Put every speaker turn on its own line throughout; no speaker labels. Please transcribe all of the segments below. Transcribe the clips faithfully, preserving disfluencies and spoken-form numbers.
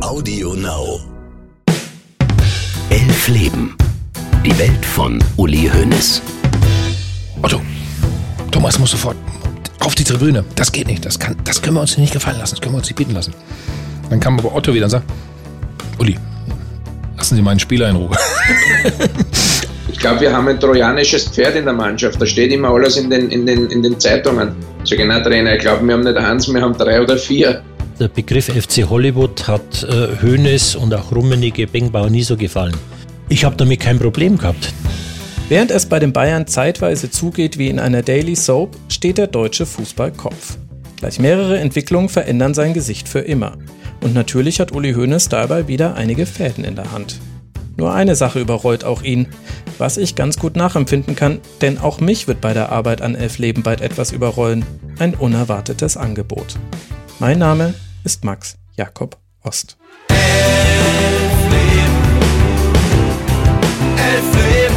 Audio Now. Elf Leben. Die Welt von Uli Hoeneß.
Otto, Thomas muss sofort auf die Tribüne. Das geht nicht. Das, kann, das können wir uns nicht gefallen lassen. Das können wir uns nicht bieten lassen. Dann kam aber Otto wieder und sagt, Uli, lassen Sie meinen Spieler in Ruhe.
Ich glaube, wir haben ein trojanisches Pferd in der Mannschaft. Da steht immer alles in den, in den, in den Zeitungen. So genau, Trainer, ich glaube, wir haben nicht eins, wir haben drei oder vier.
Der Begriff F C Hollywood hat äh, Hoeneß und auch Rummenigge, Beckenbauer nie so gefallen. Ich habe damit kein Problem gehabt.
Während es bei den Bayern zeitweise zugeht wie in einer Daily Soap, steht der deutsche Fußball Kopf. Gleich mehrere Entwicklungen verändern sein Gesicht für immer. Und natürlich hat Uli Hoeneß dabei wieder einige Fäden in der Hand. Nur eine Sache überrollt auch ihn, was ich ganz gut nachempfinden kann, denn auch mich wird bei der Arbeit an Elf Leben bald etwas überrollen. Ein unerwartetes Angebot. Mein Name ist Max Jakob Ost.
Elf Leben. Elf Leben.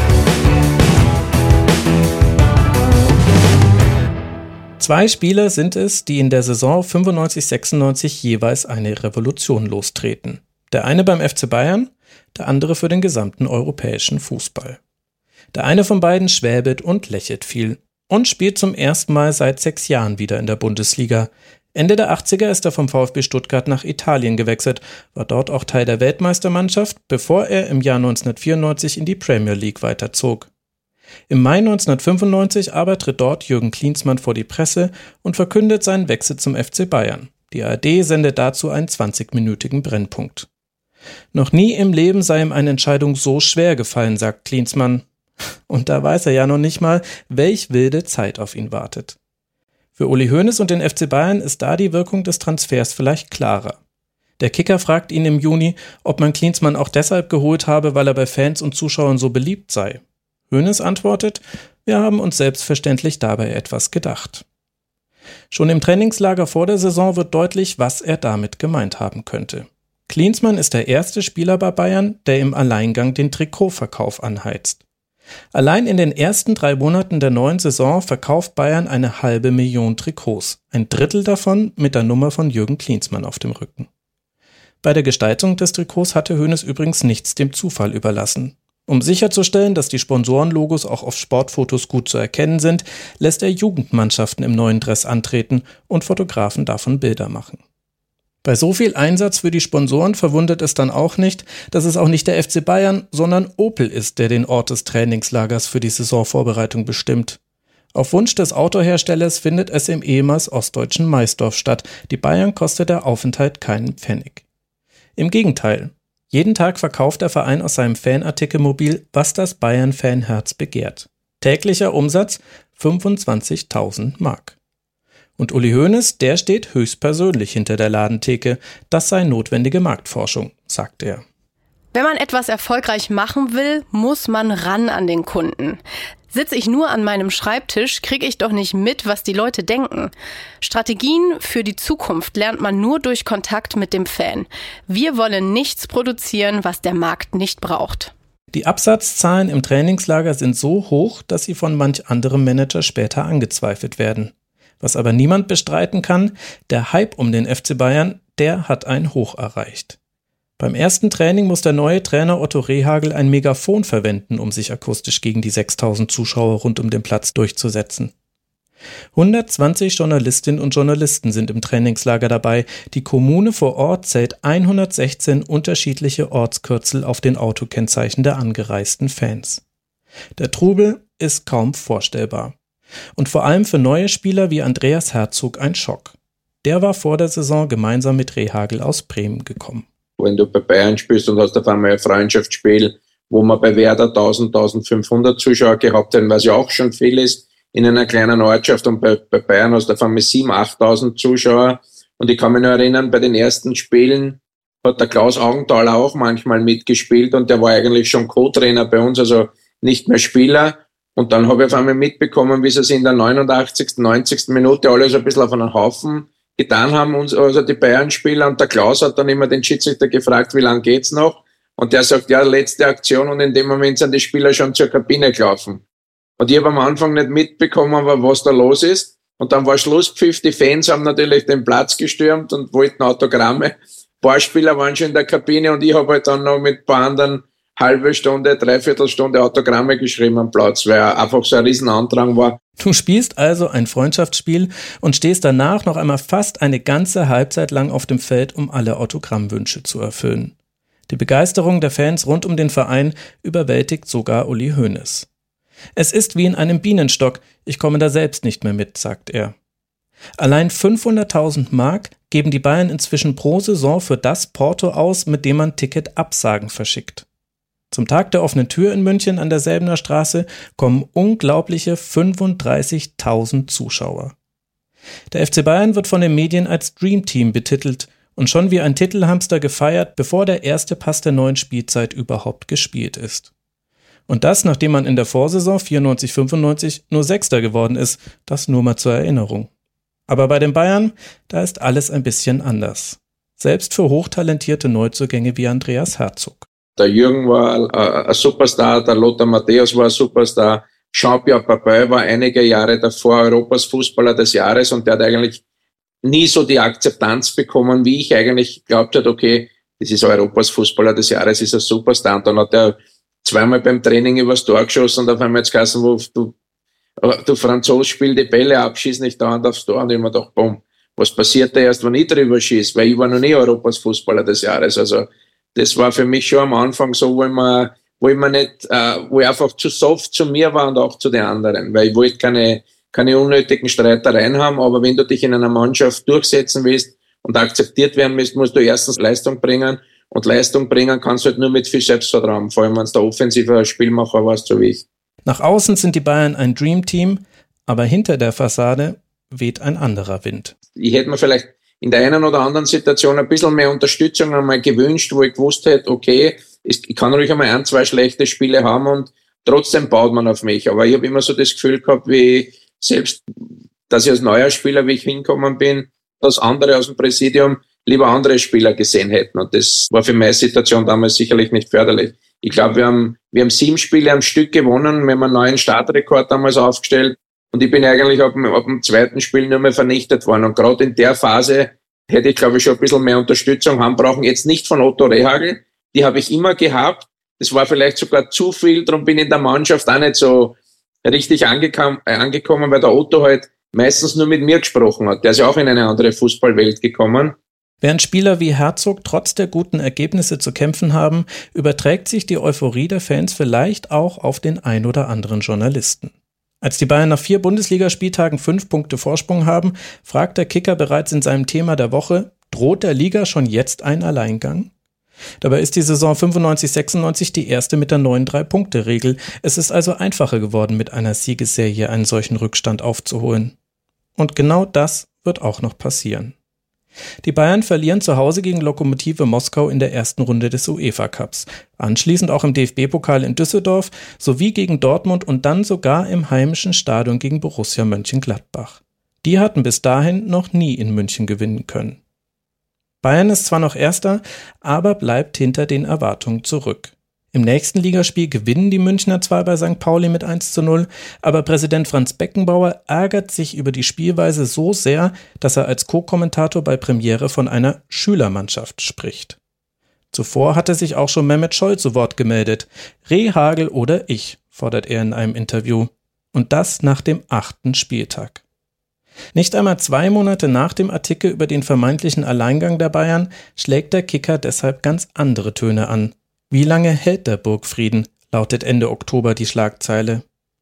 Zwei Spieler sind es, die in der Saison fünfundneunzig sechsundneunzig jeweils eine Revolution lostreten. Der eine beim F C Bayern, der andere für den gesamten europäischen Fußball. Der eine von beiden schwäbelt und lächelt viel und spielt zum ersten Mal seit sechs Jahren wieder in der Bundesliga. Ende der achtziger ist er vom VfB Stuttgart nach Italien gewechselt, war dort auch Teil der Weltmeistermannschaft, bevor er im Jahr neunzehnhundertvierundneunzig in die Premier League weiterzog. Im Mai neunzehnhundertfünfundneunzig aber tritt dort Jürgen Klinsmann vor die Presse und verkündet seinen Wechsel zum F C Bayern. Die A R D sendet dazu einen zwanzigminütigen Brennpunkt. Noch nie im Leben sei ihm eine Entscheidung so schwer gefallen, sagt Klinsmann. Und da weiß er ja noch nicht mal, welch wilde Zeit auf ihn wartet. Für Uli Hoeneß und den F C Bayern ist da die Wirkung des Transfers vielleicht klarer. Der Kicker fragt ihn im Juni, ob man Klinsmann auch deshalb geholt habe, weil er bei Fans und Zuschauern so beliebt sei. Hoeneß antwortet, wir haben uns selbstverständlich dabei etwas gedacht. Schon im Trainingslager vor der Saison wird deutlich, was er damit gemeint haben könnte. Klinsmann ist der erste Spieler bei Bayern, der im Alleingang den Trikotverkauf anheizt. Allein in den ersten drei Monaten der neuen Saison verkauft Bayern eine halbe Million Trikots, ein Drittel davon mit der Nummer von Jürgen Klinsmann auf dem Rücken. Bei der Gestaltung des Trikots hatte Hoeneß übrigens nichts dem Zufall überlassen. Um sicherzustellen, dass die Sponsorenlogos auch auf Sportfotos gut zu erkennen sind, lässt er Jugendmannschaften im neuen Dress antreten und Fotografen davon Bilder machen. Bei so viel Einsatz für die Sponsoren verwundert es dann auch nicht, dass es auch nicht der F C Bayern, sondern Opel ist, der den Ort des Trainingslagers für die Saisonvorbereitung bestimmt. Auf Wunsch des Autoherstellers findet es im ehemals ostdeutschen Maisdorf statt. Die Bayern kostet der Aufenthalt keinen Pfennig. Im Gegenteil. Jeden Tag verkauft der Verein aus seinem Fanartikelmobil, was das Bayern-Fanherz begehrt. Täglicher Umsatz fünfundzwanzigtausend Mark. Und Uli Hoeneß, der steht höchstpersönlich hinter der Ladentheke. Das sei notwendige Marktforschung, sagt er.
Wenn man etwas erfolgreich machen will, muss man ran an den Kunden. Sitze ich nur an meinem Schreibtisch, kriege ich doch nicht mit, was die Leute denken. Strategien für die Zukunft lernt man nur durch Kontakt mit dem Fan. Wir wollen nichts produzieren, was der Markt nicht braucht.
Die Absatzzahlen im Trainingslager sind so hoch, dass sie von manch anderem Manager später angezweifelt werden. Was aber niemand bestreiten kann, der Hype um den F C Bayern, der hat ein Hoch erreicht. Beim ersten Training muss der neue Trainer Otto Rehhagel ein Megafon verwenden, um sich akustisch gegen die sechstausend Zuschauer rund um den Platz durchzusetzen. hundertzwanzig Journalistinnen und Journalisten sind im Trainingslager dabei. Die Kommune vor Ort zählt hundertsechzehn unterschiedliche Ortskürzel auf den Autokennzeichen der angereisten Fans. Der Trubel ist kaum vorstellbar. Und vor allem für neue Spieler wie Andreas Herzog ein Schock. Der war vor der Saison gemeinsam mit Rehhagel aus Bremen gekommen.
Wenn du bei Bayern spielst und hast auf einmal ein Freundschaftsspiel, wo man bei Werder tausend, eintausendfünfhundert Zuschauer gehabt haben, was ja auch schon viel ist, in einer kleinen Ortschaft, und bei, bei Bayern hast du auf einmal siebentausend, achttausend Zuschauer. Und ich kann mich noch erinnern, bei den ersten Spielen hat der Klaus Augenthaler auch manchmal mitgespielt und der war eigentlich schon Co-Trainer bei uns, also nicht mehr Spieler. Und dann habe ich auf einmal mitbekommen, wie sie es in der neunundachtzigsten, neunzigsten Minute alle so ein bisschen auf einen Haufen getan haben, uns, also die Bayern-Spieler. Und der Klaus hat dann immer den Schiedsrichter gefragt, wie lange geht's noch? Und der sagt, ja, letzte Aktion. Und in dem Moment sind die Spieler schon zur Kabine gelaufen. Und ich habe am Anfang nicht mitbekommen, was da los ist. Und dann war Schlusspfiff. Die Fans haben natürlich den Platz gestürmt und wollten Autogramme. paar Spieler waren schon in der Kabine und ich habe halt dann noch mit ein paar anderen halbe Stunde, dreiviertel Stunde Autogramme geschrieben am Platz, weil einfach so ein Riesenandrang war.
Du spielst also ein Freundschaftsspiel und stehst danach noch einmal fast eine ganze Halbzeit lang auf dem Feld, um alle Autogrammwünsche zu erfüllen. Die Begeisterung der Fans rund um den Verein überwältigt sogar Uli Hoeneß. Es ist wie in einem Bienenstock, ich komme da selbst nicht mehr mit, sagt er. Allein fünfhunderttausend Mark geben die Bayern inzwischen pro Saison für das Porto aus, mit dem man Ticketabsagen verschickt. Zum Tag der offenen Tür in München an der Säbener Straße kommen unglaubliche fünfunddreißigtausend Zuschauer. Der F C Bayern wird von den Medien als Dream Team betitelt und schon wie ein Titelhamster gefeiert, bevor der erste Pass der neuen Spielzeit überhaupt gespielt ist. Und das, nachdem man in der Vorsaison vierundneunzig fünfundneunzig nur Sechster geworden ist, das nur mal zur Erinnerung. Aber bei den Bayern, da ist alles ein bisschen anders. Selbst für hochtalentierte Neuzugänge wie Andreas Herzog.
Der Jürgen war ein Superstar, der Lothar Matthäus war ein Superstar, Jean-Pierre Papin war einige Jahre davor Europas Fußballer des Jahres und der hat eigentlich nie so die Akzeptanz bekommen, wie ich eigentlich glaubt hätte, okay, das ist Europas Fußballer des Jahres, ist ein Superstar. Und dann hat er zweimal beim Training übers Tor geschossen und auf einmal jetzt geheißen, wo du, du Franzos, spiel die Bälle ab, schieß nicht dauernd aufs Tor. Und ich mir gedacht, boom, was passiert da erst, wenn ich drüber schieße? Weil ich war noch nie Europas Fußballer des Jahres. Also das war für mich schon am Anfang so, wo ich mir, wo ich mir nicht, äh, wo ich einfach zu soft zu mir war und auch zu den anderen. Weil ich wollte keine, keine unnötigen Streitereien haben, aber wenn du dich in einer Mannschaft durchsetzen willst und akzeptiert werden willst, musst du erstens Leistung bringen. Und Leistung bringen kannst du halt nur mit viel Selbstvertrauen, vor allem wenn es der offensive Spielmacher warst, so wie ich.
Nach außen sind die Bayern ein Dream-Team, aber hinter der Fassade weht ein anderer Wind.
Ich hätte mir vielleicht in der einen oder anderen Situation ein bisschen mehr Unterstützung einmal gewünscht, wo ich gewusst hätte, okay, ich kann ruhig einmal ein, zwei schlechte Spiele haben und trotzdem baut man auf mich. Aber ich habe immer so das Gefühl gehabt, wie selbst, dass ich als neuer Spieler, wie ich hingekommen bin, dass andere aus dem Präsidium lieber andere Spieler gesehen hätten. Und das war für meine Situation damals sicherlich nicht förderlich. Ich glaube, wir haben, wir haben sieben Spiele am Stück gewonnen. Wir haben einen neuen Startrekord damals aufgestellt. Und ich bin eigentlich ab, ab dem zweiten Spiel nur mehr vernichtet worden. Und gerade in der Phase hätte ich, glaube ich, schon ein bisschen mehr Unterstützung haben brauchen. Jetzt nicht von Otto Rehhagel. Die habe ich immer gehabt. Das war vielleicht sogar zu viel. Darum bin ich in der Mannschaft auch nicht so richtig angekommen, äh, angekommen, weil der Otto halt meistens nur mit mir gesprochen hat. Der ist ja auch in eine andere Fußballwelt gekommen.
Während Spieler wie Herzog trotz der guten Ergebnisse zu kämpfen haben, überträgt sich die Euphorie der Fans vielleicht auch auf den ein oder anderen Journalisten. Als die Bayern nach vier Bundesligaspieltagen fünf Punkte Vorsprung haben, fragt der Kicker bereits in seinem Thema der Woche, droht der Liga schon jetzt ein Alleingang? Dabei ist die Saison fünfundneunzig sechsundneunzig die erste mit der neuen Drei-Punkte-Regel. Es ist also einfacher geworden, mit einer Siegesserie einen solchen Rückstand aufzuholen. Und genau das wird auch noch passieren. Die Bayern verlieren zu Hause gegen Lokomotive Moskau in der ersten Runde des UEFA-Cups, anschließend auch im D F B-Pokal in Düsseldorf sowie gegen Dortmund und dann sogar im heimischen Stadion gegen Borussia Mönchengladbach. Die hatten bis dahin noch nie in München gewinnen können. Bayern ist zwar noch Erster, aber bleibt hinter den Erwartungen zurück. Im nächsten Ligaspiel gewinnen die Münchner zwar bei Sankt Pauli mit eins zu null, aber Präsident Franz Beckenbauer ärgert sich über die Spielweise so sehr, dass er als Co-Kommentator bei Premiere von einer Schülermannschaft spricht. Zuvor hatte sich auch schon Mehmet Scholl zu Wort gemeldet. Rehhagel oder ich, fordert er in einem Interview. Und das nach dem achten Spieltag. Nicht einmal zwei Monate nach dem Artikel über den vermeintlichen Alleingang der Bayern schlägt der Kicker deshalb ganz andere Töne an. Wie lange hält der Burgfrieden, lautet Ende Oktober die Schlagzeile.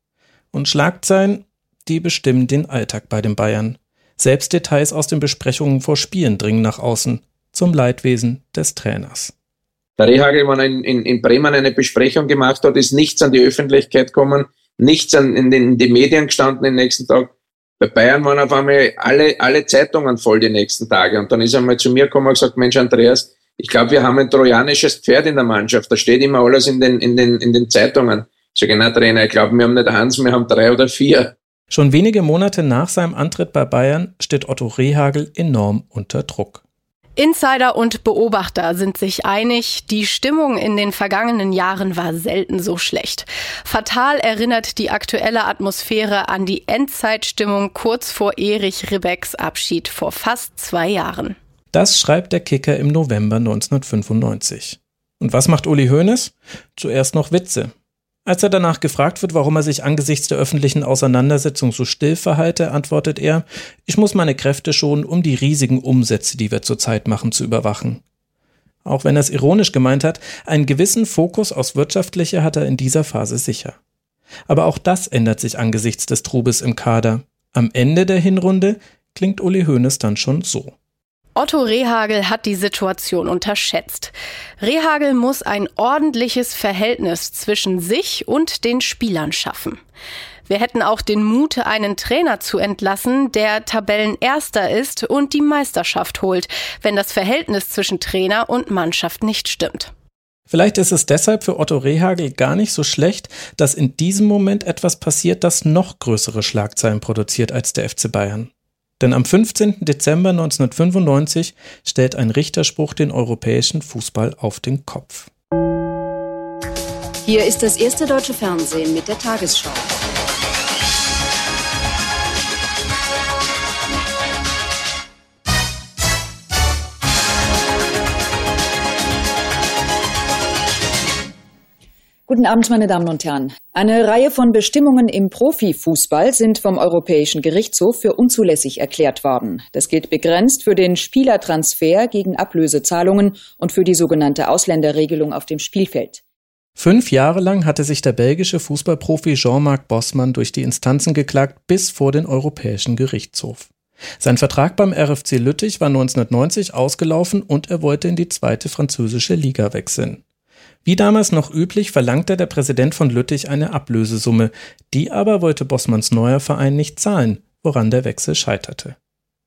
Und Schlagzeilen, die bestimmen den Alltag bei den Bayern. Selbst Details aus den Besprechungen vor Spielen dringen nach außen, zum Leidwesen des Trainers.
Der Rehhagel, wenn er in, in, in Bremen eine Besprechung gemacht hat, ist nichts an die Öffentlichkeit gekommen, nichts an, in, den, in die Medien gestanden den nächsten Tag. Bei Bayern waren auf einmal alle, alle Zeitungen voll die nächsten Tage. Und dann ist er mal zu mir gekommen und gesagt, Mensch Andreas, ich glaube, wir haben ein trojanisches Pferd in der Mannschaft. Da steht immer alles in den, in den, in den Zeitungen. Ich sage, na Trainer, ich glaube, wir haben nicht eins, wir haben drei oder vier.
Schon wenige Monate nach seinem Antritt bei Bayern steht Otto Rehhagel enorm unter Druck.
Insider und Beobachter sind sich einig, die Stimmung in den vergangenen Jahren war selten so schlecht. Fatal erinnert die aktuelle Atmosphäre an die Endzeitstimmung kurz vor Erich Ribecks Abschied vor fast zwei Jahren.
Das schreibt der Kicker im November neunzehnhundertfünfundneunzig. Und was macht Uli Hoeneß? Zuerst noch Witze. Als er danach gefragt wird, warum er sich angesichts der öffentlichen Auseinandersetzung so still verhalte, antwortet er, ich muss meine Kräfte schonen, um die riesigen Umsätze, die wir zurzeit machen, zu überwachen. Auch wenn er es ironisch gemeint hat, einen gewissen Fokus aufs Wirtschaftliche hat er in dieser Phase sicher. Aber auch das ändert sich angesichts des Trubes im Kader. Am Ende der Hinrunde klingt Uli Hoeneß dann schon so.
Otto Rehhagel hat die Situation unterschätzt. Rehhagel muss ein ordentliches Verhältnis zwischen sich und den Spielern schaffen. Wir hätten auch den Mut, einen Trainer zu entlassen, der Tabellenerster ist und die Meisterschaft holt, wenn das Verhältnis zwischen Trainer und Mannschaft nicht stimmt.
Vielleicht ist es deshalb für Otto Rehhagel gar nicht so schlecht, dass in diesem Moment etwas passiert, das noch größere Schlagzeilen produziert als der F C Bayern. Denn am fünfzehnten Dezember neunzehnhundertfünfundneunzig stellt ein Richterspruch den europäischen Fußball auf den Kopf.
Hier ist das erste deutsche Fernsehen mit der Tagesschau.
Guten Abend, meine Damen und Herren. Eine Reihe von Bestimmungen im Profifußball sind vom Europäischen Gerichtshof für unzulässig erklärt worden. Das gilt begrenzt für den Spielertransfer gegen Ablösezahlungen und für die sogenannte Ausländerregelung auf dem Spielfeld.
Fünf Jahre lang hatte sich der belgische Fußballprofi Jean-Marc Bosman durch die Instanzen geklagt bis vor den Europäischen Gerichtshof. Sein Vertrag beim R F C Lüttich war neunzehnhundertneunzig ausgelaufen und er wollte in die zweite französische Liga wechseln. Wie damals noch üblich verlangte der Präsident von Lüttich eine Ablösesumme, die aber wollte Bosmans neuer Verein nicht zahlen, woran der Wechsel scheiterte.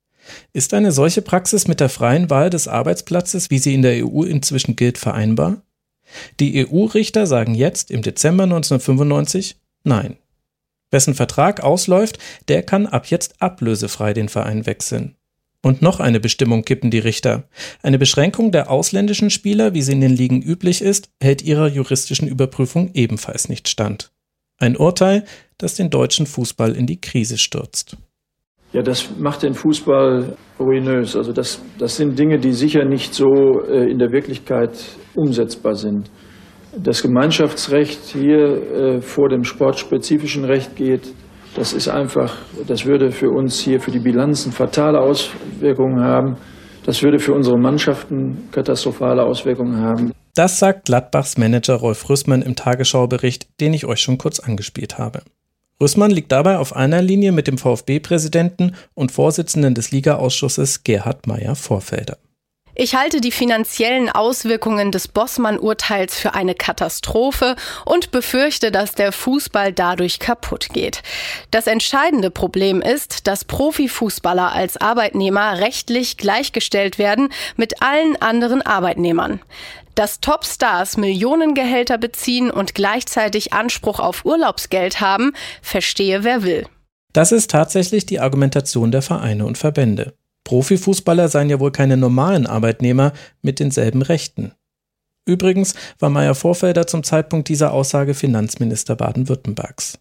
Ist eine solche Praxis mit der freien Wahl des Arbeitsplatzes, wie sie in der E U inzwischen gilt, vereinbar? Die E U-Richter sagen jetzt im Dezember neunzehnhundertfünfundneunzig Nein. Wessen Vertrag ausläuft, der kann ab jetzt ablösefrei den Verein wechseln. Und noch eine Bestimmung kippen die Richter. Eine Beschränkung der ausländischen Spieler, wie sie in den Ligen üblich ist, hält ihrer juristischen Überprüfung ebenfalls nicht stand. Ein Urteil, das den deutschen Fußball in die Krise stürzt.
Ja, das macht den Fußball ruinös. Also das, das sind Dinge, die sicher nicht so äh, in der Wirklichkeit umsetzbar sind. Das Gemeinschaftsrecht hier äh, vor dem sportspezifischen Recht geht, das ist einfach, das würde für uns hier für die Bilanzen fatale Auswirkungen haben. Das würde für unsere Mannschaften katastrophale Auswirkungen haben.
Das sagt Gladbachs Manager Rolf Rüssmann im Tagesschaubericht, den ich euch schon kurz angespielt habe. Rüssmann liegt dabei auf einer Linie mit dem VfB-Präsidenten und Vorsitzenden des Liga-Ausschusses Gerhard Meyer-Vorfelder.
Ich halte die finanziellen Auswirkungen des Bosman-Urteils für eine Katastrophe und befürchte, dass der Fußball dadurch kaputt geht. Das entscheidende Problem ist, dass Profifußballer als Arbeitnehmer rechtlich gleichgestellt werden mit allen anderen Arbeitnehmern. Dass Topstars Millionengehälter beziehen und gleichzeitig Anspruch auf Urlaubsgeld haben, verstehe wer will.
Das ist tatsächlich die Argumentation der Vereine und Verbände. Profifußballer seien ja wohl keine normalen Arbeitnehmer mit denselben Rechten. Übrigens war Meyer-Vorfelder zum Zeitpunkt dieser Aussage Finanzminister Baden-Württembergs.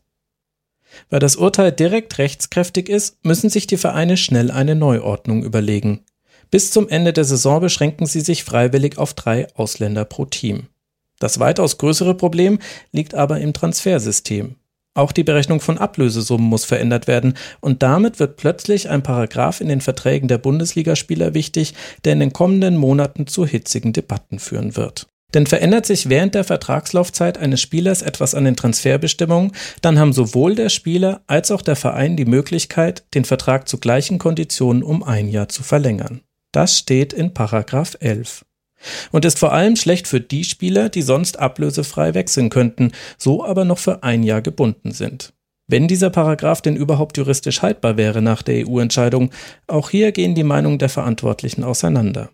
Weil das Urteil direkt rechtskräftig ist, müssen sich die Vereine schnell eine Neuordnung überlegen. Bis zum Ende der Saison beschränken sie sich freiwillig auf drei Ausländer pro Team. Das weitaus größere Problem liegt aber im Transfersystem. Auch die Berechnung von Ablösesummen muss verändert werden und damit wird plötzlich ein Paragraph in den Verträgen der Bundesligaspieler wichtig, der in den kommenden Monaten zu hitzigen Debatten führen wird. Denn verändert sich während der Vertragslaufzeit eines Spielers etwas an den Transferbestimmungen, dann haben sowohl der Spieler als auch der Verein die Möglichkeit, den Vertrag zu gleichen Konditionen um ein Jahr zu verlängern. Das steht in Paragraph elf. Und ist vor allem schlecht für die Spieler, die sonst ablösefrei wechseln könnten, so aber noch für ein Jahr gebunden sind. Wenn dieser Paragraph denn überhaupt juristisch haltbar wäre nach der E U-Entscheidung, auch hier gehen die Meinungen der Verantwortlichen auseinander.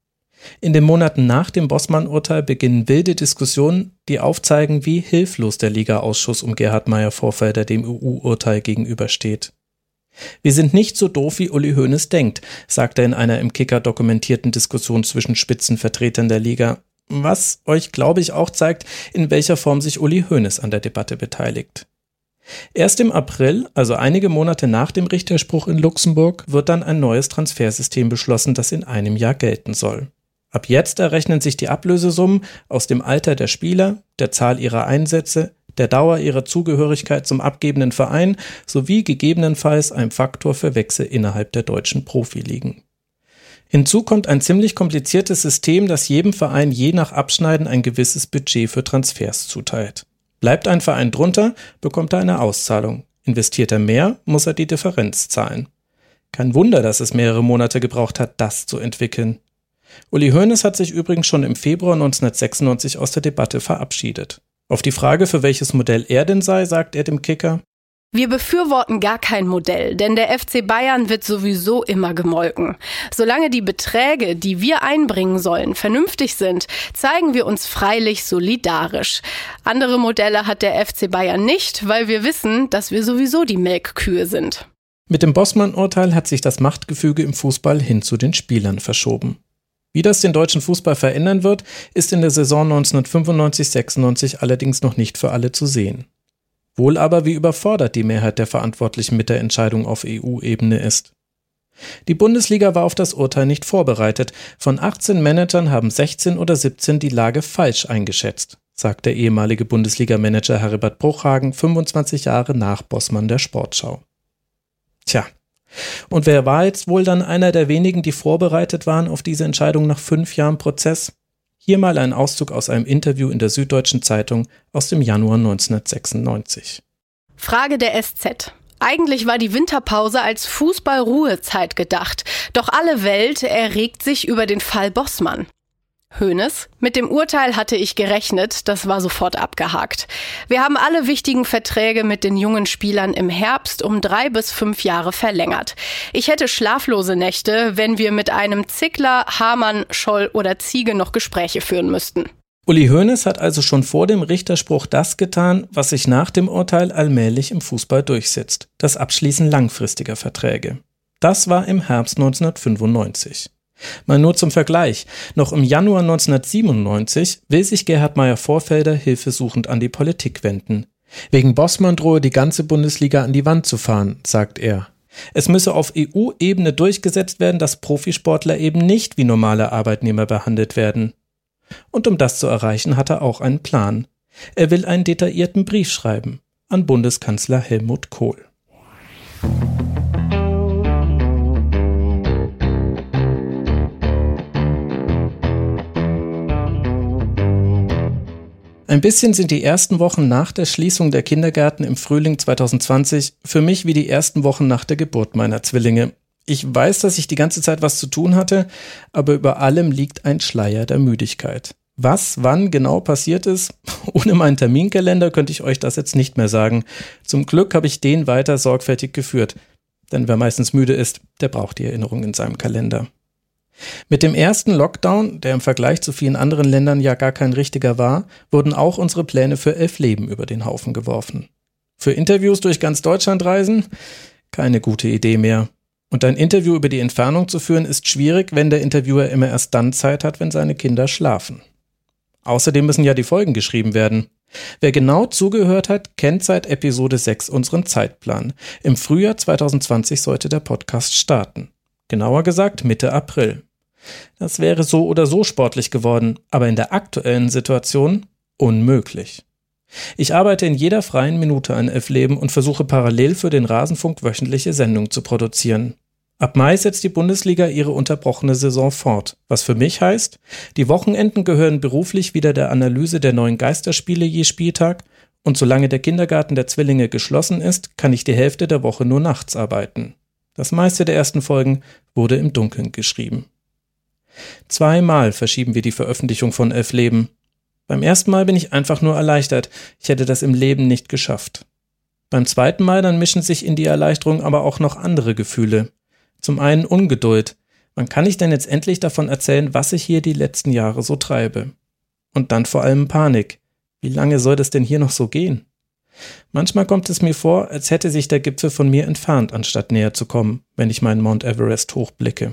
In den Monaten nach dem Bosman-Urteil beginnen wilde Diskussionen, die aufzeigen, wie hilflos der Liga-Ausschuss um Gerhard Meyer-Vorfelder dem E U-Urteil gegenübersteht. Wir sind nicht so doof, wie Uli Hoeneß denkt, sagt er in einer im Kicker dokumentierten Diskussion zwischen Spitzenvertretern der Liga, was euch, glaube ich, auch zeigt, in welcher Form sich Uli Hoeneß an der Debatte beteiligt. Erst im April, also einige Monate nach dem Richterspruch in Luxemburg, wird dann ein neues Transfersystem beschlossen, das in einem Jahr gelten soll. Ab jetzt errechnen sich die Ablösesummen aus dem Alter der Spieler, der Zahl ihrer Einsätze, der Dauer ihrer Zugehörigkeit zum abgebenden Verein sowie gegebenenfalls einem Faktor für Wechsel innerhalb der deutschen Profiligen. Hinzu kommt ein ziemlich kompliziertes System, das jedem Verein je nach Abschneiden ein gewisses Budget für Transfers zuteilt. Bleibt ein Verein drunter, bekommt er eine Auszahlung. Investiert er mehr, muss er die Differenz zahlen. Kein Wunder, dass es mehrere Monate gebraucht hat, das zu entwickeln. Uli Hoeneß hat sich übrigens schon im Februar neunzehnhundertsechsundneunzig aus der Debatte verabschiedet. Auf die Frage, für welches Modell er denn sei, sagt er dem Kicker:
Wir befürworten gar kein Modell, denn der F C Bayern wird sowieso immer gemolken. Solange die Beträge, die wir einbringen sollen, vernünftig sind, zeigen wir uns freilich solidarisch. Andere Modelle hat der F C Bayern nicht, weil wir wissen, dass wir sowieso die Melkkühe sind.
Mit dem Bossmann-Urteil hat sich das Machtgefüge im Fußball hin zu den Spielern verschoben. Wie das den deutschen Fußball verändern wird, ist in der Saison neunzehnhundertfünfundneunzig sechsundneunzig allerdings noch nicht für alle zu sehen. Wohl aber, wie überfordert die Mehrheit der Verantwortlichen mit der Entscheidung auf E U-Ebene ist. Die Bundesliga war auf das Urteil nicht vorbereitet. Von achtzehn Managern haben sechzehn oder siebzehn die Lage falsch eingeschätzt, sagt der ehemalige Bundesliga-Manager Heribert Bruchhagen fünfundzwanzig Jahre nach Bossmann der Sportschau. Tja, und wer war jetzt wohl dann einer der wenigen, die vorbereitet waren auf diese Entscheidung nach fünf Jahren Prozess? Hier mal ein Auszug aus einem Interview in der Süddeutschen Zeitung aus dem Januar neunzehnhundertsechsundneunzig.
Frage der S Z. Eigentlich war die Winterpause als Fußballruhezeit gedacht. Doch alle Welt erregt sich über den Fall Bossmann. Hoeneß: Mit dem Urteil hatte ich gerechnet, das war sofort abgehakt. Wir haben alle wichtigen Verträge mit den jungen Spielern im Herbst um drei bis fünf Jahre verlängert. Ich hätte schlaflose Nächte, wenn wir mit einem Zickler, Hamann, Scholl oder Ziege noch Gespräche führen müssten.
Uli Hoeneß hat also schon vor dem Richterspruch das getan, was sich nach dem Urteil allmählich im Fußball durchsetzt: das Abschließen langfristiger Verträge. Das war im Herbst neunzehnhundertfünfundneunzig. Mal nur zum Vergleich: Noch im Januar neunzehnhundertsiebenundneunzig will sich Gerhard Meyer-Vorfelder hilfesuchend an die Politik wenden. Wegen Bossmann drohe die ganze Bundesliga an die Wand zu fahren, sagt er. Es müsse auf E U-Ebene durchgesetzt werden, dass Profisportler eben nicht wie normale Arbeitnehmer behandelt werden. Und um das zu erreichen, hat er auch einen Plan. Er will einen detaillierten Brief schreiben an Bundeskanzler Helmut Kohl. Ein bisschen sind die ersten Wochen nach der Schließung der Kindergärten im Frühling zweitausendzwanzig für mich wie die ersten Wochen nach der Geburt meiner Zwillinge. Ich weiß, dass ich die ganze Zeit was zu tun hatte, aber über allem liegt ein Schleier der Müdigkeit. Was wann genau passiert ist? Ohne meinen Terminkalender könnte ich euch das jetzt nicht mehr sagen. Zum Glück habe ich den weiter sorgfältig geführt. Denn wer meistens müde ist, der braucht die Erinnerung in seinem Kalender. Mit dem ersten Lockdown, der im Vergleich zu vielen anderen Ländern ja gar kein richtiger war, wurden auch unsere Pläne für elf Leben über den Haufen geworfen. Für Interviews durch ganz Deutschland reisen? Keine gute Idee mehr. Und ein Interview über die Entfernung zu führen ist schwierig, wenn der Interviewer immer erst dann Zeit hat, wenn seine Kinder schlafen. Außerdem müssen ja die Folgen geschrieben werden. Wer genau zugehört hat, kennt seit Episode sechs unseren Zeitplan. Im Frühjahr zweitausendzwanzig sollte der Podcast starten. Genauer gesagt Mitte April. Das wäre so oder so sportlich geworden, aber in der aktuellen Situation unmöglich. Ich arbeite in jeder freien Minute an elf Leben und versuche parallel für den Rasenfunk wöchentliche Sendungen zu produzieren. Ab Mai setzt die Bundesliga ihre unterbrochene Saison fort, was für mich heißt, die Wochenenden gehören beruflich wieder der Analyse der neuen Geisterspiele je Spieltag und solange der Kindergarten der Zwillinge geschlossen ist, kann ich die Hälfte der Woche nur nachts arbeiten. Das meiste der ersten Folgen wurde im Dunkeln geschrieben. Zweimal verschieben wir die Veröffentlichung von elf Leben. Beim ersten Mal bin ich einfach nur erleichtert, ich hätte das im Leben nicht geschafft. Beim zweiten Mal dann mischen sich in die Erleichterung aber auch noch andere Gefühle. Zum einen Ungeduld. Wann kann ich denn jetzt endlich davon erzählen, was ich hier die letzten Jahre so treibe? Und dann vor allem Panik. Wie lange soll das denn hier noch so gehen? Manchmal kommt es mir vor, als hätte sich der Gipfel von mir entfernt, anstatt näher zu kommen, wenn ich meinen Mount Everest hochblicke.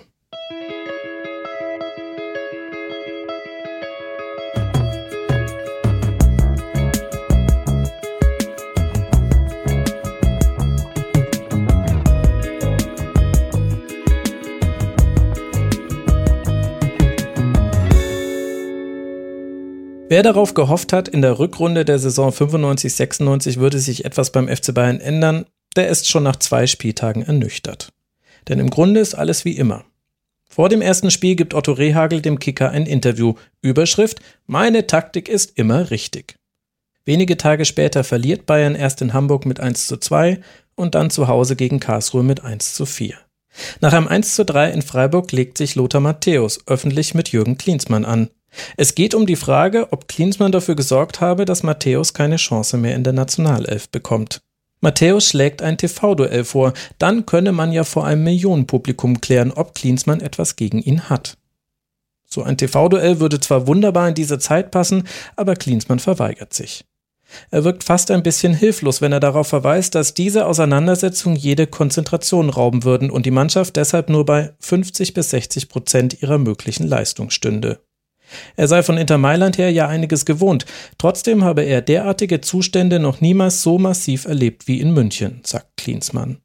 Wer darauf gehofft hat, in der Rückrunde der Saison fünfundneunzig sechsundneunzig würde sich etwas beim F C Bayern ändern, der ist schon nach zwei Spieltagen ernüchtert. Denn im Grunde ist alles wie immer. Vor dem ersten Spiel gibt Otto Rehhagel dem Kicker ein Interview. Überschrift: Meine Taktik ist immer richtig. Wenige Tage später verliert Bayern erst in Hamburg mit eins zu zwei und dann zu Hause gegen Karlsruhe mit eins zu vier. Nach einem eins zu drei in Freiburg legt sich Lothar Matthäus öffentlich mit Jürgen Klinsmann an. Es geht um die Frage, ob Klinsmann dafür gesorgt habe, dass Matthäus keine Chance mehr in der Nationalelf bekommt. Matthäus schlägt ein T V-Duell vor, dann könne man ja vor einem Millionenpublikum klären, ob Klinsmann etwas gegen ihn hat. So ein T V-Duell würde zwar wunderbar in diese Zeit passen, aber Klinsmann verweigert sich. Er wirkt fast ein bisschen hilflos, wenn er darauf verweist, dass diese Auseinandersetzungen jede Konzentration rauben würden und die Mannschaft deshalb nur bei fünfzig bis sechzig Prozent ihrer möglichen Leistung stünde. Er sei von Inter Mailand her ja einiges gewohnt, trotzdem habe er derartige Zustände noch niemals so massiv erlebt wie in München, sagt Klinsmann.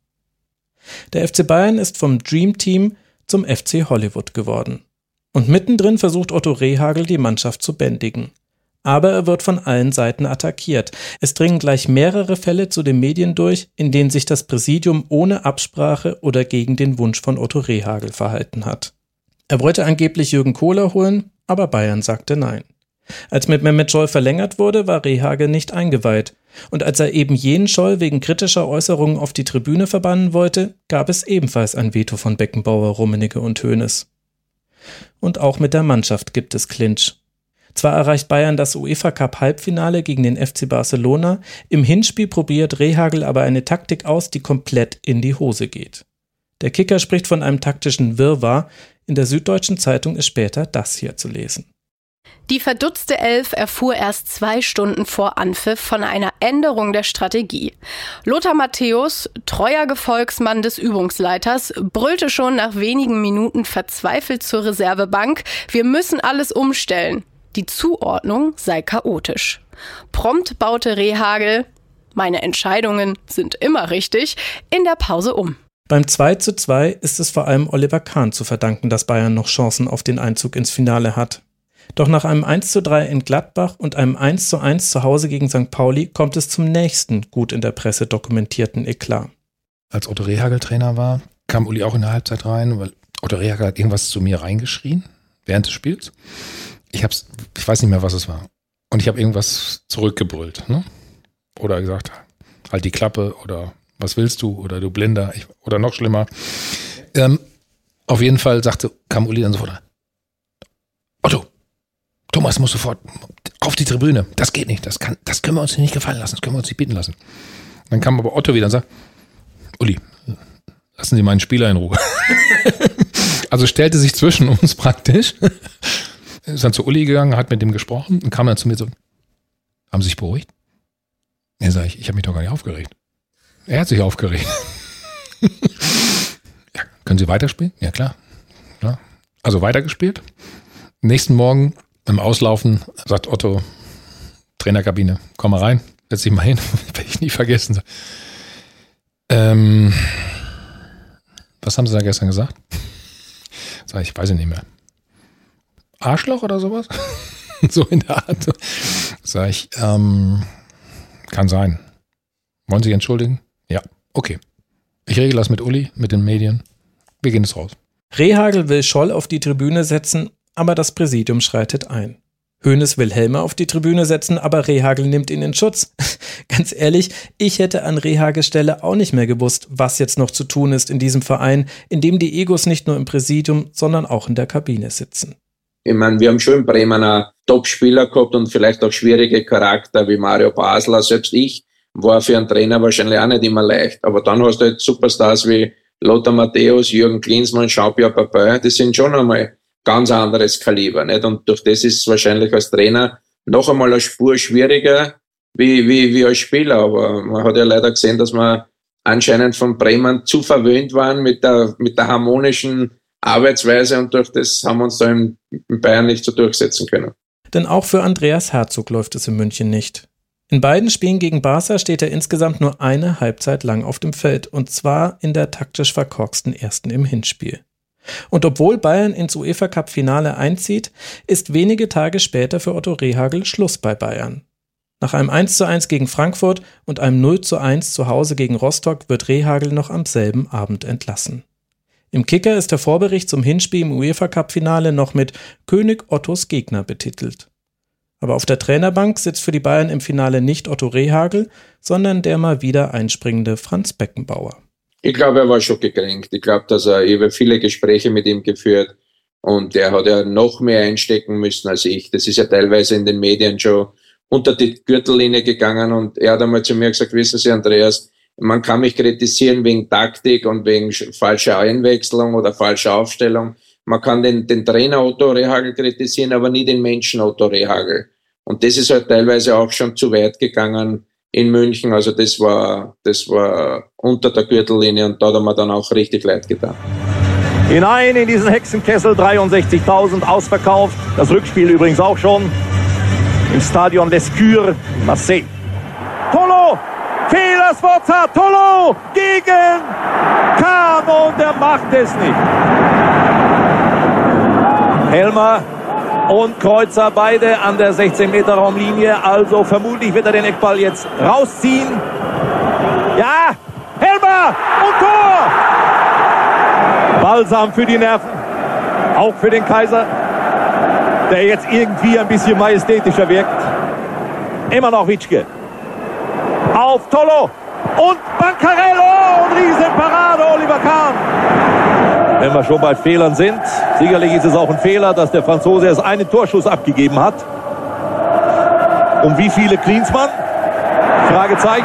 Der F C Bayern ist vom Dream Team zum F C Hollywood geworden. Und mittendrin versucht Otto Rehhagel, die Mannschaft zu bändigen. Aber er wird von allen Seiten attackiert. Es dringen gleich mehrere Fälle zu den Medien durch, in denen sich das Präsidium ohne Absprache oder gegen den Wunsch von Otto Rehhagel verhalten hat. Er wollte angeblich Jürgen Kohler holen, aber Bayern sagte nein. Als mit Mehmet Scholl verlängert wurde, war Rehhagel nicht eingeweiht. Und als er eben jenen Scholl wegen kritischer Äußerungen auf die Tribüne verbannen wollte, gab es ebenfalls ein Veto von Beckenbauer, Rummenigge und Hoeneß. Und auch mit der Mannschaft gibt es Clinch. Zwar erreicht Bayern das UEFA-Cup-Halbfinale gegen den F C Barcelona, im Hinspiel probiert Rehhagel aber eine Taktik aus, die komplett in die Hose geht. Der Kicker spricht von einem taktischen Wirrwarr, in der Süddeutschen Zeitung ist später das hier zu lesen.
Die verdutzte Elf erfuhr erst zwei Stunden vor Anpfiff von einer Änderung der Strategie. Lothar Matthäus, treuer Gefolgsmann des Übungsleiters, brüllte schon nach wenigen Minuten verzweifelt zur Reservebank: Wir müssen alles umstellen. Die Zuordnung sei chaotisch. Prompt baute Rehhagel, meine Entscheidungen sind immer richtig, in der Pause um.
Beim zwei zu zwei ist es vor allem Oliver Kahn zu verdanken, dass Bayern noch Chancen auf den Einzug ins Finale hat. Doch nach einem eins zu drei in Gladbach und einem eins zu eins zu Hause gegen Sankt Pauli kommt es zum nächsten gut in der Presse dokumentierten Eklat.
Als Otto Rehhagel Trainer war, kam Uli auch in der Halbzeit rein, weil Otto Rehhagel hat irgendwas zu mir reingeschrien während des Spiels. Ich hab's, ich weiß nicht mehr, was es war. Und ich habe irgendwas zurückgebrüllt, ne? Oder gesagt, halt die Klappe oder was willst du oder du Blinder ich, oder noch schlimmer. Ähm, auf jeden Fall sagte, kam Uli dann sofort: Otto, Thomas muss sofort auf die Tribüne. Das geht nicht, das kann, das können wir uns nicht gefallen lassen, das können wir uns nicht bieten lassen. Dann kam aber Otto wieder und sagte: Uli, lassen Sie meinen Spieler in Ruhe. Also stellte sich zwischen uns praktisch. Ist dann zu Uli gegangen, hat mit dem gesprochen und kam dann zu mir so: Haben Sie sich beruhigt? Ja, sag ich, ich habe mich doch gar nicht aufgeregt. Er hat sich aufgeregt. Ja, können Sie weiterspielen? Ja, klar. Ja. Also weitergespielt. Nächsten Morgen im Auslaufen sagt Otto, Trainerkabine, komm mal rein, setz dich mal hin, werde ich nie vergessen. Ähm, was haben Sie da gestern gesagt? Sag ich, weiß ich nicht mehr. Arschloch oder sowas? So in der Art. Sag ich, ähm, kann sein. Wollen Sie sich entschuldigen? Ja, okay. Ich regle das mit Uli, mit den Medien. Wir gehen jetzt raus.
Rehhagel will Scholl auf die Tribüne setzen, aber das Präsidium schreitet ein. Hoeneß will Helmer auf die Tribüne setzen, aber Rehhagel nimmt ihn in Schutz. Ganz ehrlich, ich hätte an Rehhagels Stelle auch nicht mehr gewusst, was jetzt noch zu tun ist in diesem Verein, in dem die Egos nicht nur im Präsidium, sondern auch in der Kabine sitzen.
Ich meine, wir haben schon in Bremen einen Top-Spieler gehabt und vielleicht auch schwierige Charakter wie Mario Basler. Selbst ich war für einen Trainer wahrscheinlich auch nicht immer leicht. Aber dann hast du halt Superstars wie Lothar Matthäus, Jürgen Klinsmann, Jean-Pierre Papin. Das sind schon einmal ganz anderes Kaliber, nicht? Und durch das ist es wahrscheinlich als Trainer noch einmal eine Spur schwieriger wie, wie, wie als Spieler. Aber man hat ja leider gesehen, dass wir anscheinend von Bremen zu verwöhnt waren mit der, mit der harmonischen Arbeitsweise und durch das haben wir uns da in Bayern nicht so durchsetzen können.
Denn auch für Andreas Herzog läuft es in München nicht. In beiden Spielen gegen Barca steht er insgesamt nur eine Halbzeit lang auf dem Feld und zwar in der taktisch verkorksten ersten im Hinspiel. Und obwohl Bayern ins UEFA-Cup-Finale einzieht, ist wenige Tage später für Otto Rehhagel Schluss bei Bayern. Nach einem eins zu eins gegen Frankfurt und einem null zu eins zu Hause gegen Rostock wird Rehhagel noch am selben Abend entlassen. Im Kicker ist der Vorbericht zum Hinspiel im UEFA-Cup-Finale noch mit König Ottos Gegner betitelt. Aber auf der Trainerbank sitzt für die Bayern im Finale nicht Otto Rehhagel, sondern der mal wieder einspringende Franz Beckenbauer.
Ich glaube, er war schon gekränkt. Ich glaube, dass er, ich habe viele Gespräche mit ihm geführt und er hat ja noch mehr einstecken müssen als ich. Das ist ja teilweise in den Medien schon unter die Gürtellinie gegangen und er hat einmal zu mir gesagt, wissen Sie, Andreas, man kann mich kritisieren wegen Taktik und wegen falscher Einwechslung oder falscher Aufstellung. Man kann den, den Trainer Otto Rehhagel kritisieren, aber nie den Menschen Otto Rehhagel. Und das ist halt teilweise auch schon zu weit gegangen in München. Also das war, das war unter der Gürtellinie und da hat er mir dann auch richtig leid getan.
Hinein in diesen Hexenkessel, dreiundsechzigtausend ausverkauft. Das Rückspiel übrigens auch schon im Stadion Lescure in Marseille. Tolo! Fehler, Sforza! Tolo! Gegen Kahn und er macht es nicht. Helmer und Kreuzer beide an der sechzehn-Meter-Raumlinie. Also vermutlich wird er den Eckball jetzt rausziehen. Ja! Helmer! Und Tor! Balsam für die Nerven. Auch für den Kaiser, der jetzt irgendwie ein bisschen majestätischer wirkt. Immer noch Witschke. Auf Tolo. Und Bancarello. Und Riesenparade, Oliver Kahn. Wenn wir schon bei Fehlern sind, sicherlich ist es auch ein Fehler, dass der Franzose erst einen Torschuss abgegeben hat. Um wie viele Klinsmann? Fragezeichen.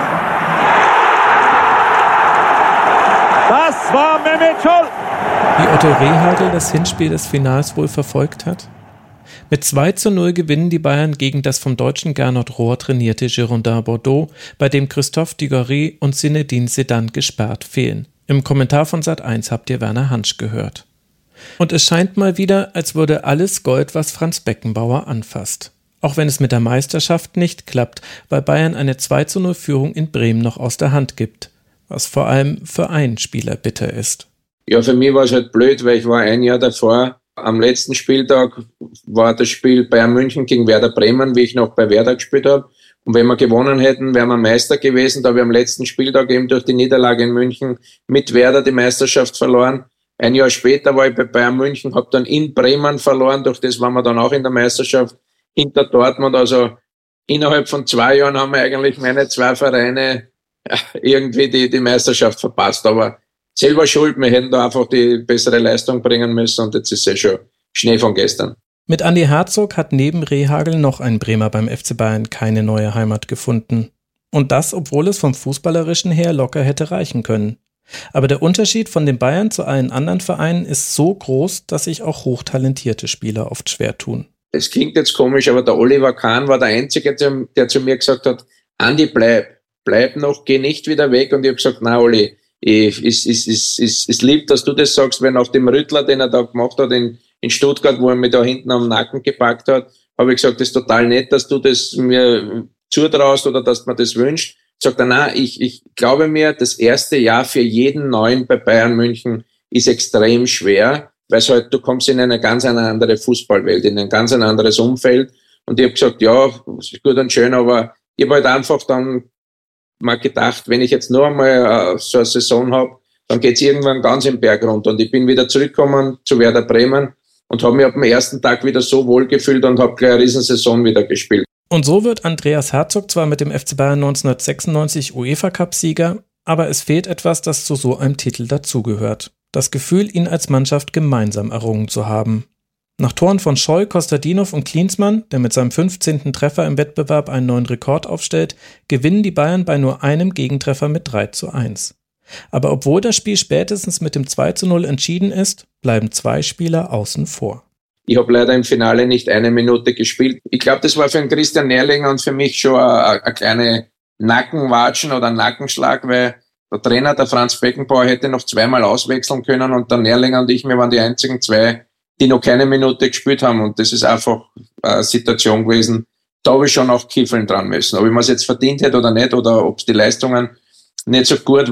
Das war Mehmet Scholl.
Wie Otto Rehhagel das Hinspiel des Finals wohl verfolgt hat? Mit zwei zu null gewinnen die Bayern gegen das vom deutschen Gernot Rohr trainierte Girondin Bordeaux, bei dem Christophe Dugarry und Zinedine Zidane gesperrt fehlen. Im Kommentar von Sat eins habt ihr Werner Hansch gehört. Und es scheint mal wieder, als würde alles Gold, was Franz Beckenbauer anfasst. Auch wenn es mit der Meisterschaft nicht klappt, weil Bayern eine zwei zu null Führung in Bremen noch aus der Hand gibt. Was vor allem für einen Spieler bitter ist.
Ja, für mich war es halt blöd, weil ich war ein Jahr davor, am letzten Spieltag war das Spiel Bayern München gegen Werder Bremen, wie ich noch bei Werder gespielt habe. Und wenn wir gewonnen hätten, wären wir Meister gewesen. Da habe ich am letzten Spieltag eben durch die Niederlage in München mit Werder die Meisterschaft verloren. Ein Jahr später war ich bei Bayern München, habe dann in Bremen verloren. Durch das waren wir dann auch in der Meisterschaft hinter Dortmund. Also innerhalb von zwei Jahren haben wir eigentlich meine zwei Vereine irgendwie die, die Meisterschaft verpasst. Aber selber schuld, wir hätten da einfach die bessere Leistung bringen müssen und jetzt ist es schon Schnee von gestern.
Mit Andi Herzog hat neben Rehhagel noch ein Bremer beim F C Bayern keine neue Heimat gefunden. Und das, obwohl es vom Fußballerischen her locker hätte reichen können. Aber der Unterschied von den Bayern zu allen anderen Vereinen ist so groß, dass sich auch hochtalentierte Spieler oft schwer tun.
Es klingt jetzt komisch, aber der Oliver Kahn war der Einzige, der, der zu mir gesagt hat, Andi, bleib, bleib noch, geh nicht wieder weg. Und ich habe gesagt, na Oli, es ist, ist, ist, ist, ist lieb, dass du das sagst, weil nach dem Rüttler, den er da gemacht hat in, in Stuttgart, wo er mich da hinten am Nacken gepackt hat, habe ich gesagt, das ist total nett, dass du das mir zutraust oder dass du mir das wünschst. Sagt er, nein, ich, ich glaube mir, das erste Jahr für jeden Neuen bei Bayern München ist extrem schwer, weil es halt, du kommst in eine ganz eine andere Fußballwelt, in ein ganz ein anderes Umfeld. Und ich habe gesagt, ja, ist gut und schön, aber ich habe halt einfach dann mal gedacht, wenn ich jetzt nur einmal so eine Saison habe, dann geht's irgendwann ganz im Berg runter. Und ich bin wieder zurückgekommen zu Werder Bremen und habe mich ab dem ersten Tag wieder so wohl gefühlt und habe gleich eine Riesensaison wieder gespielt.
Und so wird Andreas Herzog zwar mit dem F C Bayern neunzehnhundertsechsundneunzig UEFA-Cup-Sieger, aber es fehlt etwas, das zu so einem Titel dazugehört. Das Gefühl, ihn als Mannschaft gemeinsam errungen zu haben. Nach Toren von Scholl, Kostadinov und Klinsmann, der mit seinem fünfzehnten Treffer im Wettbewerb einen neuen Rekord aufstellt, gewinnen die Bayern bei nur einem Gegentreffer mit drei zu eins. Aber obwohl das Spiel spätestens mit dem zwei zu null entschieden ist, bleiben zwei Spieler außen vor.
Ich habe leider im Finale nicht eine Minute gespielt. Ich glaube, das war für einen Christian Nährlinger und für mich schon eine, eine kleine Nackenwatschen oder ein Nackenschlag, weil der Trainer, der Franz Beckenbauer, hätte noch zweimal auswechseln können und der Nährlinger und ich, wir waren die einzigen zwei, die noch keine Minute gespielt haben. Und das ist einfach eine Situation gewesen, da habe ich schon auch kiefeln dran müssen. Ob ich mir es jetzt verdient hätte oder nicht, oder ob es die Leistungen nicht so gut waren,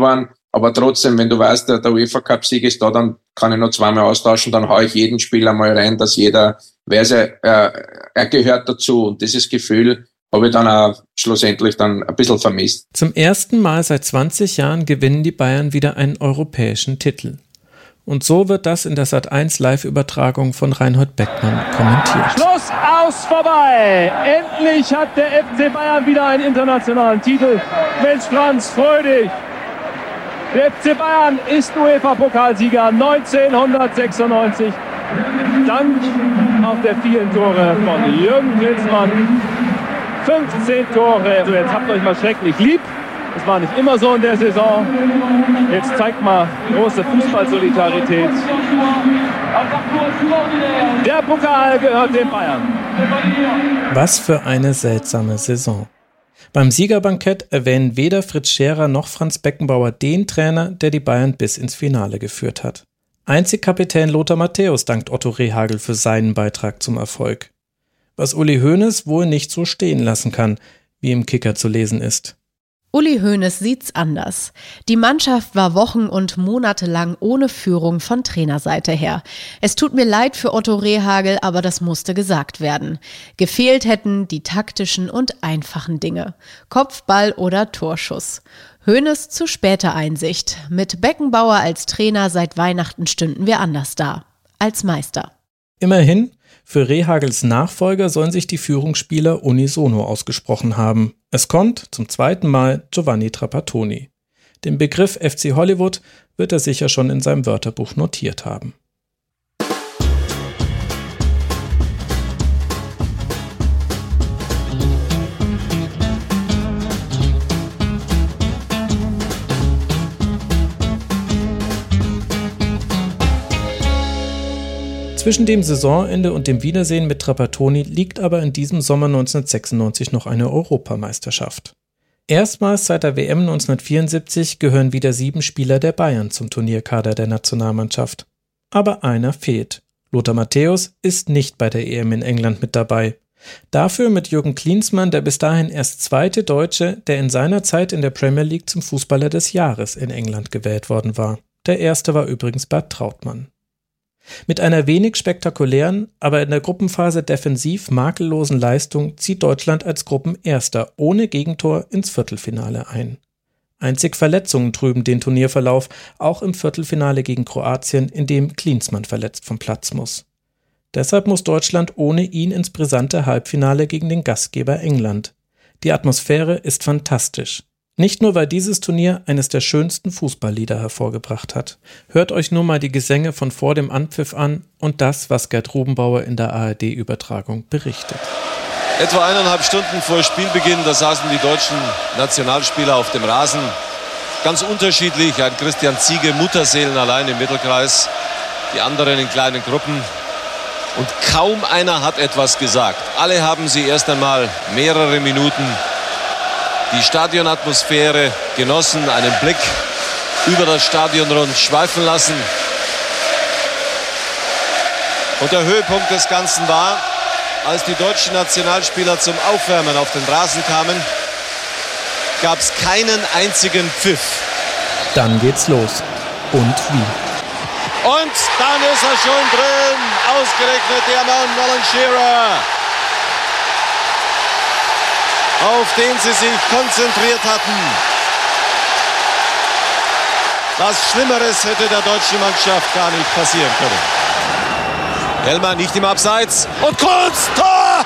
Aber trotzdem, wenn du weißt, der, der UEFA Cup-Sieg ist da, dann kann ich noch zweimal austauschen, dann haue ich jeden Spieler mal rein, dass jeder weiß, er, er gehört dazu. Und dieses Gefühl habe ich dann auch schlussendlich dann ein bisschen vermisst.
Zum ersten Mal seit zwanzig Jahren gewinnen die Bayern wieder einen europäischen Titel. Und so wird das in der Sat eins Live-Übertragung von Reinhold Beckmann kommentiert.
Schluss, aus, vorbei! Endlich hat der F C Bayern wieder einen internationalen Titel. Mensch, Franz, freu dich! Der F C Bayern ist UEFA-Pokalsieger neunzehnhundertsechsundneunzig. Dank auch der vielen Tore von Jürgen Klinsmann. fünfzehn Tore. Also jetzt habt ihr euch mal schrecklich lieb. Das war nicht immer so in der Saison. Jetzt zeigt mal große Fußballsolidarität. Der Pokal gehört den Bayern.
Was für eine seltsame Saison. Beim Siegerbankett erwähnen weder Fritz Scherer noch Franz Beckenbauer den Trainer, der die Bayern bis ins Finale geführt hat. Einzig Kapitän Lothar Matthäus dankt Otto Rehhagel für seinen Beitrag zum Erfolg. Was Uli Hoeneß wohl nicht so stehen lassen kann, wie im Kicker zu lesen ist.
Uli Hoeneß sieht's anders. Die Mannschaft war Wochen und Monate lang ohne Führung von Trainerseite her. Es tut mir leid für Otto Rehhagel, aber das musste gesagt werden. Gefehlt hätten die taktischen und einfachen Dinge. Kopfball oder Torschuss. Hoeneß zu später Einsicht. Mit Beckenbauer als Trainer seit Weihnachten stünden wir anders da. Als Meister.
Immerhin, für Rehhagels Nachfolger sollen sich die Führungsspieler unisono ausgesprochen haben. Es kommt zum zweiten Mal Giovanni Trapattoni. Den Begriff F C Hollywood wird er sicher schon in seinem Wörterbuch notiert haben. Zwischen dem Saisonende und dem Wiedersehen mit Trapattoni liegt aber in diesem Sommer neunzehnhundertsechsundneunzig noch eine Europameisterschaft. Erstmals seit der W M neunzehnhundertvierundsiebzig gehören wieder sieben Spieler der Bayern zum Turnierkader der Nationalmannschaft. Aber einer fehlt. Lothar Matthäus ist nicht bei der E M in England mit dabei. Dafür mit Jürgen Klinsmann der bis dahin erst zweite Deutsche, der in seiner Zeit in der Premier League zum Fußballer des Jahres in England gewählt worden war. Der erste war übrigens Bert Trautmann. Mit einer wenig spektakulären, aber in der Gruppenphase defensiv makellosen Leistung zieht Deutschland als Gruppenerster ohne Gegentor ins Viertelfinale ein. Einzig Verletzungen trüben den Turnierverlauf, auch im Viertelfinale gegen Kroatien, in dem Klinsmann verletzt vom Platz muss. Deshalb muss Deutschland ohne ihn ins brisante Halbfinale gegen den Gastgeber England. Die Atmosphäre ist fantastisch. Nicht nur, weil dieses Turnier eines der schönsten Fußballlieder hervorgebracht hat. Hört euch nur mal die Gesänge von vor dem Anpfiff an und das, was Gerd Rubenbauer in der A R D-Übertragung berichtet.
Etwa eineinhalb Stunden vor Spielbeginn, da saßen die deutschen Nationalspieler auf dem Rasen. Ganz unterschiedlich, ein Christian Ziege, Mutterseelen allein im Mittelkreis, die anderen in kleinen Gruppen. Und kaum einer hat etwas gesagt. Alle haben sie erst einmal mehrere Minuten die Stadionatmosphäre genossen, einen Blick über das Stadionrund schweifen lassen. Und der Höhepunkt des Ganzen war, als die deutschen Nationalspieler zum Aufwärmen auf den Rasen kamen, gab es keinen einzigen Pfiff.
Dann geht's los. Und wie?
Und dann ist er schon drin. Ausgerechnet der Mann Alan Shearer, auf den sie sich konzentriert hatten. Was Schlimmeres hätte der deutschen Mannschaft gar nicht passieren können. Hellmann nicht im Abseits. Und Kunz, Tor!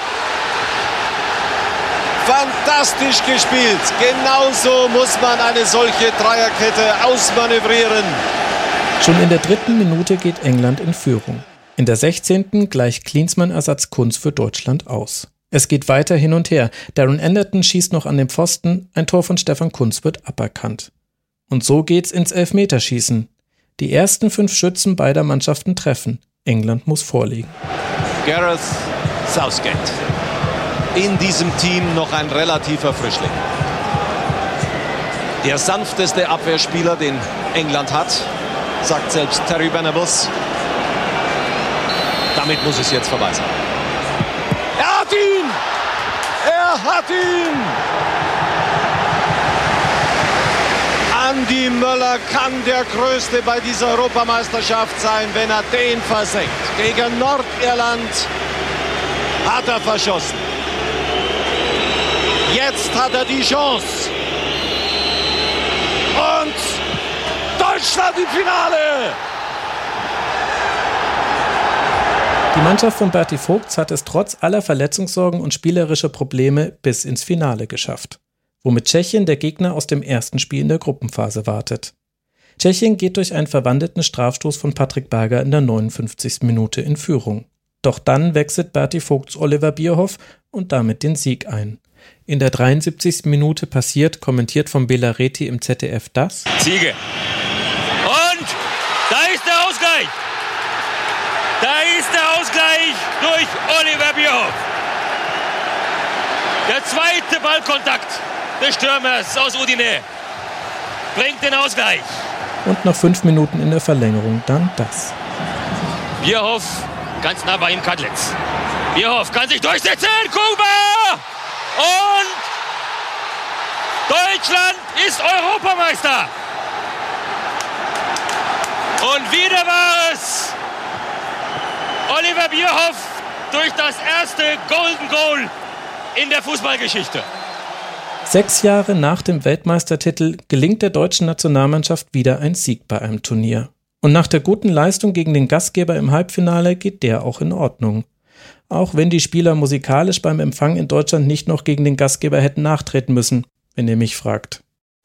Fantastisch gespielt. Genauso muss man eine solche Dreierkette ausmanövrieren.
Schon in der dritten Minute geht England in Führung. In der sechzehnten gleicht Klinsmann-Ersatz Kunz für Deutschland aus. Es geht weiter hin und her. Darren Anderton schießt noch an den Pfosten, ein Tor von Stefan Kunz wird aberkannt. Und so geht's ins Elfmeterschießen. Die ersten fünf Schützen beider Mannschaften treffen. England muss vorlegen.
Gareth Southgate. In diesem Team noch ein relativer Frischling. Der sanfteste Abwehrspieler, den England hat, sagt selbst Terry Venables. Damit muss es jetzt vorbei sein. Er hat ihn! Er hat ihn! Andi Möller kann der Größte bei dieser Europameisterschaft sein, wenn er den versenkt. Gegen Nordirland hat er verschossen. Jetzt hat er die Chance. Und Deutschland im Finale!
Die Mannschaft von Berti Vogts hat es trotz aller Verletzungssorgen und spielerischer Probleme bis ins Finale geschafft, womit Tschechien der Gegner aus dem ersten Spiel in der Gruppenphase wartet. Tschechien geht durch einen verwandelten Strafstoß von Patrick Berger in der neunundfünfzigsten Minute in Führung. Doch dann wechselt Berti Vogts Oliver Bierhoff und damit den Sieg ein. In der dreiundsiebzigsten Minute passiert, kommentiert von Bela Reti im Z D F das.
Ziege. Und da ist der Ausgleich. Da ist der Ausgleich durch Oliver Bierhoff. Der zweite Ballkontakt des Stürmers aus Udine bringt den Ausgleich.
Und nach fünf Minuten in der Verlängerung dann das.
Bierhoff ganz nah bei ihm Kadlitz. Bierhoff kann sich durchsetzen. Kuba! Und Deutschland ist Europameister. Und wieder war es Oliver Bierhoff durch das erste Golden Goal in der Fußballgeschichte.
Sechs Jahre nach dem Weltmeistertitel gelingt der deutschen Nationalmannschaft wieder ein Sieg bei einem Turnier. Und nach der guten Leistung gegen den Gastgeber im Halbfinale geht der auch in Ordnung. Auch wenn die Spieler musikalisch beim Empfang in Deutschland nicht noch gegen den Gastgeber hätten nachtreten müssen, wenn ihr mich fragt.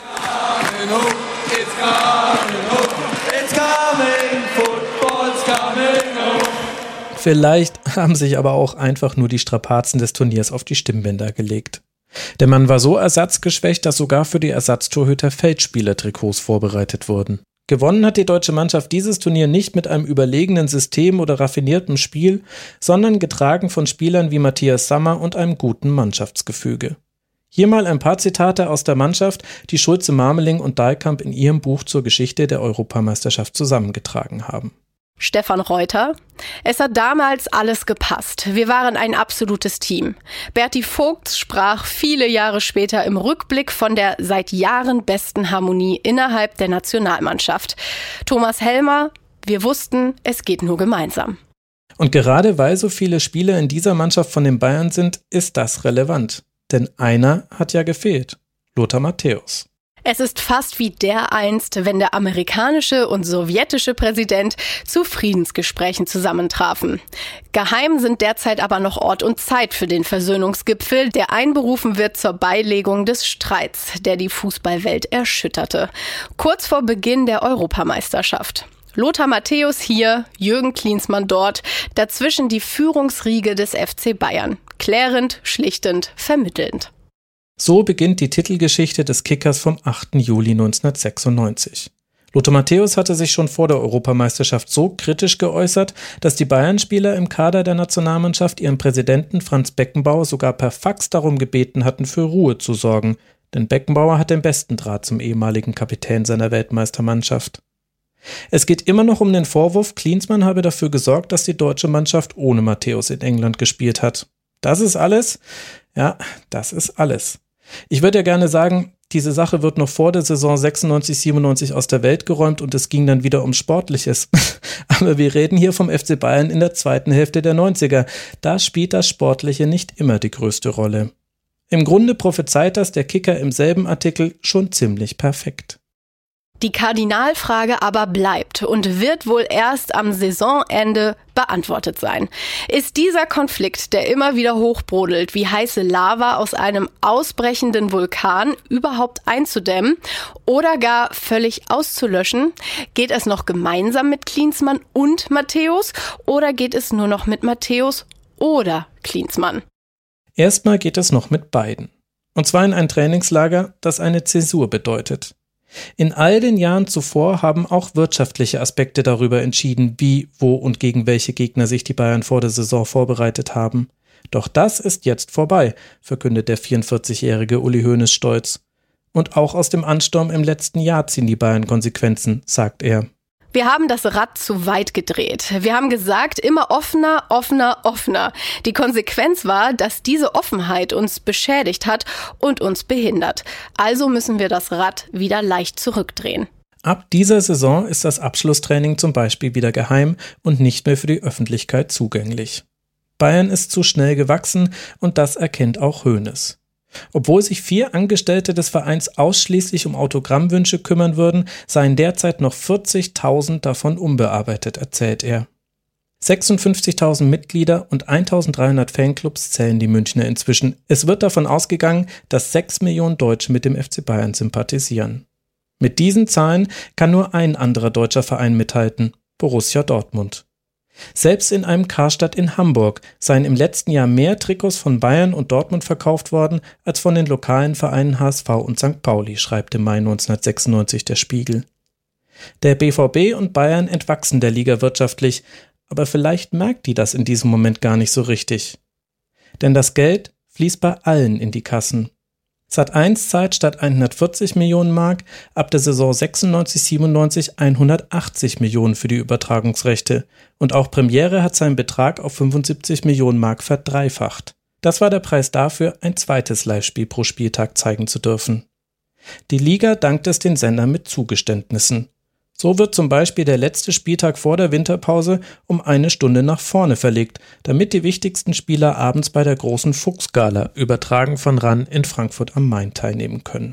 Vielleicht haben sich aber auch einfach nur die Strapazen des Turniers auf die Stimmbänder gelegt. Der Mann war so ersatzgeschwächt, dass sogar für die Ersatztorhüter Feldspieler-Trikots vorbereitet wurden. Gewonnen hat die deutsche Mannschaft dieses Turnier nicht mit einem überlegenen System oder raffiniertem Spiel, sondern getragen von Spielern wie Matthias Sammer und einem guten Mannschaftsgefüge. Hier mal ein paar Zitate aus der Mannschaft, die Schulze-Marmeling und Dahlkamp in ihrem Buch zur Geschichte der Europameisterschaft zusammengetragen haben.
Stefan Reuter: Es hat damals alles gepasst. Wir waren ein absolutes Team. Berti Vogts sprach viele Jahre später im Rückblick von der seit Jahren besten Harmonie innerhalb der Nationalmannschaft. Thomas Helmer: Wir wussten, es geht nur gemeinsam.
Und gerade weil so viele Spieler in dieser Mannschaft von den Bayern sind, ist das relevant. Denn einer hat ja gefehlt: Lothar Matthäus.
Es ist fast wie dereinst, wenn der amerikanische und sowjetische Präsident zu Friedensgesprächen zusammentrafen. Geheim sind derzeit aber noch Ort und Zeit für den Versöhnungsgipfel, der einberufen wird zur Beilegung des Streits, der die Fußballwelt erschütterte. Kurz vor Beginn der Europameisterschaft. Lothar Matthäus hier, Jürgen Klinsmann dort, dazwischen die Führungsriege des F C Bayern. Klärend, schlichtend, vermittelnd.
So beginnt die Titelgeschichte des Kickers vom achten Juli neunzehnhundertsechsundneunzig. Lothar Matthäus hatte sich schon vor der Europameisterschaft so kritisch geäußert, dass die Bayern-Spieler im Kader der Nationalmannschaft ihren Präsidenten Franz Beckenbauer sogar per Fax darum gebeten hatten, für Ruhe zu sorgen, denn Beckenbauer hat den besten Draht zum ehemaligen Kapitän seiner Weltmeistermannschaft. Es geht immer noch um den Vorwurf, Klinsmann habe dafür gesorgt, dass die deutsche Mannschaft ohne Matthäus in England gespielt hat. Das ist alles? Ja, das ist alles. Ich würde ja gerne sagen, diese Sache wird noch vor der Saison sechsundneunzig siebenundneunzig aus der Welt geräumt und es ging dann wieder um Sportliches. Aber wir reden hier vom F C Bayern in der zweiten Hälfte der neunziger. Da spielt das Sportliche nicht immer die größte Rolle. Im Grunde prophezeit das der Kicker im selben Artikel schon ziemlich perfekt.
Die Kardinalfrage aber bleibt und wird wohl erst am Saisonende beantwortet sein. Ist dieser Konflikt, der immer wieder hochbrodelt, wie heiße Lava aus einem ausbrechenden Vulkan, überhaupt einzudämmen oder gar völlig auszulöschen? Geht es noch gemeinsam mit Klinsmann und Matthäus oder geht es nur noch mit Matthäus oder Klinsmann?
Erstmal geht es noch mit beiden. Und zwar in ein Trainingslager, das eine Zäsur bedeutet. In all den Jahren zuvor haben auch wirtschaftliche Aspekte darüber entschieden, wie, wo und gegen welche Gegner sich die Bayern vor der Saison vorbereitet haben. Doch das ist jetzt vorbei, verkündet der vierundvierzigjährige Uli Hoeneß stolz. Und auch aus dem Ansturm im letzten Jahr ziehen die Bayern Konsequenzen, sagt er.
Wir haben das Rad zu weit gedreht. Wir haben gesagt, immer offener, offener, offener. Die Konsequenz war, dass diese Offenheit uns beschädigt hat und uns behindert. Also müssen wir das Rad wieder leicht zurückdrehen.
Ab dieser Saison ist das Abschlusstraining zum Beispiel wieder geheim und nicht mehr für die Öffentlichkeit zugänglich. Bayern ist zu schnell gewachsen und das erkennt auch Hoeneß. Obwohl sich vier Angestellte des Vereins ausschließlich um Autogrammwünsche kümmern würden, seien derzeit noch vierzigtausend davon unbearbeitet, erzählt er. sechsundfünfzigtausend Mitglieder und eintausenddreihundert Fanclubs zählen die Münchner inzwischen. Es wird davon ausgegangen, dass sechs Millionen Deutsche mit dem F C Bayern sympathisieren. Mit diesen Zahlen kann nur ein anderer deutscher Verein mithalten, Borussia Dortmund. Selbst in einem Karstadt in Hamburg seien im letzten Jahr mehr Trikots von Bayern und Dortmund verkauft worden als von den lokalen Vereinen H S V und Sankt Pauli, schreibt im Mai neunzehnhundertsechsundneunzig der Spiegel. Der B V B und Bayern entwachsen der Liga wirtschaftlich, aber vielleicht merkt die das in diesem Moment gar nicht so richtig. Denn das Geld fließt bei allen in die Kassen. Sat eins zahlt statt hundertvierzig Millionen Mark ab der Saison sechsundneunzig siebenundneunzig hundertachtzig Millionen für die Übertragungsrechte und auch Premiere hat seinen Betrag auf fünfundsiebzig Millionen Mark verdreifacht. Das war der Preis dafür, ein zweites Live-Spiel pro Spieltag zeigen zu dürfen. Die Liga dankt es den Sendern mit Zugeständnissen. So wird zum Beispiel der letzte Spieltag vor der Winterpause um eine Stunde nach vorne verlegt, damit die wichtigsten Spieler abends bei der großen Fuchsgala, übertragen von R A N in Frankfurt am Main, teilnehmen können.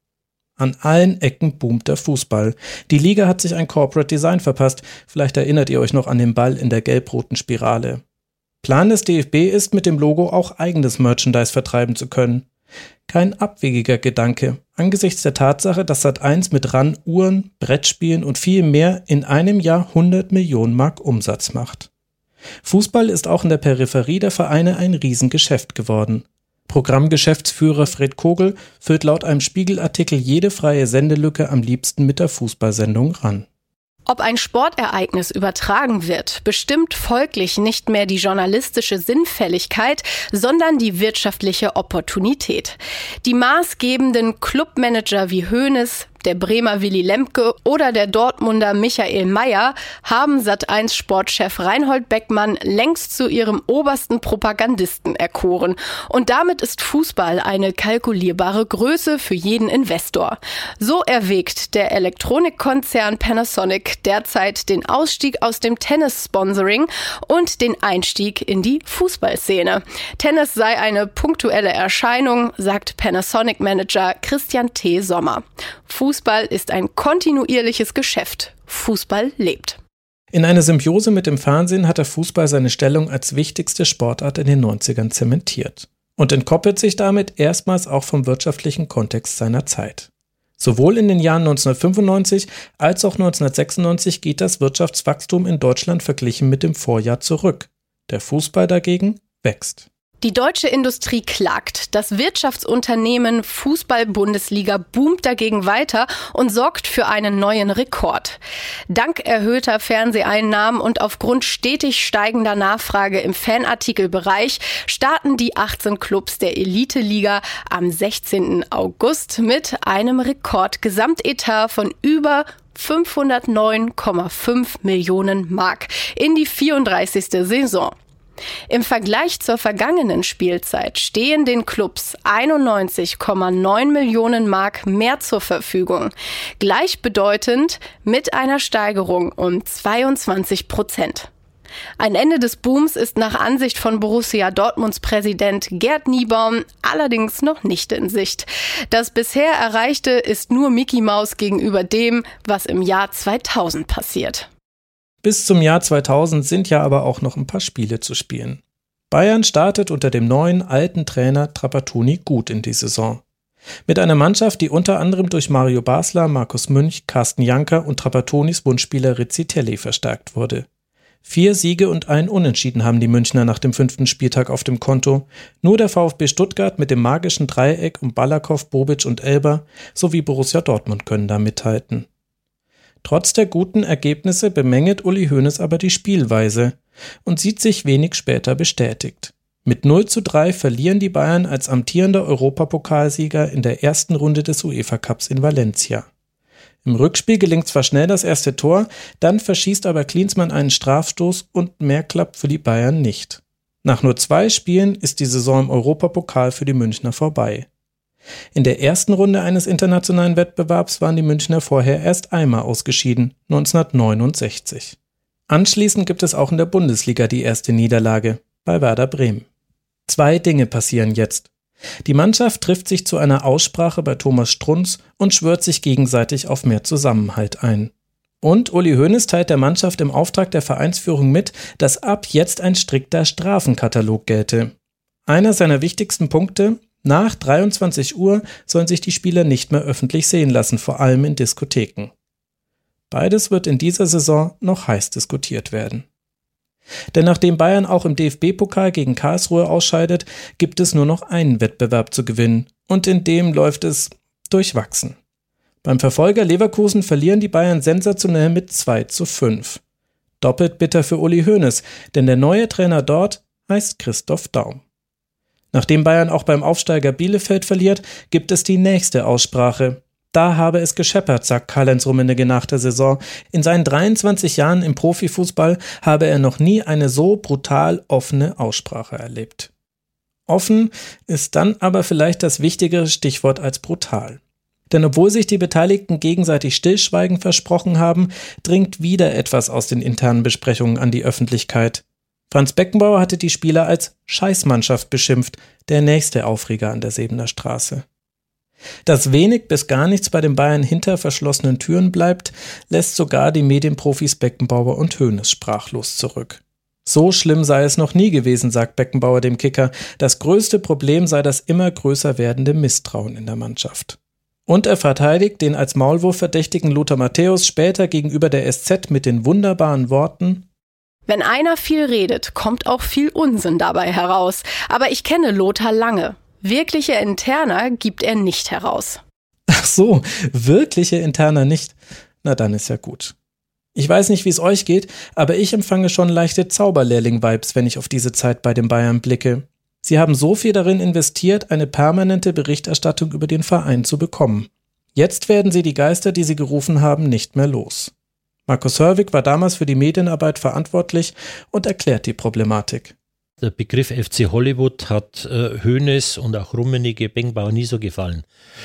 An allen Ecken boomt der Fußball. Die Liga hat sich ein Corporate Design verpasst. Vielleicht erinnert ihr euch noch an den Ball in der gelb-roten Spirale. Plan des D F B ist, mit dem Logo auch eigenes Merchandise vertreiben zu können. Kein abwegiger Gedanke, angesichts der Tatsache, dass Sat eins mit R A N Uhren, Brettspielen und viel mehr in einem Jahr hundert Millionen Mark Umsatz macht. Fußball ist auch in der Peripherie der Vereine ein Riesengeschäft geworden. Programmgeschäftsführer Fred Kogel füllt laut einem Spiegelartikel jede freie Sendelücke am liebsten mit der Fußballsendung R A N.
Ob ein Sportereignis übertragen wird, bestimmt folglich nicht mehr die journalistische Sinnfälligkeit, sondern die wirtschaftliche Opportunität. Die maßgebenden Clubmanager wie Hoeneß, der Bremer Willy Lemke oder der Dortmunder Michael Mayer haben Sat eins Sportchef Reinhold Beckmann längst zu ihrem obersten Propagandisten erkoren. Und damit ist Fußball eine kalkulierbare Größe für jeden Investor. So erwägt der Elektronikkonzern Panasonic derzeit den Ausstieg aus dem Tennis-Sponsoring und den Einstieg in die Fußballszene. Tennis sei eine punktuelle Erscheinung, sagt Panasonic-Manager Christian T. Sommer. Fußball ist ein kontinuierliches Geschäft. Fußball lebt.
In einer Symbiose mit dem Fernsehen hat der Fußball seine Stellung als wichtigste Sportart in den neunzigern zementiert und entkoppelt sich damit erstmals auch vom wirtschaftlichen Kontext seiner Zeit. Sowohl in den Jahren neunzehnhundertfünfundneunzig als auch neunzehnhundertsechsundneunzig geht das Wirtschaftswachstum in Deutschland verglichen mit dem Vorjahr zurück. Der Fußball dagegen wächst.
Die deutsche Industrie klagt. Das Wirtschaftsunternehmen Fußball-Bundesliga boomt dagegen weiter und sorgt für einen neuen Rekord. Dank erhöhter Fernseheinnahmen und aufgrund stetig steigender Nachfrage im Fanartikelbereich starten die achtzehn Clubs der Elite-Liga am sechzehnten August mit einem Rekordgesamtetat von über fünfhundertneun Komma fünf Millionen Mark in die vierunddreißigste Saison. Im Vergleich zur vergangenen Spielzeit stehen den Clubs einundneunzig Komma neun Millionen Mark mehr zur Verfügung. Gleichbedeutend mit einer Steigerung um zweiundzwanzig Prozent. Ein Ende des Booms ist nach Ansicht von Borussia Dortmunds Präsident Gerd Niebaum allerdings noch nicht in Sicht. Das bisher Erreichte ist nur Mickey Maus gegenüber dem, was im Jahr zweitausend passiert.
Bis zum Jahr zweitausend sind ja aber auch noch ein paar Spiele zu spielen. Bayern startet unter dem neuen, alten Trainer Trapattoni gut in die Saison. Mit einer Mannschaft, die unter anderem durch Mario Basler, Markus Münch, Carsten Janker und Trapattonis Wunschspieler Rizzitelli verstärkt wurde. Vier Siege und ein Unentschieden haben die Münchner nach dem fünften Spieltag auf dem Konto. Nur der VfB Stuttgart mit dem magischen Dreieck um Balakow, Bobic und Elber sowie Borussia Dortmund können da mithalten. Trotz der guten Ergebnisse bemängelt Uli Hoeneß aber die Spielweise und sieht sich wenig später bestätigt. Mit null zu drei verlieren die Bayern als amtierender Europapokalsieger in der ersten Runde des UEFA Cups in Valencia. Im Rückspiel gelingt zwar schnell das erste Tor, dann verschießt aber Klinsmann einen Strafstoß und mehr klappt für die Bayern nicht. Nach nur zwei Spielen ist die Saison im Europapokal für die Münchner vorbei. In der ersten Runde eines internationalen Wettbewerbs waren die Münchner vorher erst einmal ausgeschieden, neunzehnhundertneunundsechzig. Anschließend gibt es auch in der Bundesliga die erste Niederlage, bei Werder Bremen. Zwei Dinge passieren jetzt. Die Mannschaft trifft sich zu einer Aussprache bei Thomas Strunz und schwört sich gegenseitig auf mehr Zusammenhalt ein. Und Uli Hoeneß teilt der Mannschaft im Auftrag der Vereinsführung mit, dass ab jetzt ein strikter Strafenkatalog gelte. Einer seiner wichtigsten Punkte: Nach dreiundzwanzig Uhr sollen sich die Spieler nicht mehr öffentlich sehen lassen, vor allem in Diskotheken. Beides wird in dieser Saison noch heiß diskutiert werden. Denn nachdem Bayern auch im D F B-Pokal gegen Karlsruhe ausscheidet, gibt es nur noch einen Wettbewerb zu gewinnen und in dem läuft es durchwachsen. Beim Verfolger Leverkusen verlieren die Bayern sensationell mit zwei zu fünf. Doppelt bitter für Uli Hoeneß, denn der neue Trainer dort heißt Christoph Daum. Nachdem Bayern auch beim Aufsteiger Bielefeld verliert, gibt es die nächste Aussprache. Da habe es gescheppert, sagt Karl-Heinz Rummenigge nach der Saison. In seinen dreiundzwanzig Jahren im Profifußball habe er noch nie eine so brutal offene Aussprache erlebt. Offen ist dann aber vielleicht das wichtigere Stichwort als brutal. Denn obwohl sich die Beteiligten gegenseitig Stillschweigen versprochen haben, dringt wieder etwas aus den internen Besprechungen an die Öffentlichkeit. Franz Beckenbauer hatte die Spieler als Scheißmannschaft beschimpft, der nächste Aufreger an der Sebener Straße. Dass wenig bis gar nichts bei den Bayern hinter verschlossenen Türen bleibt, lässt sogar die Medienprofis Beckenbauer und Hoeneß sprachlos zurück. So schlimm sei es noch nie gewesen, sagt Beckenbauer dem Kicker. Das größte Problem sei das immer größer werdende Misstrauen in der Mannschaft. Und er verteidigt den als Maulwurf verdächtigen Lothar Matthäus später gegenüber der S Z mit den wunderbaren Worten:
Wenn einer viel redet, kommt auch viel Unsinn dabei heraus. Aber ich kenne Lothar lange. Wirkliche Interna gibt er nicht heraus.
Ach so, wirkliche Interna nicht? Na dann ist ja gut. Ich weiß nicht, wie es euch geht, aber ich empfange schon leichte Zauberlehrling-Vibes, wenn ich auf diese Zeit bei den Bayern blicke. Sie haben so viel darin investiert, eine permanente Berichterstattung über den Verein zu bekommen. Jetzt werden sie die Geister, die sie gerufen haben, nicht mehr los. Markus Hörwig war damals für die Medienarbeit verantwortlich und erklärt die Problematik.
Der Begriff F C Hollywood hat äh, Hoeneß und auch Rummenigge, Beckenbauer nie so gefallen.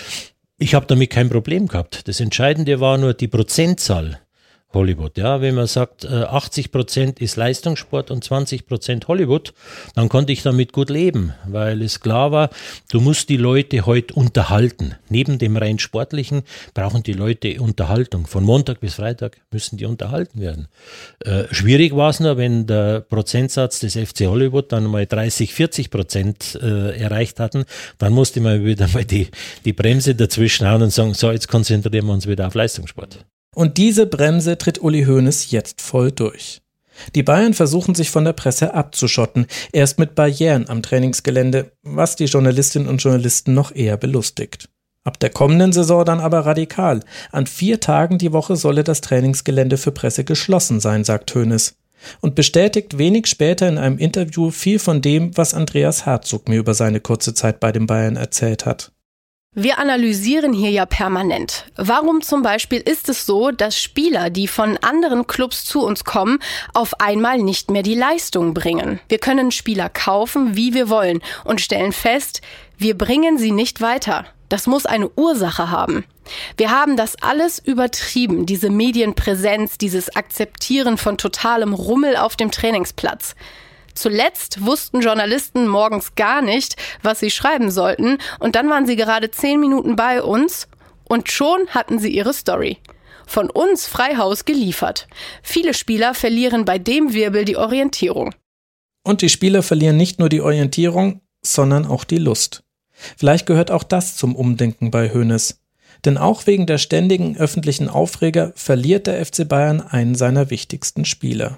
Ich habe damit kein Problem gehabt. Das Entscheidende war nur die Prozentzahl Hollywood. Ja, wenn man sagt, äh, achtzig Prozent ist Leistungssport und zwanzig Prozent Hollywood, dann konnte ich damit gut leben, weil es klar war, du musst die Leute heute unterhalten. Neben dem rein Sportlichen brauchen die Leute Unterhaltung. Von Montag bis Freitag müssen die unterhalten werden. Äh, schwierig war es nur, wenn der Prozentsatz des F C Hollywood dann mal dreißig, vierzig Prozent äh, erreicht hatten, dann musste man wieder mal die, die Bremse dazwischen hauen und sagen, so, jetzt konzentrieren wir uns wieder auf Leistungssport.
Und diese Bremse tritt Uli Hoeneß jetzt voll durch. Die Bayern versuchen sich von der Presse abzuschotten, erst mit Barrieren am Trainingsgelände, was die Journalistinnen und Journalisten noch eher belustigt. Ab der kommenden Saison dann aber radikal. An vier Tagen die Woche solle das Trainingsgelände für Presse geschlossen sein, sagt Hoeneß. Und bestätigt wenig später in einem Interview viel von dem, was Andreas Herzog mir über seine kurze Zeit bei den Bayern erzählt hat.
Wir analysieren hier ja permanent. Warum zum Beispiel ist es so, dass Spieler, die von anderen Clubs zu uns kommen, auf einmal nicht mehr die Leistung bringen? Wir können Spieler kaufen, wie wir wollen, und stellen fest, wir bringen sie nicht weiter. Das muss eine Ursache haben. Wir haben das alles übertrieben, diese Medienpräsenz, dieses Akzeptieren von totalem Rummel auf dem Trainingsplatz. Zuletzt wussten Journalisten morgens gar nicht, was sie schreiben sollten, und dann waren sie gerade zehn Minuten bei uns und schon hatten sie ihre Story. Von uns Freihaus geliefert. Viele Spieler verlieren bei dem Wirbel die Orientierung.
Und die Spieler verlieren nicht nur die Orientierung, sondern auch die Lust. Vielleicht gehört auch das zum Umdenken bei Hoeneß. Denn auch wegen der ständigen öffentlichen Aufreger verliert der F C Bayern einen seiner wichtigsten Spieler.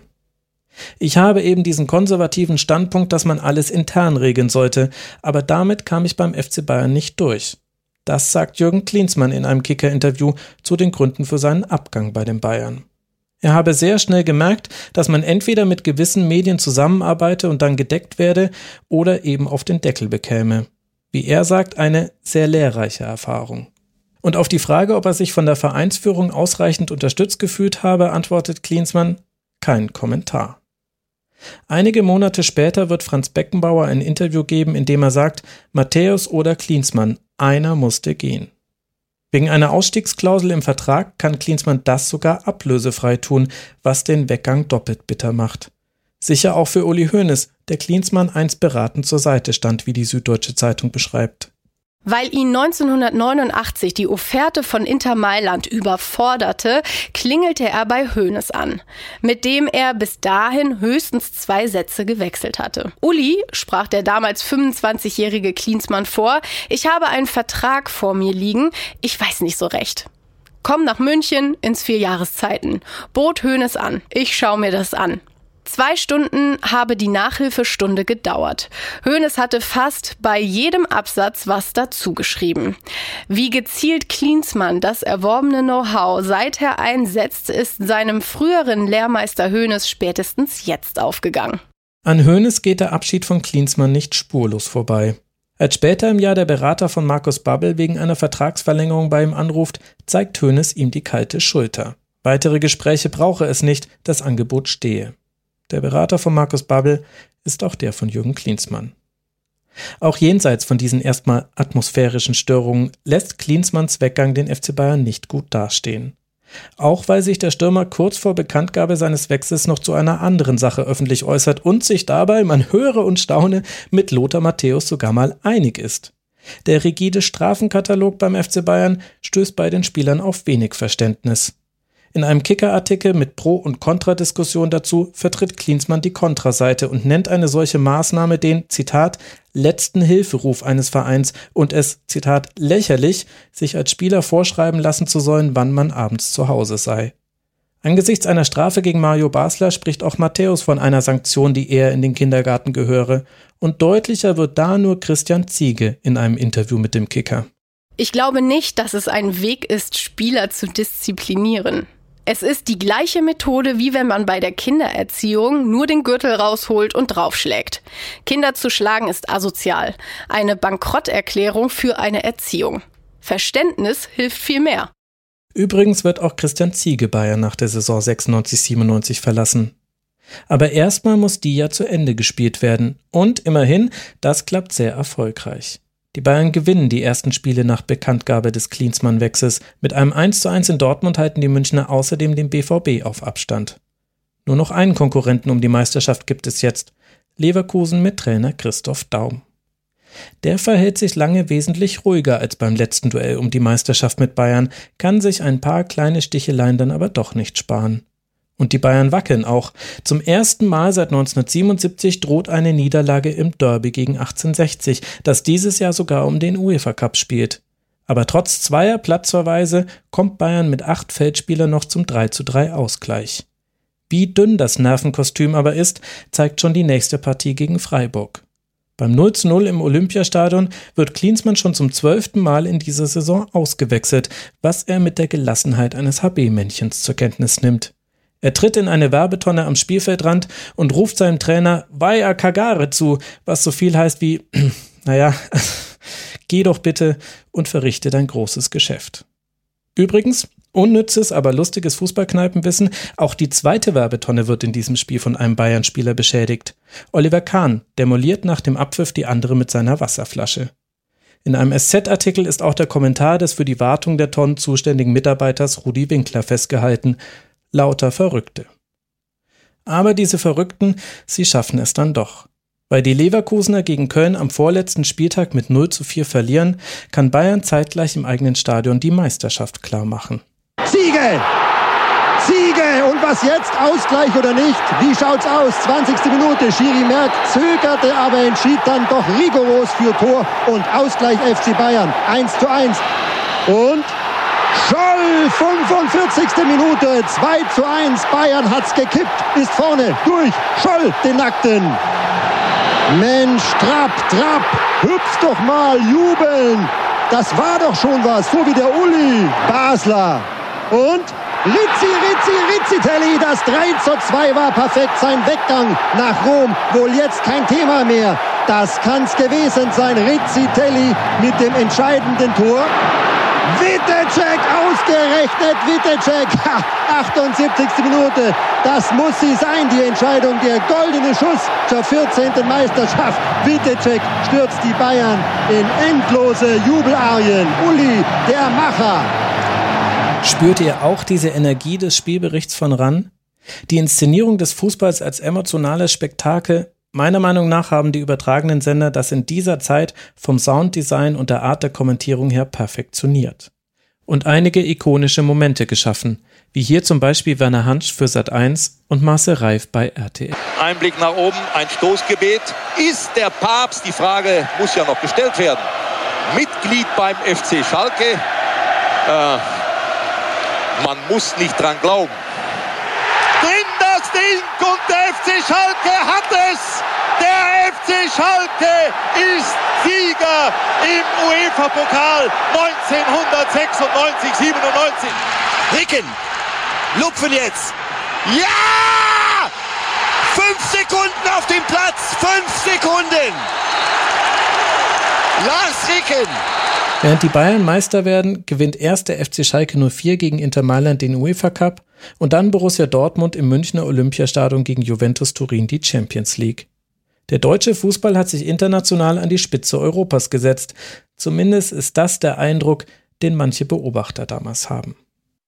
Ich habe eben diesen konservativen Standpunkt, dass man alles intern regeln sollte, aber damit kam ich beim F C Bayern nicht durch. Das sagt Jürgen Klinsmann in einem Kicker-Interview zu den Gründen für seinen Abgang bei den Bayern. Er habe sehr schnell gemerkt, dass man entweder mit gewissen Medien zusammenarbeite und dann gedeckt werde oder eben auf den Deckel bekäme. Wie er sagt, eine sehr lehrreiche Erfahrung. Und auf die Frage, ob er sich von der Vereinsführung ausreichend unterstützt gefühlt habe, antwortet Klinsmann: kein Kommentar. Einige Monate später wird Franz Beckenbauer ein Interview geben, in dem er sagt, Matthäus oder Klinsmann, einer musste gehen. Wegen einer Ausstiegsklausel im Vertrag kann Klinsmann das sogar ablösefrei tun, was den Weggang doppelt bitter macht. Sicher auch für Uli Hoeneß, der Klinsmann einst beratend zur Seite stand, wie die Süddeutsche Zeitung beschreibt.
Weil ihn neunzehnhundertneunundachtzig die Offerte von Inter Mailand überforderte, klingelte er bei Hoeneß an, mit dem er bis dahin höchstens zwei Sätze gewechselt hatte. Uli, sprach der damals fünfundzwanzigjährige Klinsmann vor, ich habe einen Vertrag vor mir liegen, ich weiß nicht so recht. Komm nach München ins Vierjahreszeiten, bot Hoeneß an, ich schau mir das an. Zwei Stunden habe die Nachhilfestunde gedauert. Hoeneß hatte fast bei jedem Absatz was dazu geschrieben. Wie gezielt Klinsmann das erworbene Know-how seither einsetzt, ist seinem früheren Lehrmeister Hoeneß spätestens jetzt aufgegangen.
An Hoeneß geht der Abschied von Klinsmann nicht spurlos vorbei. Als später im Jahr der Berater von Markus Babbel wegen einer Vertragsverlängerung bei ihm anruft, zeigt Hoeneß ihm die kalte Schulter. Weitere Gespräche brauche es nicht, das Angebot stehe. Der Berater von Markus Babbel ist auch der von Jürgen Klinsmann. Auch jenseits von diesen erstmal atmosphärischen Störungen lässt Klinsmanns Weggang den F C Bayern nicht gut dastehen. Auch weil sich der Stürmer kurz vor Bekanntgabe seines Wechsels noch zu einer anderen Sache öffentlich äußert und sich dabei, man höre und staune, mit Lothar Matthäus sogar mal einig ist. Der rigide Strafenkatalog beim F C Bayern stößt bei den Spielern auf wenig Verständnis. In einem Kicker-Artikel mit Pro- und Kontradiskussion dazu vertritt Klinsmann die Kontraseite und nennt eine solche Maßnahme den, Zitat, letzten Hilferuf eines Vereins und es, Zitat, lächerlich, sich als Spieler vorschreiben lassen zu sollen, wann man abends zu Hause sei. Angesichts einer Strafe gegen Mario Basler spricht auch Matthäus von einer Sanktion, die eher in den Kindergarten gehöre. Und deutlicher wird da nur Christian Ziege in einem Interview mit dem Kicker.
Ich glaube nicht, dass es ein Weg ist, Spieler zu disziplinieren. Es ist die gleiche Methode, wie wenn man bei der Kindererziehung nur den Gürtel rausholt und draufschlägt. Kinder zu schlagen ist asozial. Eine Bankrotterklärung für eine Erziehung. Verständnis hilft viel mehr.
Übrigens wird auch Christian Ziege Bayern nach der Saison sechsundneunzig siebenundneunzig verlassen. Aber erstmal muss die ja zu Ende gespielt werden. Und immerhin, das klappt sehr erfolgreich. Die Bayern gewinnen die ersten Spiele nach Bekanntgabe des Klinsmann-Wechsels. Mit einem eins zu eins in Dortmund halten die Münchner außerdem den B V B auf Abstand. Nur noch einen Konkurrenten um die Meisterschaft gibt es jetzt. Leverkusen mit Trainer Christoph Daum. Der verhält sich lange wesentlich ruhiger als beim letzten Duell um die Meisterschaft mit Bayern, kann sich ein paar kleine Sticheleien dann aber doch nicht sparen. Und die Bayern wackeln auch. Zum ersten Mal seit neunzehnhundertsiebenundsiebzig droht eine Niederlage im Derby gegen achtzehnhundertsechzig, das dieses Jahr sogar um den UEFA Cup spielt. Aber trotz zweier Platzverweise kommt Bayern mit acht Feldspielern noch zum drei zu drei Ausgleich. Wie dünn das Nervenkostüm aber ist, zeigt schon die nächste Partie gegen Freiburg. Beim null zu null im Olympiastadion wird Klinsmann schon zum zwölften Mal in dieser Saison ausgewechselt, was er mit der Gelassenheit eines H B-Männchens zur Kenntnis nimmt. Er tritt in eine Werbetonne am Spielfeldrand und ruft seinem Trainer Vaya Cagare zu, was so viel heißt wie, naja, geh doch bitte und verrichte dein großes Geschäft. Übrigens, unnützes, aber lustiges Fußballkneipenwissen, auch die zweite Werbetonne wird in diesem Spiel von einem Bayern-Spieler beschädigt. Oliver Kahn demoliert nach dem Abpfiff die andere mit seiner Wasserflasche. In einem S Z-Artikel ist auch der Kommentar des für die Wartung der Tonnen zuständigen Mitarbeiters Rudi Winkler festgehalten. Lauter Verrückte. Aber diese Verrückten, sie schaffen es dann doch. Weil die Leverkusener gegen Köln am vorletzten Spieltag mit null zu vier verlieren, kann Bayern zeitgleich im eigenen Stadion die Meisterschaft klar machen.
Siege! Siege! Und was jetzt? Ausgleich oder nicht? Wie schaut's aus? zwanzigste Minute. Schiri Merck zögerte, aber entschied dann doch rigoros für Tor und Ausgleich F C Bayern. eins zu eins. Und Scholl, fünfundvierzigste Minute, zwei zu eins, Bayern hat's gekippt, ist vorne, durch, Scholl, den Nackten. Mensch, Trapp, Trapp, hüpf doch mal, jubeln, das war doch schon was, so wie der Uli, Basler. Und Rizzi, Rizzi, Rizzitelli, das drei zu zwei war perfekt, sein Weggang nach Rom, wohl jetzt kein Thema mehr. Das kann's gewesen sein, Rizzitelli mit dem entscheidenden Tor. Wittecek, ausgerechnet Wittecek. achtundsiebzigste Minute. Das muss sie sein, die Entscheidung. Der goldene Schuss zur vierzehnten Meisterschaft. Wittecek stürzt die Bayern in endlose Jubelarien. Uli, der Macher.
Spürt ihr auch diese Energie des Spielberichts von RAN? Die Inszenierung des Fußballs als emotionales Spektakel? Meiner Meinung nach haben die übertragenen Sender das in dieser Zeit vom Sounddesign und der Art der Kommentierung her perfektioniert. Und einige ikonische Momente geschaffen, wie hier zum Beispiel Werner Hansch für Sat eins und Marcel Reif bei R T L.
Ein Blick nach oben, ein Stoßgebet. Ist der Papst, die Frage muss ja noch gestellt werden, Mitglied beim F C Schalke? Äh, man muss nicht dran glauben. Drin das Ding und der F C Schalke hat es! Der F C Schalke ist Sieger im UEFA-Pokal neunzehnhundertsechsundneunzig siebenundneunzig.
Ricken, lupfen jetzt. Ja! Fünf Sekunden auf dem Platz, fünf Sekunden. Lars Ricken.
Während die Bayern Meister werden, gewinnt erst der F C Schalke null vier gegen Inter Mailand den UEFA Cup und dann Borussia Dortmund im Münchner Olympiastadion gegen Juventus Turin die Champions League. Der deutsche Fußball hat sich international an die Spitze Europas gesetzt. Zumindest ist das der Eindruck, den manche Beobachter damals haben.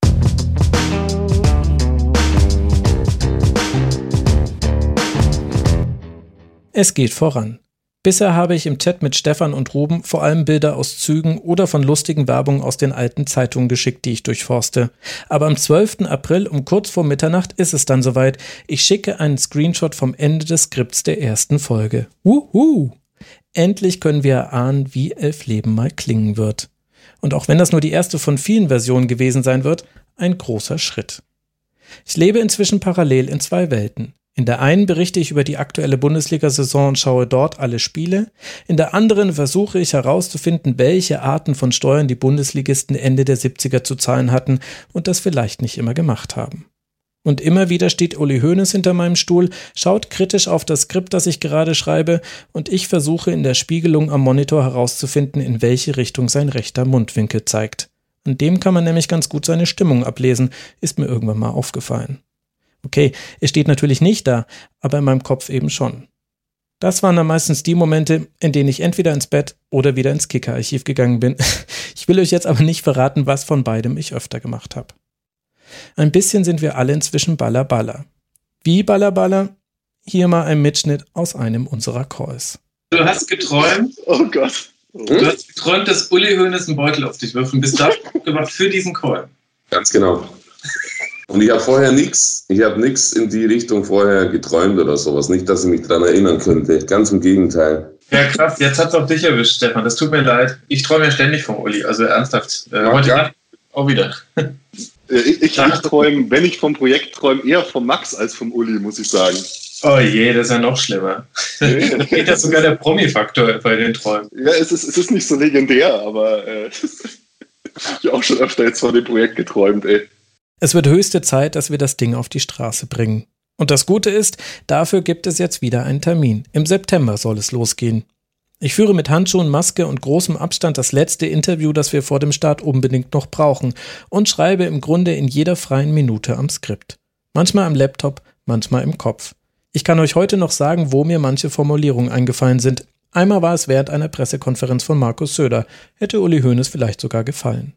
Es geht voran. Bisher habe ich im Chat mit Stefan und Ruben vor allem Bilder aus Zügen oder von lustigen Werbungen aus den alten Zeitungen geschickt, die ich durchforste. Aber am zwölften April um kurz vor Mitternacht ist es dann soweit. Ich schicke einen Screenshot vom Ende des Skripts der ersten Folge. Wuhu! Endlich können wir erahnen, wie Elf Leben mal klingen wird. Und auch wenn das nur die erste von vielen Versionen gewesen sein wird, ein großer Schritt. Ich lebe inzwischen parallel in zwei Welten. In der einen berichte ich über die aktuelle Bundesliga-Saison und schaue dort alle Spiele. In der anderen versuche ich herauszufinden, welche Arten von Steuern die Bundesligisten Ende der siebziger zu zahlen hatten und das vielleicht nicht immer gemacht haben. Und immer wieder steht Uli Hoeneß hinter meinem Stuhl, schaut kritisch auf das Skript, das ich gerade schreibe, und ich versuche in der Spiegelung am Monitor herauszufinden, in welche Richtung sein rechter Mundwinkel zeigt. An dem kann man nämlich ganz gut seine Stimmung ablesen, ist mir irgendwann mal aufgefallen. Okay, es steht natürlich nicht da, aber in meinem Kopf eben schon. Das waren dann meistens die Momente, in denen ich entweder ins Bett oder wieder ins Kicker-Archiv gegangen bin. Ich will euch jetzt aber nicht verraten, was von beidem ich öfter gemacht habe. Ein bisschen sind wir alle inzwischen Baller Baller. Wie Baller Baller? Hier mal ein Mitschnitt aus einem unserer Calls.
Du hast geträumt, oh Gott, du hast geträumt, dass Uli Hoeneß einen Beutel auf dich wirft und bist dafür gemacht für diesen Call.
Ganz genau. Und ich habe vorher nichts, ich habe nichts in die Richtung vorher geträumt oder sowas. Nicht, dass ich mich daran erinnern könnte. Ganz im Gegenteil.
Ja, krass. Jetzt hat es auch dich erwischt, Stefan. Das tut mir leid. Ich träume ja ständig vom Uli. Also ernsthaft. Äh, heute ja. Auch wieder.
Ich, ich, ich träume, wenn ich vom Projekt träume, eher vom Max als vom Uli, muss ich sagen.
Oh je, das ist ja noch schlimmer. Da geht ja sogar der Promi-Faktor bei den Träumen.
Ja, es ist, es ist nicht so legendär, aber äh, ich habe auch schon öfter jetzt von dem Projekt geträumt, ey.
Es wird höchste Zeit, dass wir das Ding auf die Straße bringen. Und das Gute ist, dafür gibt es jetzt wieder einen Termin. Im September soll es losgehen. Ich führe mit Handschuhen, Maske und großem Abstand das letzte Interview, das wir vor dem Start unbedingt noch brauchen, und schreibe im Grunde in jeder freien Minute am Skript. Manchmal am Laptop, manchmal im Kopf. Ich kann euch heute noch sagen, wo mir manche Formulierungen eingefallen sind. Einmal war es während einer Pressekonferenz von Markus Söder. Hätte Uli Hoeneß vielleicht sogar gefallen.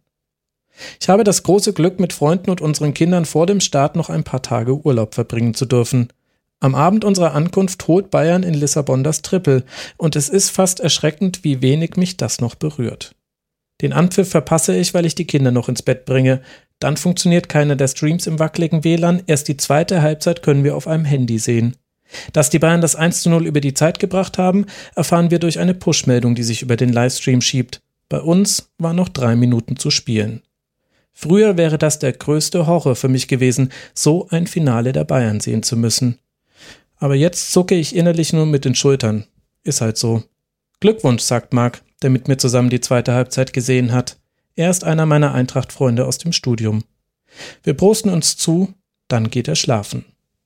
Ich habe das große Glück, mit Freunden und unseren Kindern vor dem Start noch ein paar Tage Urlaub verbringen zu dürfen. Am Abend unserer Ankunft holt Bayern in Lissabon das Triple und es ist fast erschreckend, wie wenig mich das noch berührt. Den Anpfiff verpasse ich, weil ich die Kinder noch ins Bett bringe. Dann funktioniert keiner der Streams im wackeligen W L A N. Erst die zweite Halbzeit können wir auf einem Handy sehen. Dass die Bayern das eins zu null über die Zeit gebracht haben, erfahren wir durch eine Push-Meldung, die sich über den Livestream schiebt. Bei uns waren noch drei Minuten zu spielen. Früher wäre das der größte Horror für mich gewesen, so ein Finale der Bayern sehen zu müssen. Aber jetzt zucke ich innerlich nur mit den Schultern. Ist halt so. Glückwunsch, sagt Marc, der mit mir zusammen die zweite Halbzeit gesehen hat. Er ist einer meiner Eintracht-Freunde aus dem Studium. Wir prosten uns zu, dann geht er schlafen.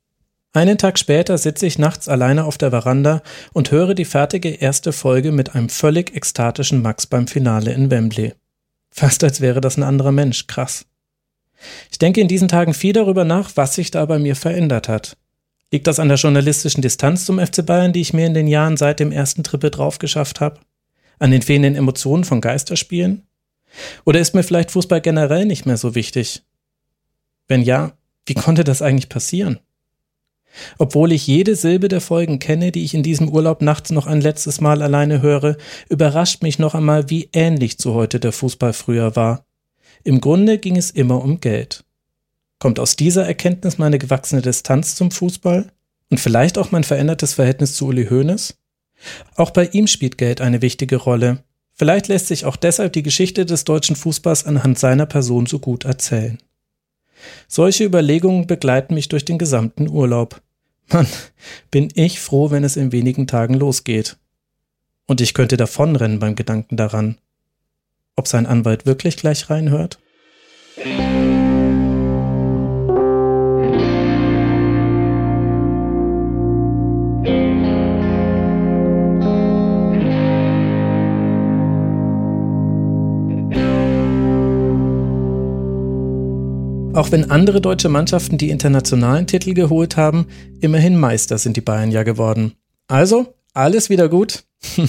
Einen Tag später sitze ich nachts alleine auf der Veranda und höre die fertige erste Folge mit einem völlig ekstatischen Max beim Finale in Wembley. Fast als wäre das ein anderer Mensch, krass. Ich denke in diesen Tagen viel darüber nach, was sich da bei mir verändert hat. Liegt das an der journalistischen Distanz zum F C Bayern, die ich mir in den Jahren seit dem ersten Triple drauf geschafft habe? An den fehlenden Emotionen von Geisterspielen? Oder ist mir vielleicht Fußball generell nicht mehr so wichtig? Wenn ja, wie konnte das eigentlich passieren? Obwohl ich jede Silbe der Folgen kenne, die ich in diesem Urlaub nachts noch ein letztes Mal alleine höre, überrascht mich noch einmal, wie ähnlich zu heute der Fußball früher war. Im Grunde ging es immer um Geld. Kommt aus dieser Erkenntnis meine gewachsene Distanz zum Fußball? Und vielleicht auch mein verändertes Verhältnis zu Uli Hoeneß? Auch bei ihm spielt Geld eine wichtige Rolle. Vielleicht lässt sich auch deshalb die Geschichte des deutschen Fußballs anhand seiner Person so gut erzählen. Solche Überlegungen begleiten mich durch den gesamten Urlaub. Mann, bin ich froh, wenn es in wenigen Tagen losgeht. Und ich könnte davonrennen beim Gedanken daran. Ob sein Anwalt wirklich gleich reinhört? Auch wenn andere deutsche Mannschaften die internationalen Titel geholt haben, immerhin Meister sind die Bayern ja geworden. Also, alles wieder gut?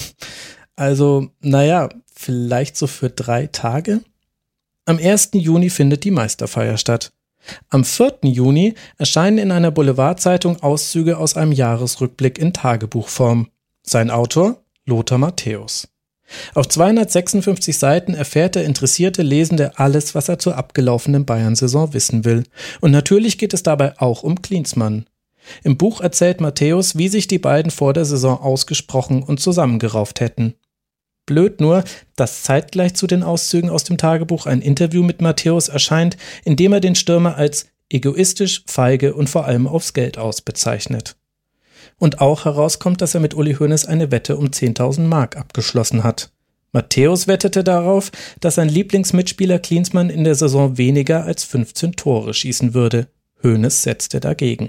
Also, naja, vielleicht so für drei Tage? Am ersten Juni findet die Meisterfeier statt. Am vierten Juni erscheinen in einer Boulevardzeitung Auszüge aus einem Jahresrückblick in Tagebuchform. Sein Autor? Lothar Matthäus. Auf zweihundertsechsundfünfzig Seiten erfährt der interessierte Lesende alles, was er zur abgelaufenen Bayern-Saison wissen will. Und natürlich geht es dabei auch um Klinsmann. Im Buch erzählt Matthäus, wie sich die beiden vor der Saison ausgesprochen und zusammengerauft hätten. Blöd nur, dass zeitgleich zu den Auszügen aus dem Tagebuch ein Interview mit Matthäus erscheint, in dem er den Stürmer als egoistisch, feige und vor allem aufs Geld aus bezeichnet. Und auch herauskommt, dass er mit Uli Hoeneß eine Wette um zehntausend Mark abgeschlossen hat. Matthäus wettete darauf, dass sein Lieblingsmitspieler Klinsmann in der Saison weniger als fünfzehn Tore schießen würde. Hoeneß setzte dagegen.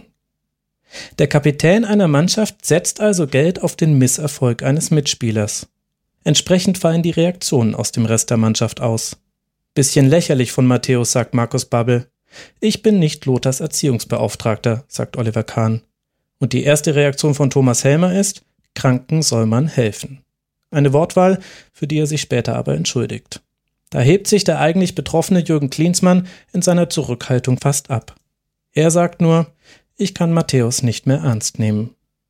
Der Kapitän einer Mannschaft setzt also Geld auf den Misserfolg eines Mitspielers. Entsprechend fallen die Reaktionen aus dem Rest der Mannschaft aus. Bisschen lächerlich von Matthäus, sagt Markus Babbel. Ich bin nicht Lothars Erziehungsbeauftragter, sagt Oliver Kahn. Und die erste Reaktion von Thomas Helmer ist, Kranken soll man helfen. Eine Wortwahl, für die er sich später aber entschuldigt. Da hebt sich der eigentlich betroffene Jürgen Klinsmann in seiner Zurückhaltung fast ab. Er sagt nur, ich kann Matthäus nicht mehr ernst nehmen.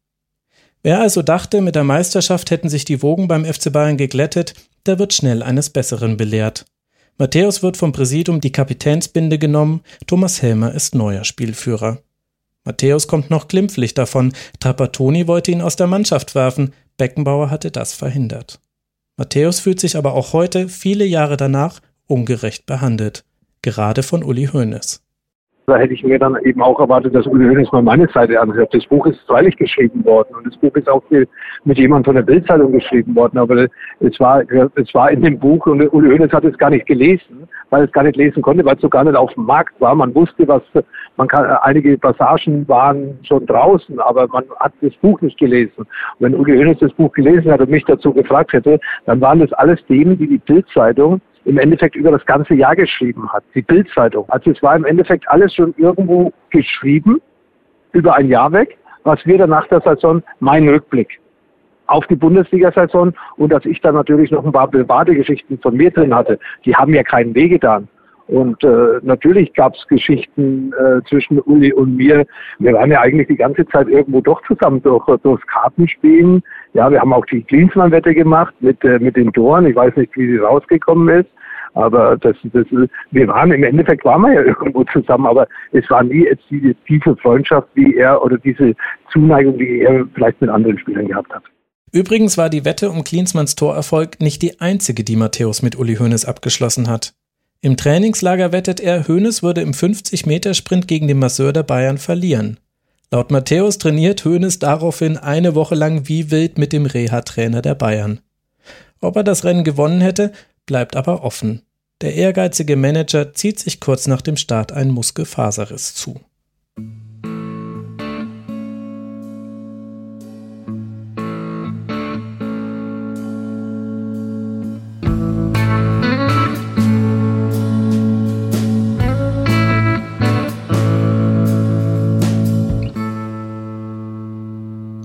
Wer also dachte, mit der Meisterschaft hätten sich die Wogen beim F C Bayern geglättet, der wird schnell eines Besseren belehrt. Matthäus wird vom Präsidium die Kapitänsbinde genommen, Thomas Helmer ist neuer Spielführer. Matthäus kommt noch glimpflich davon, Trapattoni wollte ihn aus der Mannschaft werfen, Beckenbauer hatte das verhindert. Matthäus fühlt sich aber auch heute, viele Jahre danach, ungerecht behandelt, gerade von Uli Hoeneß.
Da hätte ich mir dann eben auch erwartet, dass Uli Hoeneß mal meine Seite anhört. Das Buch ist freilich geschrieben worden und das Buch ist auch mit jemandem von der Bild-Zeitung geschrieben worden, aber es war, es war in dem Buch und Uli Hoeneß hat es gar nicht gelesen, weil es gar nicht lesen konnte, weil es so gar nicht auf dem Markt war. Man wusste, was, man kann, einige Passagen waren schon draußen, aber man hat das Buch nicht gelesen. Und wenn Uli Hoeneß das Buch gelesen hat und mich dazu gefragt hätte, dann waren das alles Themen, die die Bild-Zeitung im Endeffekt über das ganze Jahr geschrieben hat, die Bild-Zeitung. Also es war im Endeffekt alles schon irgendwo geschrieben, über ein Jahr weg, was wir dann nach der Saison, mein Rückblick auf die Bundesliga-Saison und dass ich dann natürlich noch ein paar private Geschichten von mir drin hatte, die haben mir keinen Weh getan. Und äh, natürlich gab es Geschichten äh, zwischen Uli und mir. Wir waren ja eigentlich die ganze Zeit irgendwo doch zusammen durch, durchs Kartenspielen. Ja, wir haben auch die Klinsmann-Wette gemacht mit, äh, mit den Toren. Ich weiß nicht, wie sie rausgekommen ist. Aber das, das, wir waren im Endeffekt waren wir ja irgendwo zusammen, aber es war nie jetzt diese tiefe Freundschaft, wie er oder diese Zuneigung, die er vielleicht mit anderen Spielern gehabt hat.
Übrigens war die Wette um Klinsmanns Torerfolg nicht die einzige, die Matthäus mit Uli Hoeneß abgeschlossen hat. Im Trainingslager wettet er, Hoeneß würde im fünfzig-Meter-Sprint gegen den Masseur der Bayern verlieren. Laut Matthäus trainiert Hoeneß daraufhin eine Woche lang wie wild mit dem Reha-Trainer der Bayern. Ob er das Rennen gewonnen hätte, bleibt aber offen. Der ehrgeizige Manager zieht sich kurz nach dem Start einen Muskelfaserriss zu.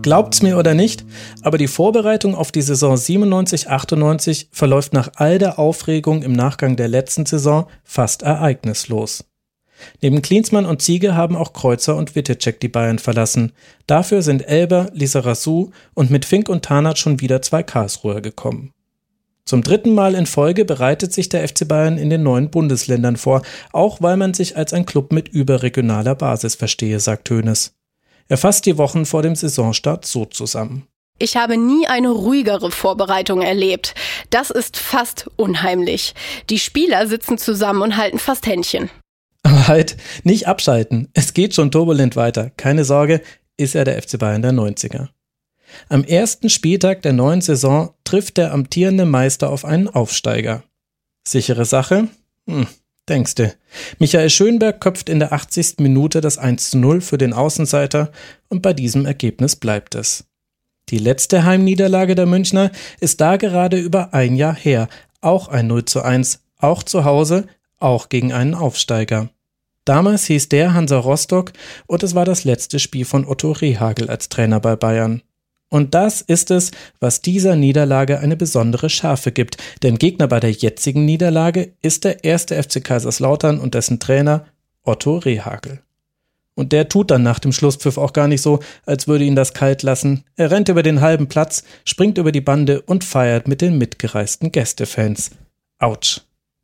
Glaubt's mir oder nicht, aber die Vorbereitung auf die Saison siebenundneunzig achtundneunzig verläuft nach all der Aufregung im Nachgang der letzten Saison fast ereignislos. Neben Klinsmann und Ziege haben auch Kreuzer und Wittecek die Bayern verlassen. Dafür sind Elber, Lizarazu und mit Fink und Tarnath schon wieder zwei Karlsruher gekommen. Zum dritten Mal in Folge bereitet sich der F C Bayern in den neuen Bundesländern vor, auch weil man sich als ein Club mit überregionaler Basis verstehe, sagt Hoeneß. Er fasst die Wochen vor dem Saisonstart so zusammen.
Ich habe nie eine ruhigere Vorbereitung erlebt. Das ist fast unheimlich. Die Spieler sitzen zusammen und halten fast Händchen.
Aber halt, nicht abschalten. Es geht schon turbulent weiter. Keine Sorge, ist er der F C Bayern der neunziger. Am ersten Spieltag der neuen Saison trifft der amtierende Meister auf einen Aufsteiger. Sichere Sache? Hm, denkste. Michael Schönberg köpft in der achtzigsten Minute das eins zu null für den Außenseiter und bei diesem Ergebnis bleibt es. Die letzte Heimniederlage der Münchner ist da gerade über ein Jahr her. Auch ein null zu eins, auch zu Hause, auch gegen einen Aufsteiger. Damals hieß der Hansa Rostock und es war das letzte Spiel von Otto Rehhagel als Trainer bei Bayern. Und das ist es, was dieser Niederlage eine besondere Schärfe gibt, denn Gegner bei der jetzigen Niederlage ist der erste F C Kaiserslautern und dessen Trainer Otto Rehhagel. Und der tut dann nach dem Schlusspfiff auch gar nicht so, als würde ihn das kalt lassen. Er rennt über den halben Platz, springt über die Bande und feiert mit den mitgereisten Gästefans. Autsch.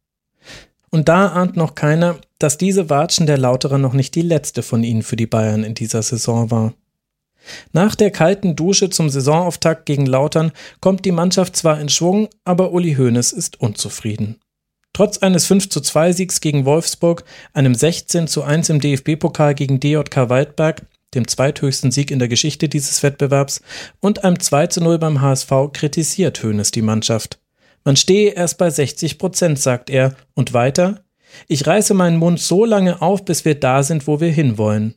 Und da ahnt noch keiner, dass diese Watschen der Lauterer noch nicht die letzte von ihnen für die Bayern in dieser Saison war. Nach der kalten Dusche zum Saisonauftakt gegen Lautern kommt die Mannschaft zwar in Schwung, aber Uli Hoeneß ist unzufrieden. Trotz eines fünf zu zwei Siegs gegen Wolfsburg, einem sechzehn zu eins im D F B-Pokal gegen D J K Waldberg, dem zweithöchsten Sieg in der Geschichte dieses Wettbewerbs, und einem zwei zu null beim H S V kritisiert Hoeneß die Mannschaft. Man stehe erst bei sechzig Prozent, sagt er, und weiter: Ich reiße meinen Mund so lange auf, bis wir da sind, wo wir hinwollen.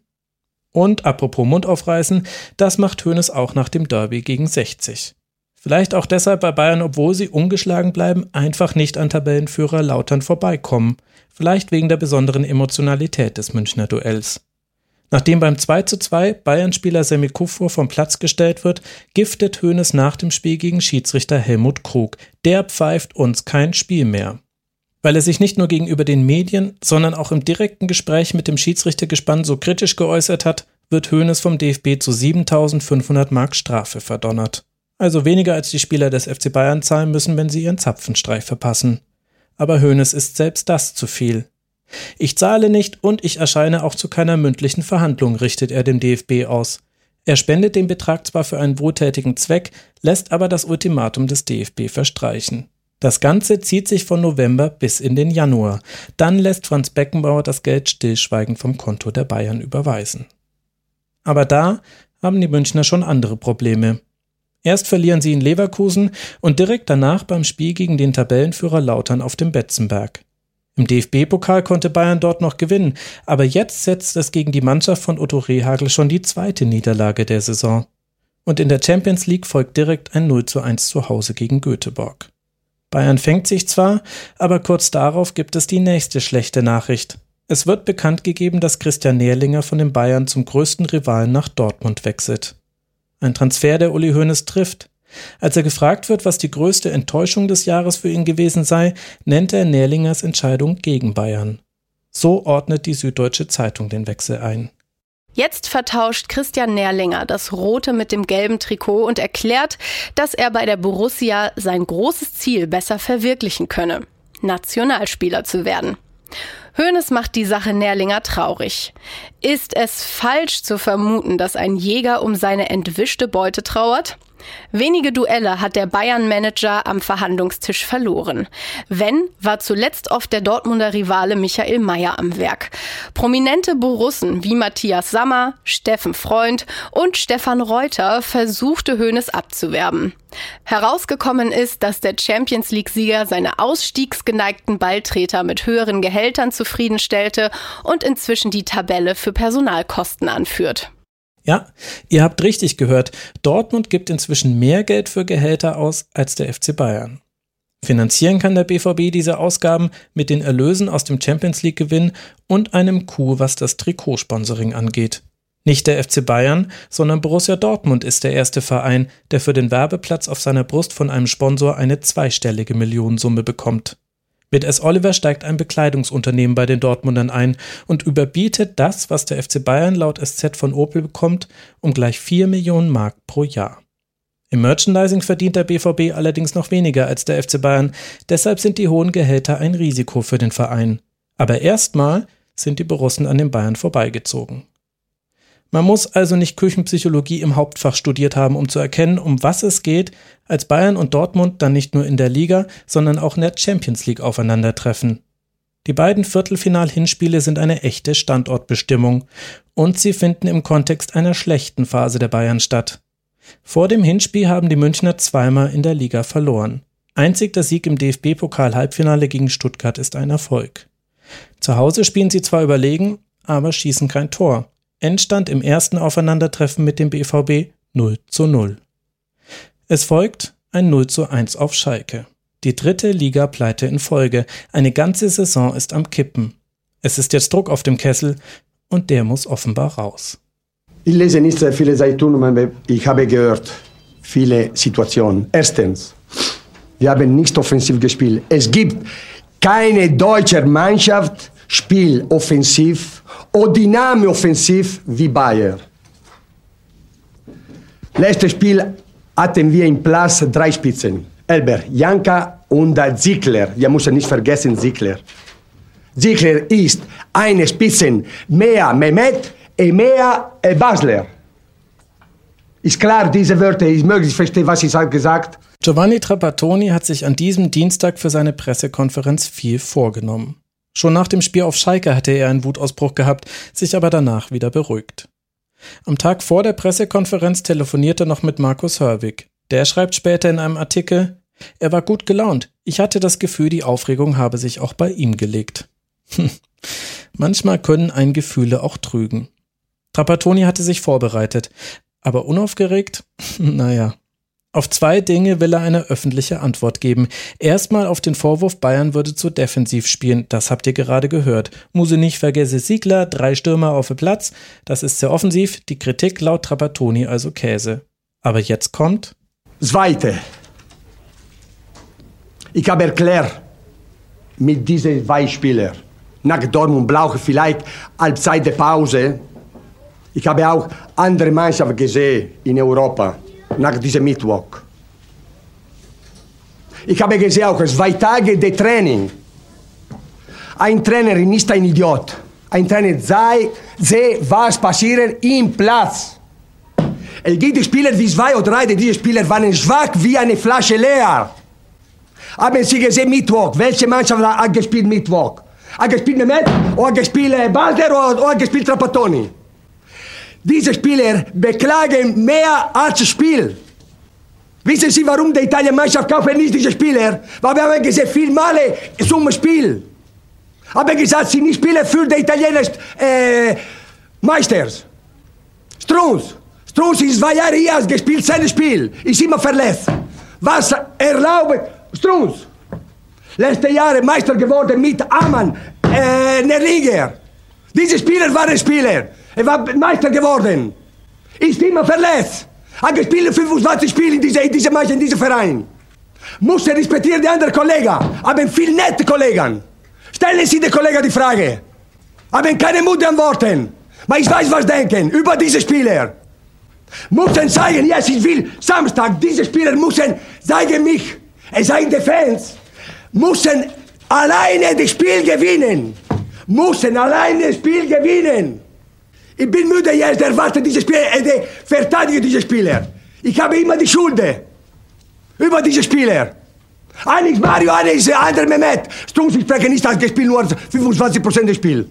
Und apropos Mund aufreißen, das macht Hoeneß auch nach dem Derby gegen sechzig. Vielleicht auch deshalb bei Bayern, obwohl sie ungeschlagen bleiben, einfach nicht an Tabellenführer Lautern vorbeikommen. Vielleicht wegen der besonderen Emotionalität des Münchner Duells. Nachdem beim zwei zu zwei Bayern-Spieler Semi Kufur vom Platz gestellt wird, giftet Hoeneß nach dem Spiel gegen Schiedsrichter Helmut Krug. Der pfeift uns kein Spiel mehr. Weil er sich nicht nur gegenüber den Medien, sondern auch im direkten Gespräch mit dem Schiedsrichtergespann so kritisch geäußert hat, wird Hoeneß vom D F B zu siebentausendfünfhundert Mark Strafe verdonnert. Also weniger als die Spieler des F C Bayern zahlen müssen, wenn sie ihren Zapfenstreich verpassen. Aber Hoeneß ist selbst das zu viel. Ich zahle nicht und ich erscheine auch zu keiner mündlichen Verhandlung, richtet er dem D F B aus. Er spendet den Betrag zwar für einen wohltätigen Zweck, lässt aber das Ultimatum des D F B verstreichen. Das Ganze zieht sich von November bis in den Januar. Dann lässt Franz Beckenbauer das Geld stillschweigend vom Konto der Bayern überweisen. Aber da haben die Münchner schon andere Probleme. Erst verlieren sie in Leverkusen und direkt danach beim Spiel gegen den Tabellenführer Lautern auf dem Betzenberg. Im D F B-Pokal konnte Bayern dort noch gewinnen, aber jetzt setzt es gegen die Mannschaft von Otto Rehhagel schon die zweite Niederlage der Saison. Und in der Champions League folgt direkt ein null zu eins zu Hause gegen Göteborg. Bayern fängt sich zwar, aber kurz darauf gibt es die nächste schlechte Nachricht. Es wird bekannt gegeben, dass Christian Nährlinger von den Bayern zum größten Rivalen nach Dortmund wechselt. Ein Transfer, der Uli Hoeneß trifft. Als er gefragt wird, was die größte Enttäuschung des Jahres für ihn gewesen sei, nennt er Nährlingers Entscheidung gegen Bayern. So ordnet die Süddeutsche Zeitung den Wechsel ein.
Jetzt vertauscht Christian Nährlinger das rote mit dem gelben Trikot und erklärt, dass er bei der Borussia sein großes Ziel besser verwirklichen könne: Nationalspieler zu werden. Hoeneß macht die Sache Nährlinger traurig. Ist es falsch zu vermuten, dass ein Jäger um seine entwischte Beute trauert? Wenige Duelle hat der Bayern-Manager am Verhandlungstisch verloren. Wenn, war zuletzt oft der Dortmunder Rivale Michael Mayer am Werk. Prominente Borussen wie Matthias Sammer, Steffen Freund und Stefan Reuter versuchte Hoeneß abzuwerben. Herausgekommen ist, dass der Champions-League-Sieger seine ausstiegsgeneigten Balltreter mit höheren Gehältern zufriedenstellte und inzwischen die Tabelle für Personalkosten anführt.
Ja, ihr habt richtig gehört, Dortmund gibt inzwischen mehr Geld für Gehälter aus als der F C Bayern. Finanzieren kann der B V B diese Ausgaben mit den Erlösen aus dem Champions-League-Gewinn und einem Coup, was das Trikotsponsoring angeht. Nicht der F C Bayern, sondern Borussia Dortmund ist der erste Verein, der für den Werbeplatz auf seiner Brust von einem Sponsor eine zweistellige Millionensumme bekommt. Mit S. Oliver steigt ein Bekleidungsunternehmen bei den Dortmundern ein und überbietet das, was der F C Bayern laut S Z von Opel bekommt, um gleich vier Millionen Mark pro Jahr. Im Merchandising verdient der B V B allerdings noch weniger als der F C Bayern, deshalb sind die hohen Gehälter ein Risiko für den Verein. Aber erstmal sind die Borussen an den Bayern vorbeigezogen. Man muss also nicht Küchenpsychologie im Hauptfach studiert haben, um zu erkennen, um was es geht, als Bayern und Dortmund dann nicht nur in der Liga, sondern auch in der Champions League aufeinandertreffen. Die beiden Viertelfinal-Hinspiele sind eine echte Standortbestimmung und sie finden im Kontext einer schlechten Phase der Bayern statt. Vor dem Hinspiel haben die Münchner zweimal in der Liga verloren. Einzig der Sieg im D F B-Pokal-Halbfinale gegen Stuttgart ist ein Erfolg. Zu Hause spielen sie zwar überlegen, aber schießen kein Tor. Endstand im ersten Aufeinandertreffen mit dem B V B null zu null. Es folgt ein null zu eins auf Schalke. Die dritte Liga-Pleite in Folge. Eine ganze Saison ist am Kippen. Es ist jetzt Druck auf dem Kessel und der muss offenbar raus.
Ich lese nicht sehr viele Zeitungen, aber ich habe gehört, viele Situationen. Erstens, wir haben nicht offensiv gespielt. Es gibt keine deutsche Mannschaft, Spiel offensiv oder Dynamik offensiv wie Bayern. Letztes Spiel hatten wir im Platz drei Spitzen. Elber, Janka und Ziegler. Wir müssen nicht vergessen Ziegler. Ziegler ist eine Spitze mehr Mehmet und mehr Basler. Ist klar, diese Wörter, ist möglich, ich verstehe, was ich habe gesagt.
Giovanni Trapattoni hat sich an diesem Dienstag für seine Pressekonferenz viel vorgenommen. Schon nach dem Spiel auf Schalke hatte er einen Wutausbruch gehabt, sich aber danach wieder beruhigt. Am Tag vor der Pressekonferenz telefonierte er noch mit Markus Hörwig. Der schreibt später in einem Artikel, er war gut gelaunt. Ich hatte das Gefühl, die Aufregung habe sich auch bei ihm gelegt. Manchmal können einen Gefühle auch trügen. Trapattoni hatte sich vorbereitet, aber unaufgeregt? Naja. Auf zwei Dinge will er eine öffentliche Antwort geben. Erstmal auf den Vorwurf, Bayern würde zu defensiv spielen. Das habt ihr gerade gehört. Muss nicht vergessen Ziegler, drei Stürmer auf dem Platz. Das ist sehr offensiv. Die Kritik laut Trapattoni also Käse. Aber jetzt kommt...
Zweite. Ich habe erklärt, mit diesen zwei Spielern, nach Dortmund brauche ich vielleicht Halbzeit der Pause. Ich habe auch andere Mannschaften gesehen in Europa. Nach diesem Mittwoch. Ich habe gesehen auch zwei Tage de Training. Ein Trainer ist nicht ein Idiot. Ein Trainer sieht, was passiert im Platz. Es gibt Spieler wie zwei oder drei, diese Spieler waren schwach wie eine Flasche leer. Haben Sie gesehen Mittwoch? Welche Mannschaft hat gespielt Mittwoch? Hat gespielt Mehmet oder hat gespielt Balder oder hat gespielt Trapattoni? Diese Spieler beklagen mehr als Spiel. Wissen Sie, warum die Italien-Mannschaft kaufen nicht diese Spieler? Weil wir haben gesehen, viele Male zum Spiel. Haben gesagt, sie nicht spielen für die italienischen äh, Meisters. Strunz. Strunz ist zwei Jahre hier, hat gespielt, sein Spiel. Ist immer verletzt. Was erlaubt Strunz? Letzte Jahre Meister geworden mit Amann, äh, Nerliger. Diese Spieler waren Spieler. Er war Meister geworden. Ist immer verletzt. Hat gespielt fünfundzwanzig Spiele in diesem diese Mannschaft, in diesem Verein. Muss er respektieren die anderen Kollegen. Haben viele nette Kollegen. Stellen Sie den Kollegen die Frage. Haben keine Mut antworten. Aber ich weiß, was denken über diese Spieler. Müssen zeigen, yes, ich will Samstag, diese Spieler müssen zeigen mich. Es sei die Fans. Müssen alleine das Spiel gewinnen. Müssen alleine das Spiel gewinnen. Ich bin müde jetzt, erwarte diese Spieler, äh, verteidige diese Spieler. Ich habe immer die Schuld über diese Spieler. Einer ist Mario, einer ist der andere Mehmet. Strunz, ich spreche nicht, als gespielt nur fünfundzwanzig Prozent des Spiels.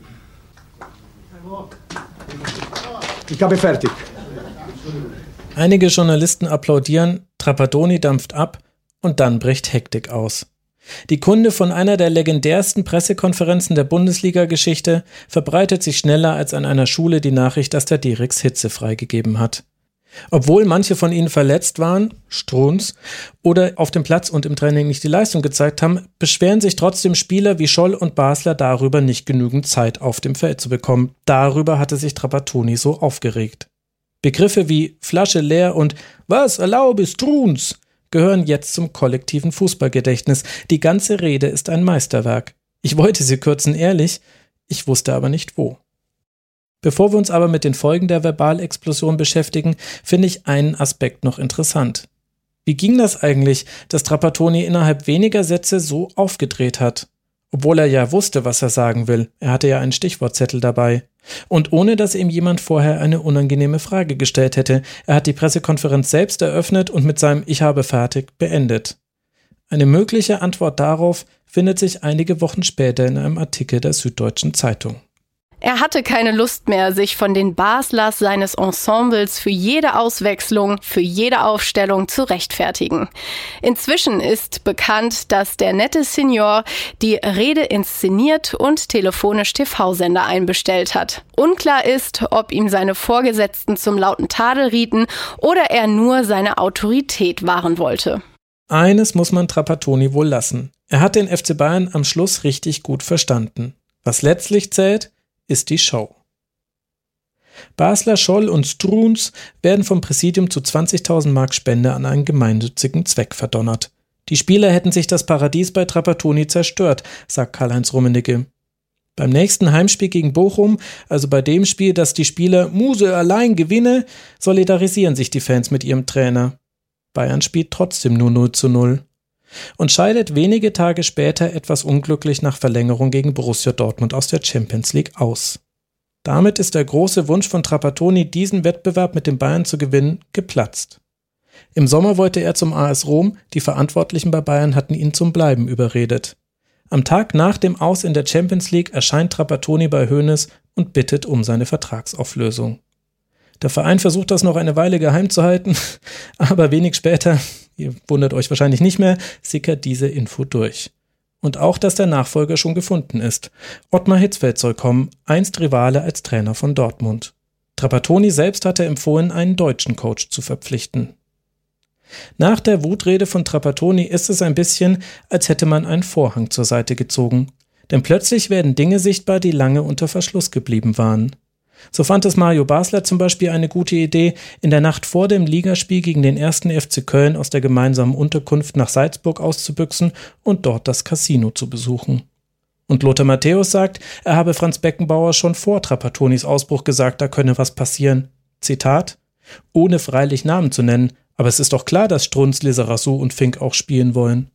Ich habe fertig.
Einige Journalisten applaudieren, Trapattoni dampft ab und dann bricht Hektik aus. Die Kunde von einer der legendärsten Pressekonferenzen der Bundesliga-Geschichte verbreitet sich schneller als an einer Schule die Nachricht, dass der D-Rex Hitze freigegeben hat. Obwohl manche von ihnen verletzt waren, Strunz, oder auf dem Platz und im Training nicht die Leistung gezeigt haben, beschweren sich trotzdem Spieler wie Scholl und Basler darüber, nicht genügend Zeit auf dem Feld zu bekommen. Darüber hatte sich Trapattoni so aufgeregt. Begriffe wie Flasche leer und Was erlaube Strunz gehören jetzt zum kollektiven Fußballgedächtnis. Die ganze Rede ist ein Meisterwerk. Ich wollte sie kürzen, ehrlich, ich wusste aber nicht wo. Bevor wir uns aber mit den Folgen der Verbalexplosion beschäftigen, finde ich einen Aspekt noch interessant. Wie ging das eigentlich, dass Trapattoni innerhalb weniger Sätze so aufgedreht hat? Obwohl er ja wusste, was er sagen will. Er hatte ja einen Stichwortzettel dabei. Und ohne, dass ihm jemand vorher eine unangenehme Frage gestellt hätte. Er hat die Pressekonferenz selbst eröffnet und mit seinem Ich habe fertig beendet. Eine mögliche Antwort darauf findet sich einige Wochen später in einem Artikel der Süddeutschen Zeitung.
Er hatte keine Lust mehr, sich von den Baslers seines Ensembles für jede Auswechslung, für jede Aufstellung zu rechtfertigen. Inzwischen ist bekannt, dass der nette Senior die Rede inszeniert und telefonisch T V-Sender einbestellt hat. Unklar ist, ob ihm seine Vorgesetzten zum lauten Tadel rieten oder er nur seine Autorität wahren wollte.
Eines muss man Trapattoni wohl lassen. Er hat den F C Bayern am Schluss richtig gut verstanden. Was letztlich zählt, ist die Show. Basler, Scholl und Strunz werden vom Präsidium zu zwanzigtausend Mark Spende an einen gemeinnützigen Zweck verdonnert. Die Spieler hätten sich das Paradies bei Trapattoni zerstört, sagt Karl-Heinz Rummenigge. Beim nächsten Heimspiel gegen Bochum, also bei dem Spiel, das die Spieler Muse allein gewinne, solidarisieren sich die Fans mit ihrem Trainer. Bayern spielt trotzdem nur null zu null und scheidet wenige Tage später etwas unglücklich nach Verlängerung gegen Borussia Dortmund aus der Champions League aus. Damit ist der große Wunsch von Trapattoni, diesen Wettbewerb mit den Bayern zu gewinnen, geplatzt. Im Sommer wollte er zum A S Rom, die Verantwortlichen bei Bayern hatten ihn zum Bleiben überredet. Am Tag nach dem Aus in der Champions League erscheint Trapattoni bei Hoeneß und bittet um seine Vertragsauflösung. Der Verein versucht das noch eine Weile geheim zu halten, aber wenig später, ihr wundert euch wahrscheinlich nicht mehr, sickert diese Info durch. Und auch, dass der Nachfolger schon gefunden ist. Ottmar Hitzfeld soll kommen, einst Rivale als Trainer von Dortmund. Trapattoni selbst hatte empfohlen, einen deutschen Coach zu verpflichten. Nach der Wutrede von Trapattoni ist es ein bisschen, als hätte man einen Vorhang zur Seite gezogen. Denn plötzlich werden Dinge sichtbar, die lange unter Verschluss geblieben waren. So fand es Mario Basler zum Beispiel eine gute Idee, in der Nacht vor dem Ligaspiel gegen den ersten F C Köln aus der gemeinsamen Unterkunft nach Salzburg auszubüchsen und dort das Casino zu besuchen. Und Lothar Matthäus sagt, er habe Franz Beckenbauer schon vor Trapattonis Ausbruch gesagt, da könne was passieren. Zitat: Ohne freilich Namen zu nennen, aber es ist doch klar, dass Strunz, Lizarazu und Fink auch spielen wollen.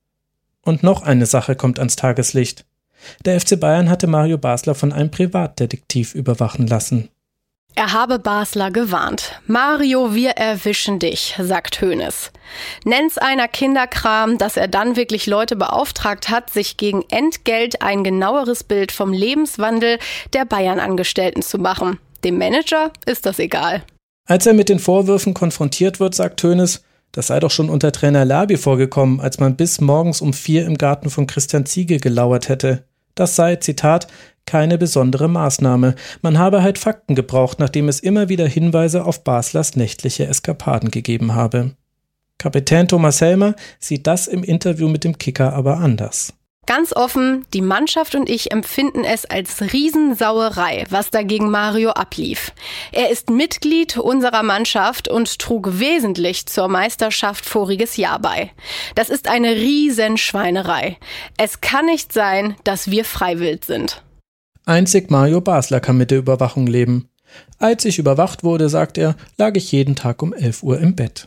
Und noch eine Sache kommt ans Tageslicht. Der F C Bayern hatte Mario Basler von einem Privatdetektiv überwachen lassen.
Er habe Basler gewarnt. Mario, wir erwischen dich, sagt Hoeneß. Nenn's einer Kinderkram, dass er dann wirklich Leute beauftragt hat, sich gegen Entgelt ein genaueres Bild vom Lebenswandel der Bayern-Angestellten zu machen. Dem Manager ist das egal.
Als er mit den Vorwürfen konfrontiert wird, sagt Hoeneß, das sei doch schon unter Trainer Labi vorgekommen, als man bis morgens um vier im Garten von Christian Ziege gelauert hätte. Das sei, Zitat, keine besondere Maßnahme. Man habe halt Fakten gebraucht, nachdem es immer wieder Hinweise auf Baslers nächtliche Eskapaden gegeben habe. Kapitän Thomas Helmer sieht das im Interview mit dem Kicker aber anders.
Ganz offen, die Mannschaft und ich empfinden es als Riesensauerei, was da gegen Mario ablief. Er ist Mitglied unserer Mannschaft und trug wesentlich zur Meisterschaft voriges Jahr bei. Das ist eine Riesenschweinerei. Es kann nicht sein, dass wir freiwillig sind.
Einzig Mario Basler kann mit der Überwachung leben. Als ich überwacht wurde, sagt er, lag ich jeden Tag um elf Uhr im Bett.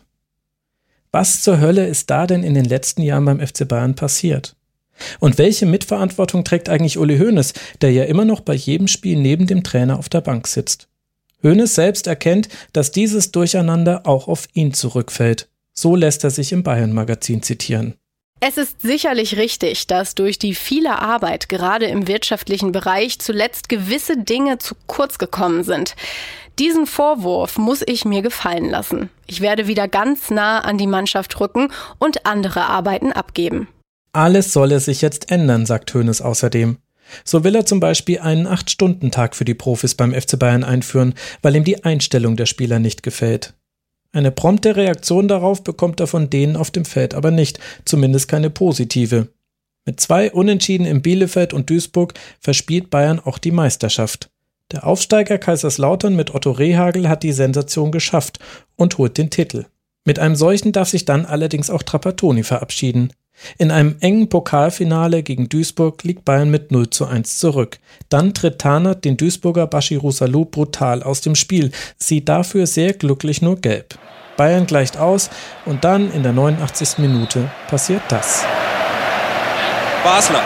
Was zur Hölle ist da denn in den letzten Jahren beim F C Bayern passiert? Und welche Mitverantwortung trägt eigentlich Uli Hoeneß, der ja immer noch bei jedem Spiel neben dem Trainer auf der Bank sitzt? Hoeneß selbst erkennt, dass dieses Durcheinander auch auf ihn zurückfällt. So lässt er sich im Bayern-Magazin zitieren.
Es ist sicherlich richtig, dass durch die viele Arbeit, gerade im wirtschaftlichen Bereich, zuletzt gewisse Dinge zu kurz gekommen sind. Diesen Vorwurf muss ich mir gefallen lassen. Ich werde wieder ganz nah an die Mannschaft rücken und andere Arbeiten abgeben.
Alles solle sich jetzt ändern, sagt Hoeneß außerdem. So will er zum Beispiel einen acht Stunden Tag für die Profis beim F C Bayern einführen, weil ihm die Einstellung der Spieler nicht gefällt. Eine prompte Reaktion darauf bekommt er von denen auf dem Feld aber nicht, zumindest keine positive. Mit zwei Unentschieden in Bielefeld und Duisburg verspielt Bayern auch die Meisterschaft. Der Aufsteiger Kaiserslautern mit Otto Rehhagel hat die Sensation geschafft und holt den Titel. Mit einem solchen darf sich dann allerdings auch Trapattoni verabschieden. In einem engen Pokalfinale gegen Duisburg liegt Bayern mit null zu eins zurück. Dann tritt Tarnath den Duisburger Bashirou Salou brutal aus dem Spiel, sieht dafür sehr glücklich nur gelb. Bayern gleicht aus und dann in der neunundachtzigsten Minute passiert das.
Basler.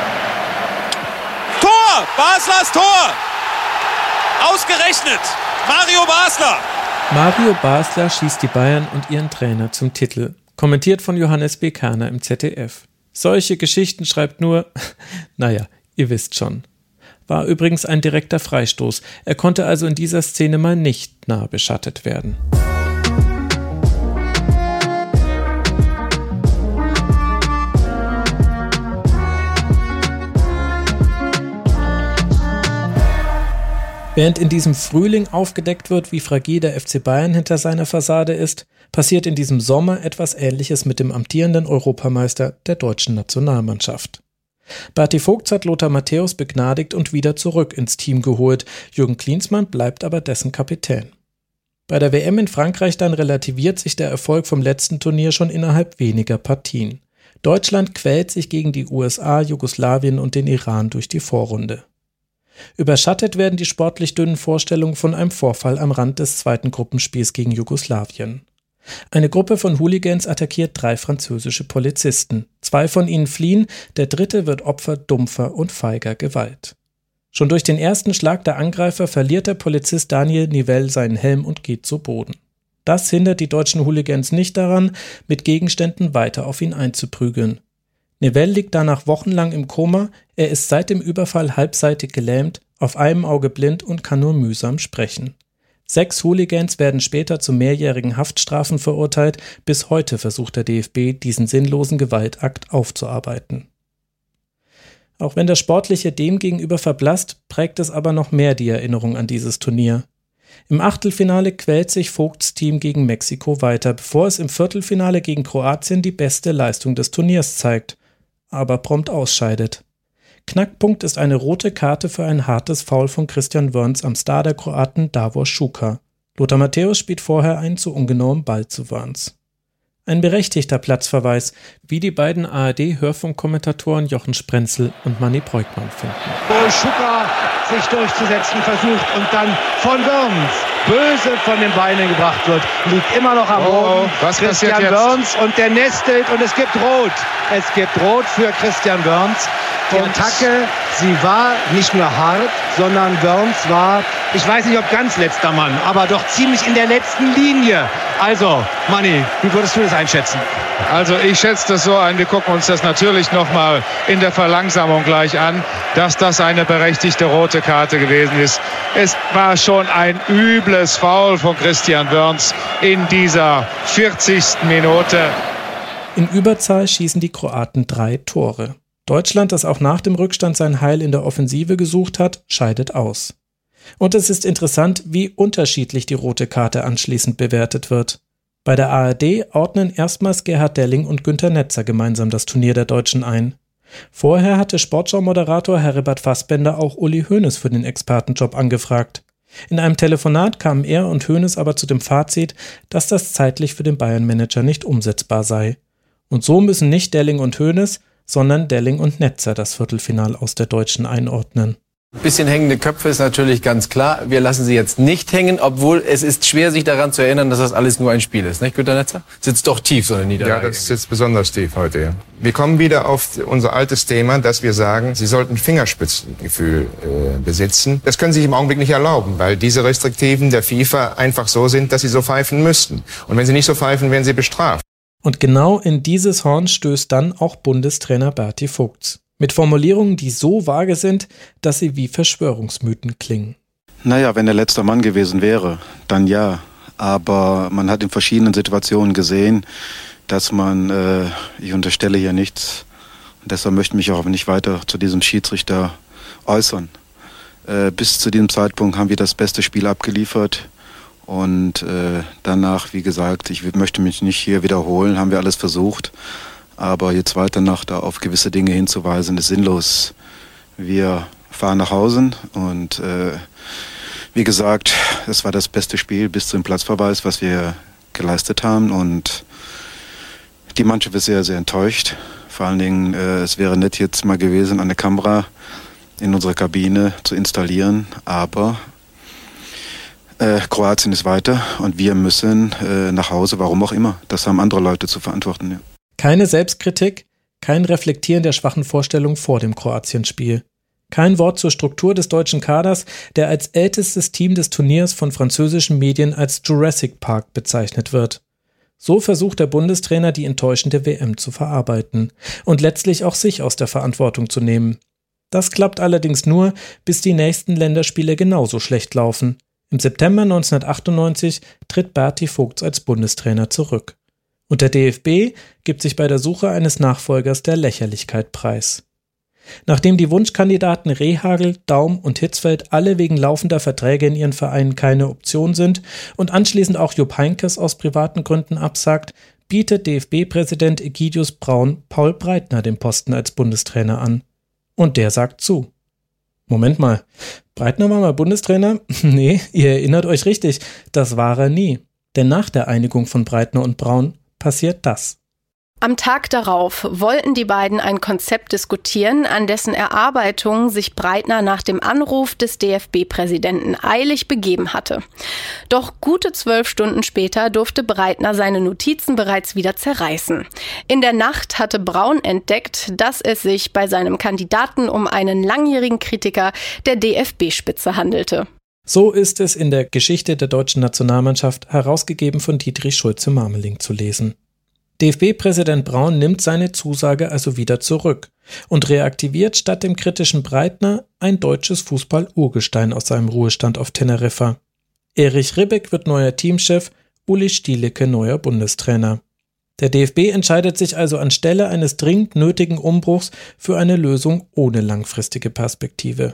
Tor! Baslers Tor! Ausgerechnet! Mario Basler!
Mario Basler schießt die Bayern und ihren Trainer zum Titel. Kommentiert von Johannes B. Kerner im Z D F. Solche Geschichten schreibt nur, naja, ihr wisst schon. War übrigens ein direkter Freistoß. Er konnte also in dieser Szene mal nicht nah beschattet werden. Während in diesem Frühling aufgedeckt wird, wie fragil der F C Bayern hinter seiner Fassade ist, passiert in diesem Sommer etwas Ähnliches mit dem amtierenden Europameister der deutschen Nationalmannschaft. Berti Vogts hat Lothar Matthäus begnadigt und wieder zurück ins Team geholt, Jürgen Klinsmann bleibt aber dessen Kapitän. Bei der W M in Frankreich dann relativiert sich der Erfolg vom letzten Turnier schon innerhalb weniger Partien. Deutschland quält sich gegen die U S A, Jugoslawien und den Iran durch die Vorrunde. Überschattet werden die sportlich dünnen Vorstellungen von einem Vorfall am Rand des zweiten Gruppenspiels gegen Jugoslawien. Eine Gruppe von Hooligans attackiert drei französische Polizisten. Zwei von ihnen fliehen, der dritte wird Opfer dumpfer und feiger Gewalt. Schon durch den ersten Schlag der Angreifer verliert der Polizist Daniel Nivelle seinen Helm und geht zu Boden. Das hindert die deutschen Hooligans nicht daran, mit Gegenständen weiter auf ihn einzuprügeln. Nivelle liegt danach wochenlang im Koma, er ist seit dem Überfall halbseitig gelähmt, auf einem Auge blind und kann nur mühsam sprechen. Sechs Hooligans werden später zu mehrjährigen Haftstrafen verurteilt, bis heute versucht der D F B, diesen sinnlosen Gewaltakt aufzuarbeiten. Auch wenn das Sportliche demgegenüber verblasst, prägt es aber noch mehr die Erinnerung an dieses Turnier. Im Achtelfinale quält sich Vogts Team gegen Mexiko weiter, bevor es im Viertelfinale gegen Kroatien die beste Leistung des Turniers zeigt, aber prompt ausscheidet. Knackpunkt ist eine rote Karte für ein hartes Foul von Christian Wörns am Star der Kroaten Davor Šuker. Lothar Matthäus spielt vorher einen zu ungenauem Ball zu Wörns. Ein berechtigter Platzverweis, wie die beiden A R D-Hörfunkkommentatoren Jochen Sprenzel und Manni Breukmann finden.
Wo Šuker sich durchzusetzen versucht und dann von Wörns böse von den Beinen gebracht wird, liegt immer noch am Boden. Oh, oh, was Christian Wörns und der nestelt und es gibt Rot. Es gibt Rot für Christian Wörns. Die Attacke, sie war nicht nur hart, sondern Wörns war, ich weiß nicht, ob ganz letzter Mann, aber doch ziemlich in der letzten Linie. Also, Manni, wie würdest du das einschätzen?
Also ich schätze das so ein, wir gucken uns das natürlich nochmal in der Verlangsamung gleich an, dass das eine berechtigte rote Karte gewesen ist. Es war schon ein übles Foul von Christian Wörns in dieser vierzigsten Minute.
In Überzahl schießen die Kroaten drei Tore. Deutschland, das auch nach dem Rückstand sein Heil in der Offensive gesucht hat, scheidet aus. Und es ist interessant, wie unterschiedlich die rote Karte anschließend bewertet wird. Bei der A R D ordnen erstmals Gerhard Delling und Günter Netzer gemeinsam das Turnier der Deutschen ein. Vorher hatte Sportschau-Moderator Heribert Fassbender auch Uli Hoeneß für den Expertenjob angefragt. In einem Telefonat kamen er und Hoeneß aber zu dem Fazit, dass das zeitlich für den Bayern-Manager nicht umsetzbar sei. Und so müssen nicht Delling und Hoeneß, sondern Delling und Netzer das Viertelfinale aus der Deutschen einordnen.
Ein bisschen hängende Köpfe ist natürlich ganz klar. Wir lassen sie jetzt nicht hängen, obwohl es ist schwer, sich daran zu erinnern, dass das alles nur ein Spiel ist. Nicht, Günter Netzer? Sitzt doch tief, so eine Niederlage.
Ja, das sitzt besonders tief heute. Ja. Wir kommen wieder auf unser altes Thema, dass wir sagen, Sie sollten Fingerspitzengefühl äh, besitzen. Das können Sie sich im Augenblick nicht erlauben, weil diese Restriktiven der FIFA einfach so sind, dass Sie so pfeifen müssten. Und wenn Sie nicht so pfeifen, werden Sie bestraft.
Und genau in dieses Horn stößt dann auch Bundestrainer Berti Vogts. Mit Formulierungen, die so vage sind, dass sie wie Verschwörungsmythen klingen.
Naja, wenn er letzter Mann gewesen wäre, dann ja. Aber man hat in verschiedenen Situationen gesehen, dass man, äh, ich unterstelle hier nichts, und deshalb möchte ich mich auch nicht weiter zu diesem Schiedsrichter äußern. Äh, bis zu diesem Zeitpunkt haben wir das beste Spiel abgeliefert Und äh, danach, wie gesagt, ich möchte mich nicht hier wiederholen, haben wir alles versucht. Aber jetzt weiter noch da auf gewisse Dinge hinzuweisen, ist sinnlos. Wir fahren nach Hause und äh, wie gesagt, es war das beste Spiel bis zum Platzverweis, was wir geleistet haben. Und die Mannschaft ist sehr, sehr enttäuscht. Vor allen Dingen, äh, es wäre nett jetzt mal gewesen, eine Kamera in unserer Kabine zu installieren. Aber äh, Kroatien ist weiter und wir müssen äh, nach Hause, warum auch immer. Das haben andere Leute zu verantworten. Ja.
Keine Selbstkritik, kein Reflektieren der schwachen Vorstellung vor dem Kroatienspiel. Kein Wort zur Struktur des deutschen Kaders, der als ältestes Team des Turniers von französischen Medien als Jurassic Park bezeichnet wird. So versucht der Bundestrainer, die enttäuschende W M zu verarbeiten und letztlich auch sich aus der Verantwortung zu nehmen. Das klappt allerdings nur, bis die nächsten Länderspiele genauso schlecht laufen. Im September neunzehnhundertachtundneunzig tritt Berti Vogts als Bundestrainer zurück. Und der D F B gibt sich bei der Suche eines Nachfolgers der Lächerlichkeit preis. Nachdem die Wunschkandidaten Rehhagel, Daum und Hitzfeld alle wegen laufender Verträge in ihren Vereinen keine Option sind und anschließend auch Jupp Heynckes aus privaten Gründen absagt, bietet D F B-Präsident Egidius Braun Paul Breitner den Posten als Bundestrainer an. Und der sagt zu. Moment mal, Breitner war mal Bundestrainer? Nee, ihr erinnert euch richtig, das war er nie. Denn nach der Einigung von Breitner und Braun passiert das.
Am Tag darauf wollten die beiden ein Konzept diskutieren, an dessen Erarbeitung sich Breitner nach dem Anruf des D F B-Präsidenten eilig begeben hatte. Doch gute zwölf Stunden später durfte Breitner seine Notizen bereits wieder zerreißen. In der Nacht hatte Braun entdeckt, dass es sich bei seinem Kandidaten um einen langjährigen Kritiker der D F B-Spitze handelte.
So ist es in der Geschichte der deutschen Nationalmannschaft, herausgegeben von Dietrich Schulze-Marmeling, zu lesen. D F B-Präsident Braun nimmt seine Zusage also wieder zurück und reaktiviert statt dem kritischen Breitner ein deutsches Fußball-Urgestein aus seinem Ruhestand auf Teneriffa. Erich Ribbeck wird neuer Teamchef, Uli Stielecke neuer Bundestrainer. Der D F B entscheidet sich also anstelle eines dringend nötigen Umbruchs für eine Lösung ohne langfristige Perspektive.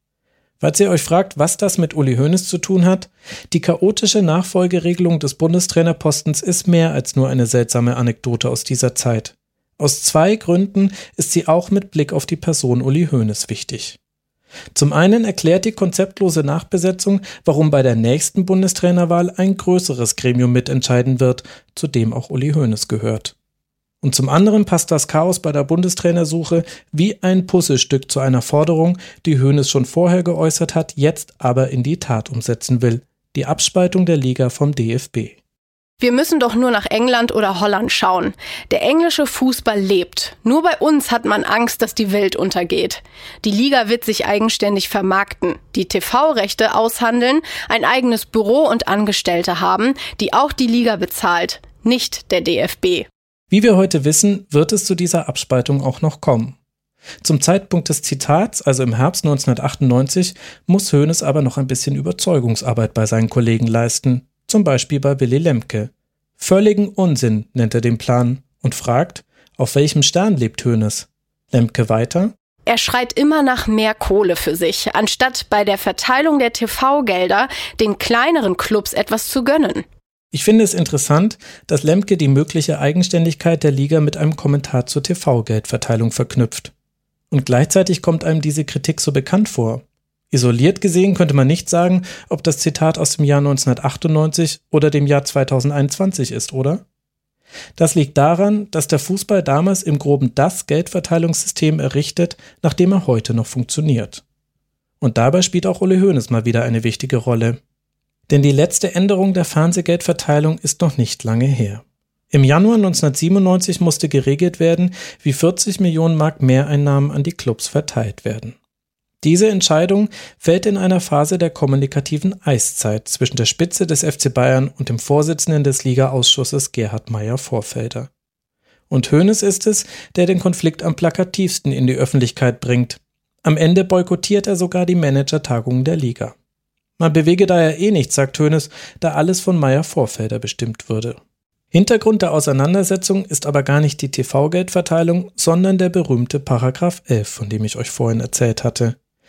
Falls ihr euch fragt, was das mit Uli Hoeneß zu tun hat, die chaotische Nachfolgeregelung des Bundestrainerpostens ist mehr als nur eine seltsame Anekdote aus dieser Zeit. Aus zwei Gründen ist sie auch mit Blick auf die Person Uli Hoeneß wichtig. Zum einen erklärt die konzeptlose Nachbesetzung, warum bei der nächsten Bundestrainerwahl ein größeres Gremium mitentscheiden wird, zu dem auch Uli Hoeneß gehört. Und zum anderen passt das Chaos bei der Bundestrainersuche wie ein Puzzlestück zu einer Forderung, die Hoeneß schon vorher geäußert hat, jetzt aber in die Tat umsetzen will: die Abspaltung der Liga vom D F B.
Wir müssen doch nur nach England oder Holland schauen. Der englische Fußball lebt. Nur bei uns hat man Angst, dass die Welt untergeht. Die Liga wird sich eigenständig vermarkten, die T V-Rechte aushandeln, ein eigenes Büro und Angestellte haben, die auch die Liga bezahlt, nicht der D F B.
Wie wir heute wissen, wird es zu dieser Abspaltung auch noch kommen. Zum Zeitpunkt des Zitats, also im Herbst neunzehnhundertachtundneunzig, muss Hoeneß aber noch ein bisschen Überzeugungsarbeit bei seinen Kollegen leisten, zum Beispiel bei Willy Lemke. Völligen Unsinn nennt er den Plan und fragt, auf welchem Stern lebt Hoeneß? Lemke weiter:
Er schreit immer nach mehr Kohle für sich, anstatt bei der Verteilung der T V-Gelder den kleineren Clubs etwas zu gönnen.
Ich finde es interessant, dass Lemke die mögliche Eigenständigkeit der Liga mit einem Kommentar zur T V-Geldverteilung verknüpft. Und gleichzeitig kommt einem diese Kritik so bekannt vor. Isoliert gesehen könnte man nicht sagen, ob das Zitat aus dem Jahr neunzehnhundertachtundneunzig oder dem Jahr zweitausendeinundzwanzig ist, oder? Das liegt daran, dass der Fußball damals im Groben das Geldverteilungssystem errichtet, nach dem er heute noch funktioniert. Und dabei spielt auch Uli Hoeneß mal wieder eine wichtige Rolle. Denn die letzte Änderung der Fernsehgeldverteilung ist noch nicht lange her. Im Januar neunzehnhundertsiebenundneunzig musste geregelt werden, wie vierzig Millionen Mark Mehreinnahmen an die Clubs verteilt werden. Diese Entscheidung fällt in einer Phase der kommunikativen Eiszeit zwischen der Spitze des F C Bayern und dem Vorsitzenden des Liga-Ausschusses Gerhard Meyer-Vorfelder. Und Hoeneß ist es, der den Konflikt am plakativsten in die Öffentlichkeit bringt. Am Ende boykottiert er sogar die Managertagungen der Liga. Man bewege da ja eh nichts, sagt Hoeneß, da alles von Meyer-Vorfelder bestimmt würde. Hintergrund der Auseinandersetzung ist aber gar nicht die T V-Geldverteilung, sondern der berühmte Paragraph elf, von dem ich euch vorhin erzählt hatte.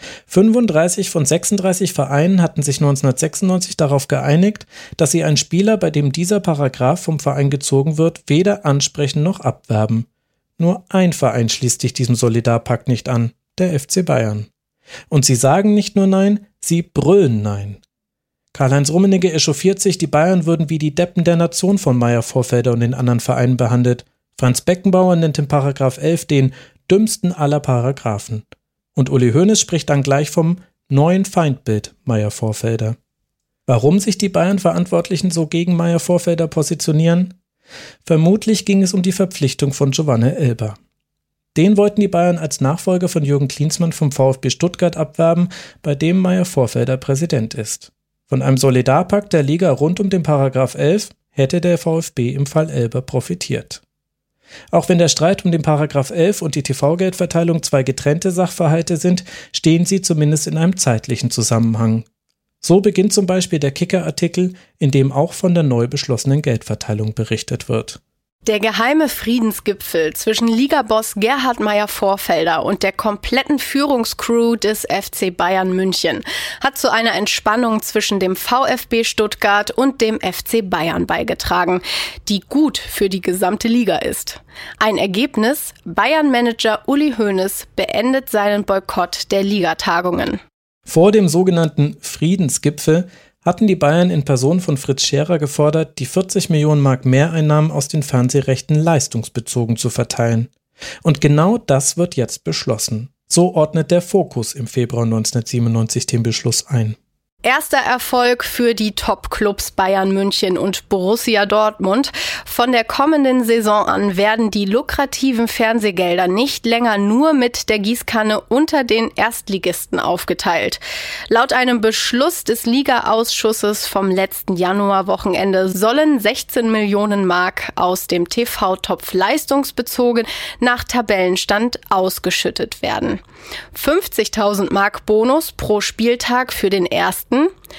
fünfunddreißig von sechsunddreißig Vereinen hatten sich neunzehnhundertsechsundneunzig darauf geeinigt, dass sie einen Spieler, bei dem dieser Paragraph vom Verein gezogen wird, weder ansprechen noch abwerben. Nur ein Verein schließt sich diesem Solidarpakt nicht an, der F C Bayern. Und sie sagen nicht nur Nein, sie brüllen Nein. Karl-Heinz Rummenigge echauffiert sich, die Bayern würden wie die Deppen der Nation von Meyer-Vorfelder und den anderen Vereinen behandelt. Franz Beckenbauer nennt den Paragraph elf den dümmsten aller Paragraphen. Und Uli Hoeneß spricht dann gleich vom neuen Feindbild Meyer-Vorfelder. Warum sich die Bayern-Verantwortlichen so gegen Meyer-Vorfelder positionieren? Vermutlich ging es um die Verpflichtung von Giovanni Elber. Den wollten die Bayern als Nachfolger von Jürgen Klinsmann vom VfB Stuttgart abwerben, bei dem Meyer-Vorfelder Präsident ist. Von einem Solidarpakt der Liga rund um den Paragraph elf hätte der VfB im Fall Elber profitiert. Auch wenn der Streit um den Paragraph elf und die T V-Geldverteilung zwei getrennte Sachverhalte sind, stehen sie zumindest in einem zeitlichen Zusammenhang. So beginnt zum Beispiel der Kicker-Artikel, in dem auch von der neu beschlossenen Geldverteilung berichtet wird.
Der geheime Friedensgipfel zwischen Ligaboss Gerhard Meyer-Vorfelder und der kompletten Führungscrew des F C Bayern München hat zu einer Entspannung zwischen dem VfB Stuttgart und dem F C Bayern beigetragen, die gut für die gesamte Liga ist. Ein Ergebnis: Bayern-Manager Uli Hoeneß beendet seinen Boykott der Ligatagungen.
Vor dem sogenannten Friedensgipfel hatten die Bayern in Person von Fritz Scherer gefordert, die vierzig Millionen Mark Mehreinnahmen aus den Fernsehrechten leistungsbezogen zu verteilen. Und genau das wird jetzt beschlossen. So ordnet der Fokus im Februar neunzehnhundertsiebenundneunzig den Beschluss ein.
Erster Erfolg für die Top-Clubs Bayern München und Borussia Dortmund. Von der kommenden Saison an werden die lukrativen Fernsehgelder nicht länger nur mit der Gießkanne unter den Erstligisten aufgeteilt. Laut einem Beschluss des Liga-Ausschusses vom letzten Januarwochenende sollen sechzehn Millionen Mark aus dem T V-Topf leistungsbezogen nach Tabellenstand ausgeschüttet werden. fünfzigtausend Mark Bonus pro Spieltag für den ersten,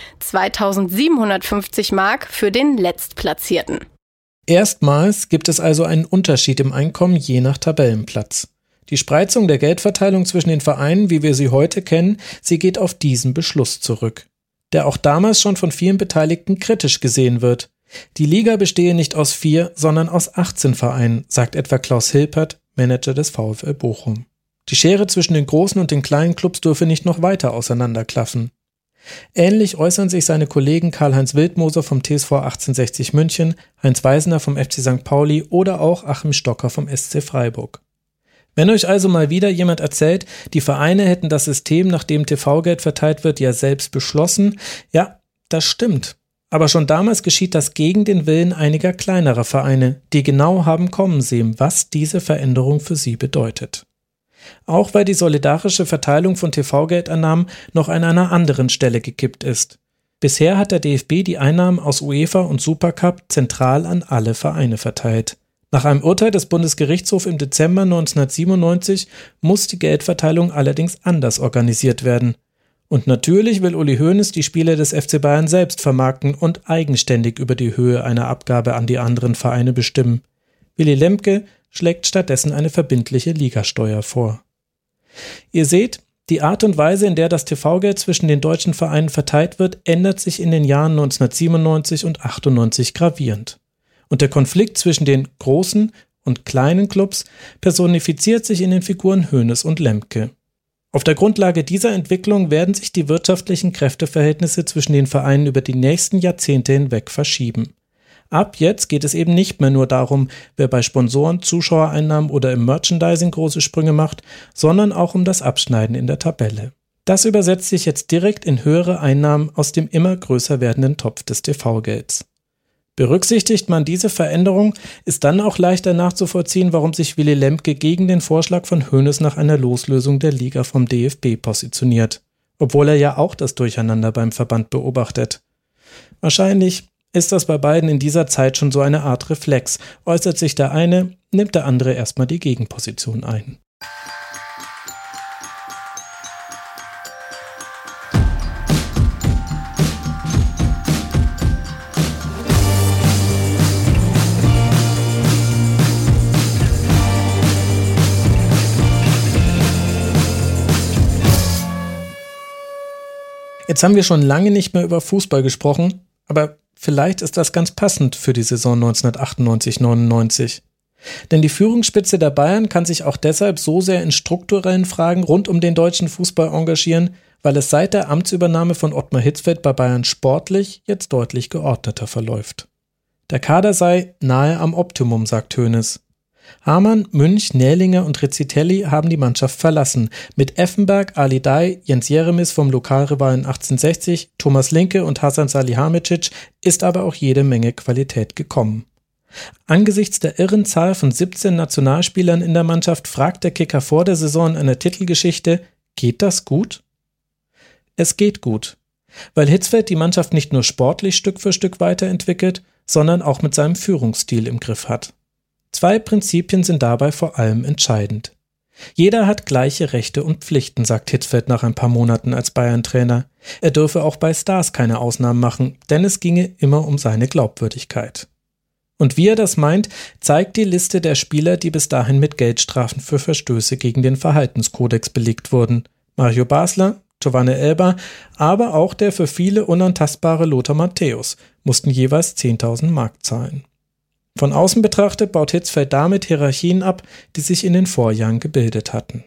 zweitausendsiebenhundertfünfzig Mark für den Letztplatzierten.
Erstmals gibt es also einen Unterschied im Einkommen je nach Tabellenplatz. Die Spreizung der Geldverteilung zwischen den Vereinen, wie wir sie heute kennen, sie geht auf diesen Beschluss zurück, der auch damals schon von vielen Beteiligten kritisch gesehen wird. Die Liga bestehe nicht aus vier, sondern aus achtzehn Vereinen, sagt etwa Klaus Hilpert, Manager des VfL Bochum. Die Schere zwischen den großen und den kleinen Clubs dürfe nicht noch weiter auseinanderklaffen. Ähnlich äußern sich seine Kollegen Karl-Heinz Wildmoser vom T S V achtzehnhundertsechzig München, Heinz Weisener vom F C Sankt Pauli oder auch Achim Stocker vom S C Freiburg. Wenn euch also mal wieder jemand erzählt, die Vereine hätten das System, nach dem T V-Geld verteilt wird, ja selbst beschlossen, ja, das stimmt. Aber schon damals geschieht das gegen den Willen einiger kleinerer Vereine, die genau haben kommen sehen, was diese Veränderung für sie bedeutet. Auch weil die solidarische Verteilung von T V-Geldeinnahmen noch an einer anderen Stelle gekippt ist. Bisher hat der D F B die Einnahmen aus UEFA und Supercup zentral an alle Vereine verteilt. Nach einem Urteil des Bundesgerichtshofs im Dezember neunzehnhundertsiebenundneunzig muss die Geldverteilung allerdings anders organisiert werden. Und natürlich will Uli Hoeneß die Spiele des F C Bayern selbst vermarkten und eigenständig über die Höhe einer Abgabe an die anderen Vereine bestimmen. Willy Lemke schlägt stattdessen eine verbindliche Ligasteuer vor. Ihr seht, die Art und Weise, in der das T V-Geld zwischen den deutschen Vereinen verteilt wird, ändert sich in den Jahren neunzehnhundertsiebenundneunzig und achtundneunzig gravierend. Und der Konflikt zwischen den großen und kleinen Clubs personifiziert sich in den Figuren Hoeneß und Lemke. Auf der Grundlage dieser Entwicklung werden sich die wirtschaftlichen Kräfteverhältnisse zwischen den Vereinen über die nächsten Jahrzehnte hinweg verschieben. Ab jetzt geht es eben nicht mehr nur darum, wer bei Sponsoren, Zuschauereinnahmen oder im Merchandising große Sprünge macht, sondern auch um das Abschneiden in der Tabelle. Das übersetzt sich jetzt direkt in höhere Einnahmen aus dem immer größer werdenden Topf des T V-Gelds. Berücksichtigt man diese Veränderung, ist dann auch leichter nachzuvollziehen, warum sich Willy Lemke gegen den Vorschlag von Hoeneß nach einer Loslösung der Liga vom D F B positioniert, obwohl er ja auch das Durcheinander beim Verband beobachtet. Wahrscheinlich ist das bei beiden in dieser Zeit schon so eine Art Reflex. Äußert sich der eine, nimmt der andere erstmal die Gegenposition ein. Jetzt haben wir schon lange nicht mehr über Fußball gesprochen, aber vielleicht ist das ganz passend für die Saison neunzehnhundertachtundneunzig neunundneunzig. Denn die Führungsspitze der Bayern kann sich auch deshalb so sehr in strukturellen Fragen rund um den deutschen Fußball engagieren, weil es seit der Amtsübernahme von Ottmar Hitzfeld bei Bayern sportlich jetzt deutlich geordneter verläuft. Der Kader sei nahe am Optimum, sagt Hoeneß. Hamann, Münch, Nählinger und Rizzitelli haben die Mannschaft verlassen. Mit Effenberg, Ali Day, Jens Jeremis vom Lokalrivalen achtzehnhundertsechzig, Thomas Linke und Hasan Salihamidzic ist aber auch jede Menge Qualität gekommen. Angesichts der irren Zahl von siebzehn Nationalspielern in der Mannschaft fragt der Kicker vor der Saison in einer Titelgeschichte: Geht das gut? Es geht gut, weil Hitzfeld die Mannschaft nicht nur sportlich Stück für Stück weiterentwickelt, sondern auch mit seinem Führungsstil im Griff hat. Zwei Prinzipien sind dabei vor allem entscheidend. Jeder hat gleiche Rechte und Pflichten, sagt Hitzfeld nach ein paar Monaten als Bayern-Trainer. Er dürfe auch bei Stars keine Ausnahmen machen, denn es ginge immer um seine Glaubwürdigkeit. Und wie er das meint, zeigt die Liste der Spieler, die bis dahin mit Geldstrafen für Verstöße gegen den Verhaltenskodex belegt wurden. Mario Basler, Giovanni Elber, aber auch der für viele unantastbare Lothar Matthäus mussten jeweils zehntausend Mark zahlen. Von außen betrachtet baut Hitzfeld damit Hierarchien ab, die sich in den Vorjahren gebildet hatten.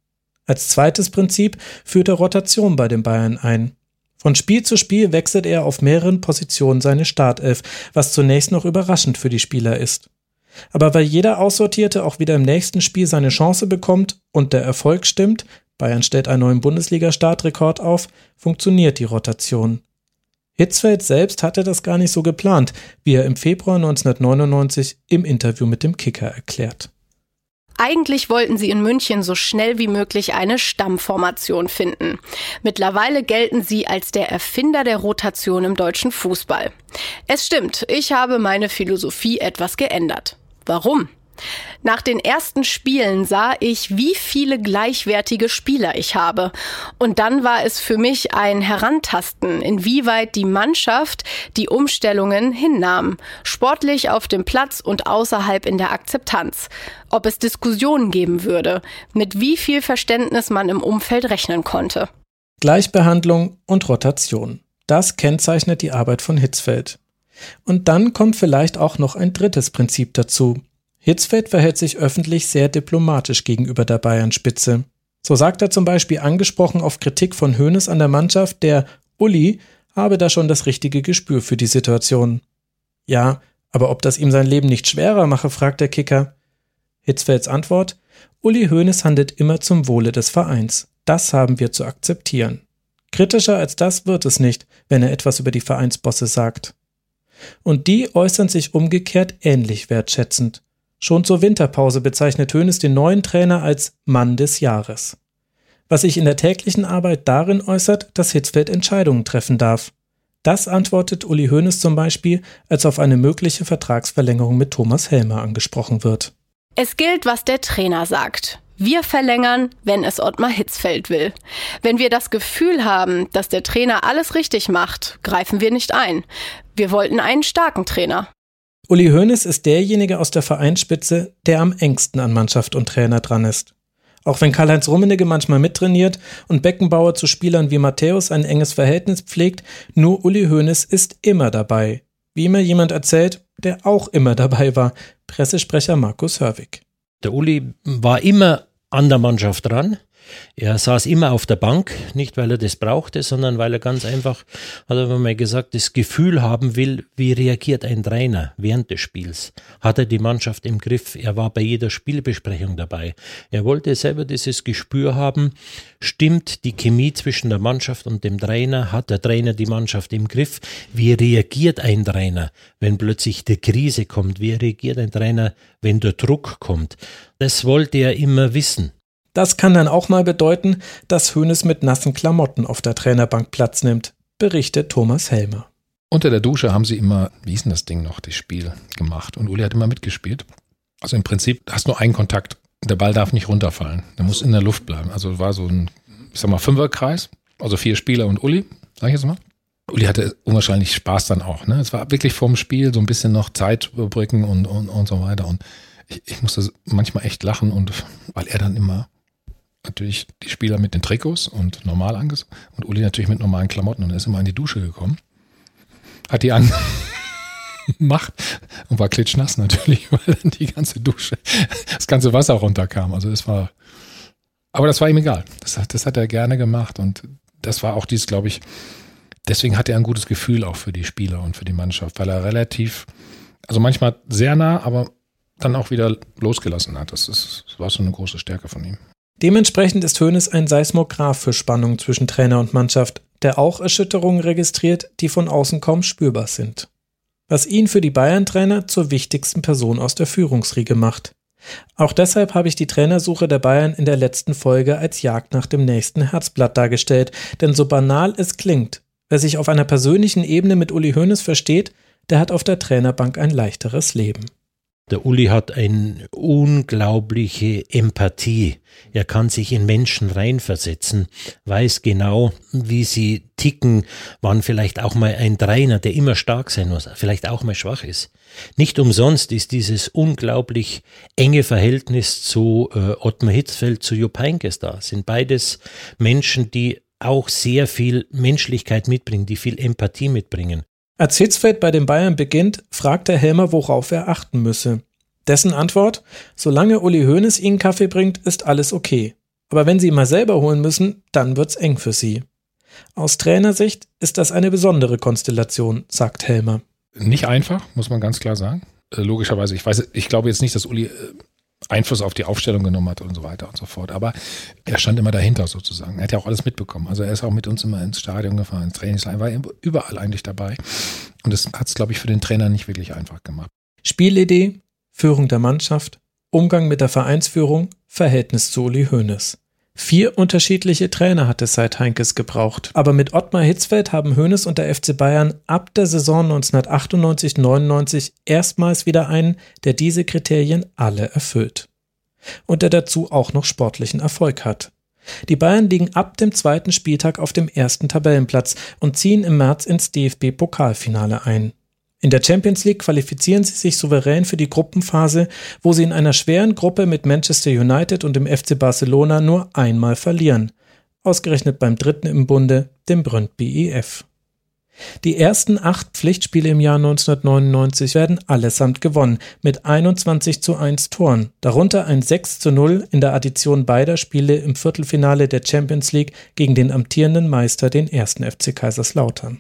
Als zweites Prinzip führt er Rotation bei den Bayern ein. Von Spiel zu Spiel wechselt er auf mehreren Positionen seine Startelf, was zunächst noch überraschend für die Spieler ist. Aber weil jeder Aussortierte auch wieder im nächsten Spiel seine Chance bekommt und der Erfolg stimmt, Bayern stellt einen neuen Bundesliga-Startrekord auf, funktioniert die Rotation. Hitzfeld selbst hatte das gar nicht so geplant, wie er im Februar neunzehnhundertneunundneunzig im Interview mit dem Kicker erklärt.
Eigentlich wollten sie in München so schnell wie möglich eine Stammformation finden. Mittlerweile gelten sie als der Erfinder der Rotation im deutschen Fußball. Es stimmt, ich habe meine Philosophie etwas geändert. Warum? Nach den ersten Spielen sah ich, wie viele gleichwertige Spieler ich habe. Und dann war es für mich ein Herantasten, inwieweit die Mannschaft die Umstellungen hinnahm. Sportlich auf dem Platz und außerhalb in der Akzeptanz. Ob es Diskussionen geben würde, mit wie viel Verständnis man im Umfeld rechnen konnte.
Gleichbehandlung und Rotation. Das kennzeichnet die Arbeit von Hitzfeld. Und dann kommt vielleicht auch noch ein drittes Prinzip dazu. Hitzfeld verhält sich öffentlich sehr diplomatisch gegenüber der Bayern-Spitze. So sagt er zum Beispiel angesprochen auf Kritik von Hoeneß an der Mannschaft, der Uli habe da schon das richtige Gespür für die Situation. Ja, aber ob das ihm sein Leben nicht schwerer mache, fragt der Kicker. Hitzfelds Antwort: Uli Hoeneß handelt immer zum Wohle des Vereins. Das haben wir zu akzeptieren. Kritischer als das wird es nicht, wenn er etwas über die Vereinsbosse sagt. Und die äußern sich umgekehrt ähnlich wertschätzend. Schon zur Winterpause bezeichnet Hoeneß den neuen Trainer als Mann des Jahres. Was sich in der täglichen Arbeit darin äußert, dass Hitzfeld Entscheidungen treffen darf. Das antwortet Uli Hoeneß zum Beispiel, als auf eine mögliche Vertragsverlängerung mit Thomas Helmer angesprochen wird.
Es gilt, was der Trainer sagt. Wir verlängern, wenn es Ottmar Hitzfeld will. Wenn wir das Gefühl haben, dass der Trainer alles richtig macht, greifen wir nicht ein. Wir wollten einen starken Trainer.
Uli Hoeneß ist derjenige aus der Vereinsspitze, der am engsten an Mannschaft und Trainer dran ist. Auch wenn Karl-Heinz Rummenigge manchmal mittrainiert und Beckenbauer zu Spielern wie Matthäus ein enges Verhältnis pflegt, nur Uli Hoeneß ist immer dabei. Wie mir jemand erzählt, der auch immer dabei war, Pressesprecher Markus Hörwig.
Der Uli war immer an der Mannschaft dran. Er saß immer auf der Bank, nicht weil er das brauchte, sondern weil er ganz einfach, hat er mal gesagt, das Gefühl haben will, wie reagiert ein Trainer während des Spiels. Hat er die Mannschaft im Griff? Er war bei jeder Spielbesprechung dabei. Er wollte selber dieses Gespür haben, stimmt die Chemie zwischen der Mannschaft und dem Trainer? Hat der Trainer die Mannschaft im Griff? Wie reagiert ein Trainer, wenn plötzlich die Krise kommt? Wie reagiert ein Trainer, wenn der Druck kommt? Das wollte er immer wissen.
Das kann dann auch mal bedeuten, dass Hoeneß mit nassen Klamotten auf der Trainerbank Platz nimmt, berichtet Thomas Helmer.
Unter der Dusche haben sie immer, wie hieß denn das Ding noch, das Spiel gemacht. Und Uli hat immer mitgespielt. Also im Prinzip hast du nur einen Kontakt. Der Ball darf nicht runterfallen. Der muss in der Luft bleiben. Also war so ein, ich sag mal, Fünferkreis. Also vier Spieler und Uli, sag ich jetzt mal. Uli hatte unwahrscheinlich Spaß dann auch. Ne? Es war wirklich vorm Spiel so ein bisschen noch Zeit überbrücken und, und, und so weiter. Und ich, ich musste manchmal echt lachen, und weil er dann immer natürlich die Spieler mit den Trikots und normal angezogen und Uli natürlich mit normalen Klamotten und er ist immer in die Dusche gekommen. Hat die angemacht und war klitschnass natürlich, weil dann die ganze Dusche, das ganze Wasser runterkam. Also das war, aber das war ihm egal. Das, das hat er gerne gemacht und das war auch dies, glaube ich, deswegen hat er ein gutes Gefühl auch für die Spieler und für die Mannschaft, weil er relativ, also manchmal sehr nah, aber dann auch wieder losgelassen hat. Das, ist, das war so eine große Stärke von ihm.
Dementsprechend ist Hoeneß ein Seismograph für Spannung zwischen Trainer und Mannschaft, der auch Erschütterungen registriert, die von außen kaum spürbar sind. Was ihn für die Bayern-Trainer zur wichtigsten Person aus der Führungsriege macht. Auch deshalb habe ich die Trainersuche der Bayern in der letzten Folge als Jagd nach dem nächsten Herzblatt dargestellt, denn so banal es klingt, wer sich auf einer persönlichen Ebene mit Uli Hoeneß versteht, der hat auf der Trainerbank ein leichteres Leben.
Der Uli hat eine unglaubliche Empathie. Er kann sich in Menschen reinversetzen, weiß genau, wie sie ticken, wann vielleicht auch mal ein Trainer, der immer stark sein muss, vielleicht auch mal schwach ist. Nicht umsonst ist dieses unglaublich enge Verhältnis zu äh, Ottmar Hitzfeld, zu Jupp Heynckes da. Sind beides Menschen, die auch sehr viel Menschlichkeit mitbringen, die viel Empathie mitbringen.
Als Hitzfeld bei den Bayern beginnt, fragt der Helmer, worauf er achten müsse. Dessen Antwort: Solange Uli Hoeneß ihnen Kaffee bringt, ist alles okay. Aber wenn sie ihn mal selber holen müssen, dann wird's eng für sie. Aus Trainersicht ist das eine besondere Konstellation, sagt Helmer.
Nicht einfach, muss man ganz klar sagen. Logischerweise, ich weiß, ich glaube jetzt nicht, dass Uli Einfluss auf die Aufstellung genommen hat und so weiter und so fort. Aber er stand immer dahinter sozusagen. Er hat ja auch alles mitbekommen. Also er ist auch mit uns immer ins Stadion gefahren, ins Trainingslager, war überall eigentlich dabei. Und das hat es, glaube ich, für den Trainer nicht wirklich einfach gemacht.
Spielidee, Führung der Mannschaft, Umgang mit der Vereinsführung, Verhältnis zu Uli Hoeneß. Vier unterschiedliche Trainer hat es seit Heynckes gebraucht. Aber mit Ottmar Hitzfeld haben Hoeneß und der F C Bayern ab der Saison neunzehnhundertachtundneunzig neunundneunzig erstmals wieder einen, der diese Kriterien alle erfüllt. Und der dazu auch noch sportlichen Erfolg hat. Die Bayern liegen ab dem zweiten Spieltag auf dem ersten Tabellenplatz und ziehen im März ins D F B-Pokalfinale ein. In der Champions League qualifizieren sie sich souverän für die Gruppenphase, wo sie in einer schweren Gruppe mit Manchester United und dem F C Barcelona nur einmal verlieren. Ausgerechnet beim dritten im Bunde, dem Brøndby I F. Die ersten acht Pflichtspiele im Jahr neunzehnhundertneunundneunzig werden allesamt gewonnen, mit einundzwanzig zu eins Toren, darunter ein sechs zu null in der Addition beider Spiele im Viertelfinale der Champions League gegen den amtierenden Meister, den ersten F C Kaiserslautern.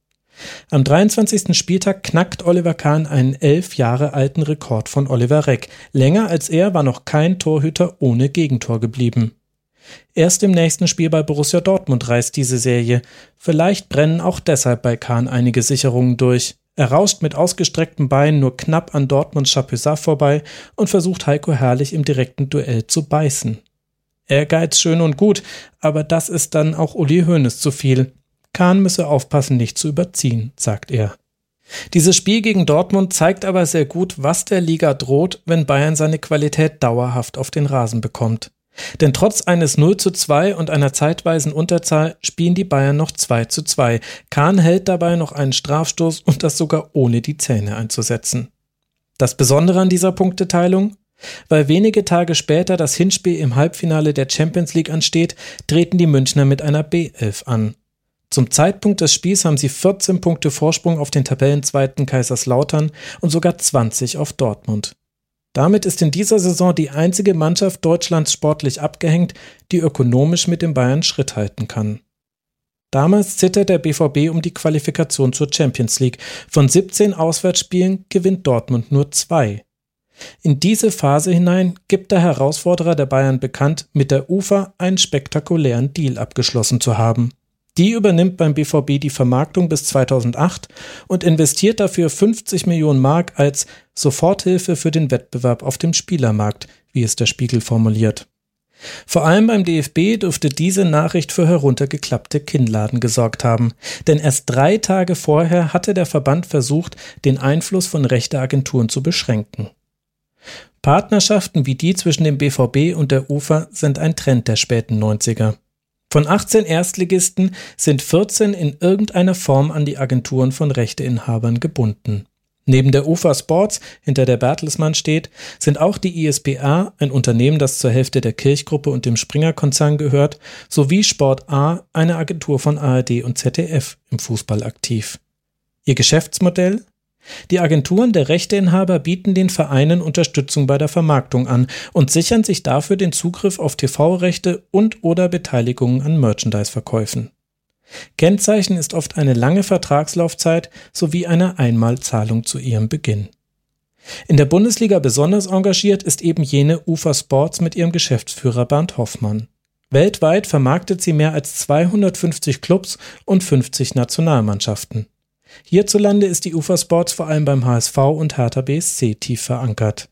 Am dreiundzwanzigsten Spieltag knackt Oliver Kahn einen elf Jahre alten Rekord von Oliver Reck. Länger als er war noch kein Torhüter ohne Gegentor geblieben. Erst im nächsten Spiel bei Borussia Dortmund reißt diese Serie. Vielleicht brennen auch deshalb bei Kahn einige Sicherungen durch. Er rauscht mit ausgestreckten Beinen nur knapp an Dortmunds Chapuisat vorbei und versucht Heiko Herrlich im direkten Duell zu beißen. Ehrgeiz schön und gut, aber das ist dann auch Uli Hoeneß zu viel. Kahn müsse aufpassen, nicht zu überziehen, sagt er. Dieses Spiel gegen Dortmund zeigt aber sehr gut, was der Liga droht, wenn Bayern seine Qualität dauerhaft auf den Rasen bekommt. Denn trotz eines null zu zwei und einer zeitweisen Unterzahl spielen die Bayern noch zwei zu zwei. Kahn hält dabei noch einen Strafstoß und das sogar ohne die Zähne einzusetzen. Das Besondere an dieser Punkteteilung? Weil wenige Tage später das Hinspiel im Halbfinale der Champions League ansteht, treten die Münchner mit einer B elf an. Zum Zeitpunkt des Spiels haben sie vierzehn Punkte Vorsprung auf den Tabellenzweiten Kaiserslautern und sogar zwanzig auf Dortmund. Damit ist in dieser Saison die einzige Mannschaft Deutschlands sportlich abgehängt, die ökonomisch mit den Bayern Schritt halten kann. Damals zittert der B V B um die Qualifikation zur Champions League. Von siebzehn Auswärtsspielen gewinnt Dortmund nur zwei. In diese Phase hinein gibt der Herausforderer der Bayern bekannt, mit der U F A einen spektakulären Deal abgeschlossen zu haben. Die übernimmt beim B V B die Vermarktung bis zweitausendacht und investiert dafür fünfzig Millionen Mark als Soforthilfe für den Wettbewerb auf dem Spielermarkt, wie es der Spiegel formuliert. Vor allem beim D F B dürfte diese Nachricht für heruntergeklappte Kinnladen gesorgt haben, denn erst drei Tage vorher hatte der Verband versucht, den Einfluss von Rechteagenturen zu beschränken. Partnerschaften wie die zwischen dem B V B und der U F A sind ein Trend der späten neunziger. Von achtzehn Erstligisten sind vierzehn in irgendeiner Form an die Agenturen von Rechteinhabern gebunden. Neben der UFA Sports, hinter der Bertelsmann steht, sind auch die I S P A, ein Unternehmen, das zur Hälfte der Kirchgruppe und dem Springer-Konzern gehört, sowie Sport A, eine Agentur von A R D und Z D F, im Fußball aktiv. Ihr Geschäftsmodell? Die Agenturen der Rechteinhaber bieten den Vereinen Unterstützung bei der Vermarktung an und sichern sich dafür den Zugriff auf T V-Rechte und/oder Beteiligungen an Merchandise-Verkäufen. Kennzeichen ist oft eine lange Vertragslaufzeit sowie eine Einmalzahlung zu ihrem Beginn. In der Bundesliga besonders engagiert ist eben jene UFA Sports mit ihrem Geschäftsführer Bernd Hoffmann. Weltweit vermarktet sie mehr als zweihundertfünfzig Clubs und fünfzig Nationalmannschaften. Hierzulande ist die UFA Sports vor allem beim H S V und Hertha B S C tief verankert.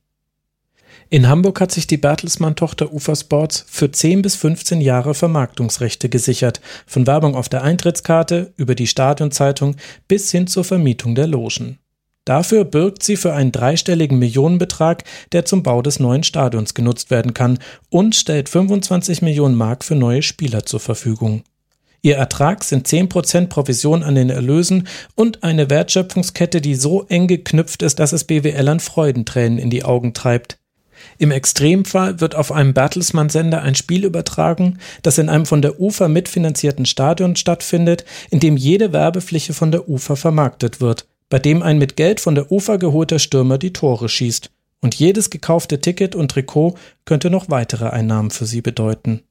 In Hamburg hat sich die Bertelsmann-Tochter UFA Sports für zehn bis fünfzehn Jahre Vermarktungsrechte gesichert, von Werbung auf der Eintrittskarte über die Stadionzeitung bis hin zur Vermietung der Logen. Dafür bürgt sie für einen dreistelligen Millionenbetrag, der zum Bau des neuen Stadions genutzt werden kann, und stellt fünfundzwanzig Millionen Mark für neue Spieler zur Verfügung. Ihr Ertrag sind zehn Prozent Provision an den Erlösen und eine Wertschöpfungskette, die so eng geknüpft ist, dass es B W Lern Freudentränen in die Augen treibt. Im Extremfall wird auf einem Bertelsmann-Sender ein Spiel übertragen, das in einem von der UFA mitfinanzierten Stadion stattfindet, in dem jede Werbefläche von der UFA vermarktet wird, bei dem ein mit Geld von der UFA geholter Stürmer die Tore schießt. Und jedes gekaufte Ticket und Trikot könnte noch weitere Einnahmen für sie bedeuten.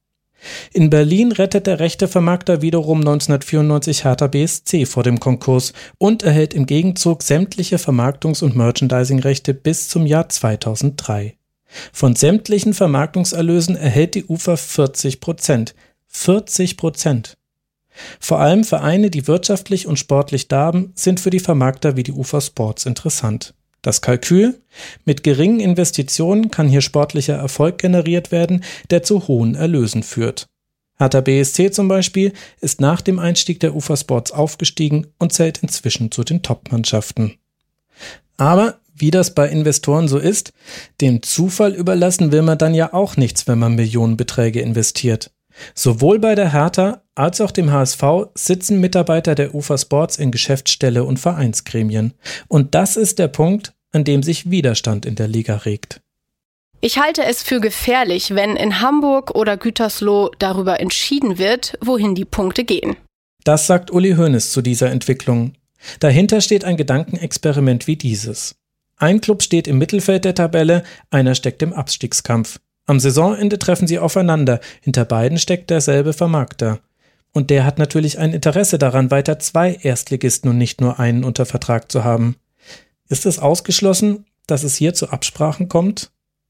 In Berlin rettet der Rechtevermarkter wiederum neunzehnhundertvierundneunzig Hertha B S C vor dem Konkurs und erhält im Gegenzug sämtliche Vermarktungs- und Merchandising-Rechte bis zum Jahr zweitausenddrei. Von sämtlichen Vermarktungserlösen erhält die UFA vierzig Prozent. vierzig Prozent! Vor allem Vereine, die wirtschaftlich und sportlich darben, sind für die Vermarkter wie die UFA Sports interessant. Das Kalkül: Mit geringen Investitionen kann hier sportlicher Erfolg generiert werden, der zu hohen Erlösen führt. Hertha B S C zum Beispiel ist nach dem Einstieg der UFA Sports aufgestiegen und zählt inzwischen zu den Top-Mannschaften. Aber wie das bei Investoren so ist, dem Zufall überlassen will man dann ja auch nichts, wenn man Millionenbeträge investiert. Sowohl bei der Hertha als auch dem H S V sitzen Mitarbeiter der UFA Sports in Geschäftsstelle und Vereinsgremien. Und das ist der Punkt, an dem sich Widerstand in der Liga regt.
Ich halte es für gefährlich, wenn in Hamburg oder Gütersloh darüber entschieden wird, wohin die Punkte gehen.
Das sagt Uli Hoeneß zu dieser Entwicklung. Dahinter steht ein Gedankenexperiment wie dieses. Ein Club steht im Mittelfeld der Tabelle, einer steckt im Abstiegskampf. Am Saisonende treffen sie aufeinander, hinter beiden steckt derselbe Vermarkter. Und der hat natürlich ein Interesse daran, weiter zwei Erstligisten und nicht nur einen unter Vertrag zu haben. Ist es ausgeschlossen, dass es hier zu Absprachen kommt?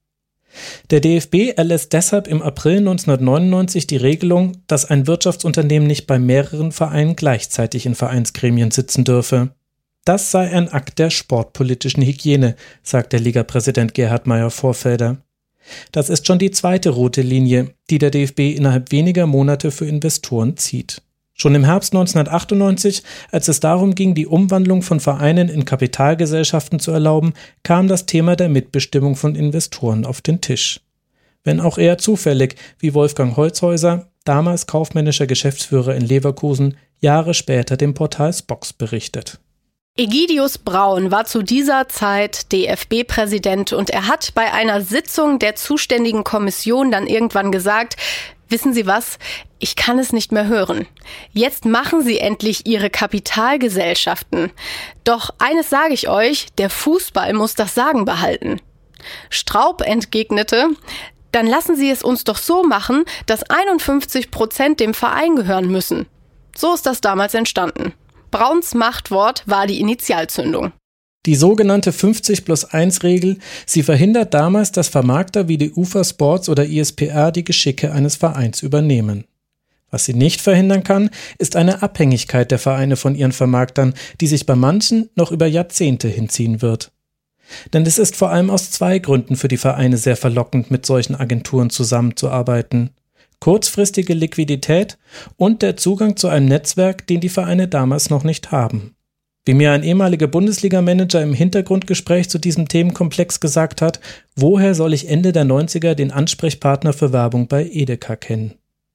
Der D F B erlässt deshalb im April neunzehnhundertneunundneunzig die Regelung, dass ein Wirtschaftsunternehmen nicht bei mehreren Vereinen gleichzeitig in Vereinsgremien sitzen dürfe. Das sei ein Akt der sportpolitischen Hygiene, sagt der Ligapräsident Gerhard Meyer-Vorfelder. Das ist schon die zweite rote Linie, die der D F B innerhalb weniger Monate für Investoren zieht. Schon im Herbst neunzehnhundertachtundneunzig, als es darum ging, die Umwandlung von Vereinen in Kapitalgesellschaften zu erlauben, kam das Thema der Mitbestimmung von Investoren auf den Tisch. Wenn auch eher zufällig, wie Wolfgang Holzhäuser, damals kaufmännischer Geschäftsführer in Leverkusen, Jahre später dem Portal Spox berichtet.
Egidius Braun war zu dieser Zeit D F B-Präsident und er hat bei einer Sitzung der zuständigen Kommission dann irgendwann gesagt: Wissen Sie was? Ich kann es nicht mehr hören. Jetzt machen Sie endlich Ihre Kapitalgesellschaften. Doch eines sage ich euch, der Fußball muss das Sagen behalten. Straub entgegnete: Dann lassen Sie es uns doch so machen, dass einundfünfzig Prozent dem Verein gehören müssen. So ist das damals entstanden. Brauns Machtwort war die Initialzündung.
Die sogenannte fünfzig plus eins Regel, sie verhindert damals, dass Vermarkter wie die UFA Sports oder I S P A die Geschicke eines Vereins übernehmen. Was sie nicht verhindern kann, ist eine Abhängigkeit der Vereine von ihren Vermarktern, die sich bei manchen noch über Jahrzehnte hinziehen wird. Denn es ist vor allem aus zwei Gründen für die Vereine sehr verlockend, mit solchen Agenturen zusammenzuarbeiten: kurzfristige Liquidität und der Zugang zu einem Netzwerk, den die Vereine damals noch nicht haben. Wie mir ein ehemaliger Bundesliga-Manager im Hintergrundgespräch zu diesem Themenkomplex gesagt hat: Woher soll ich Ende der neunziger den Ansprechpartner für Werbung bei Edeka kennen?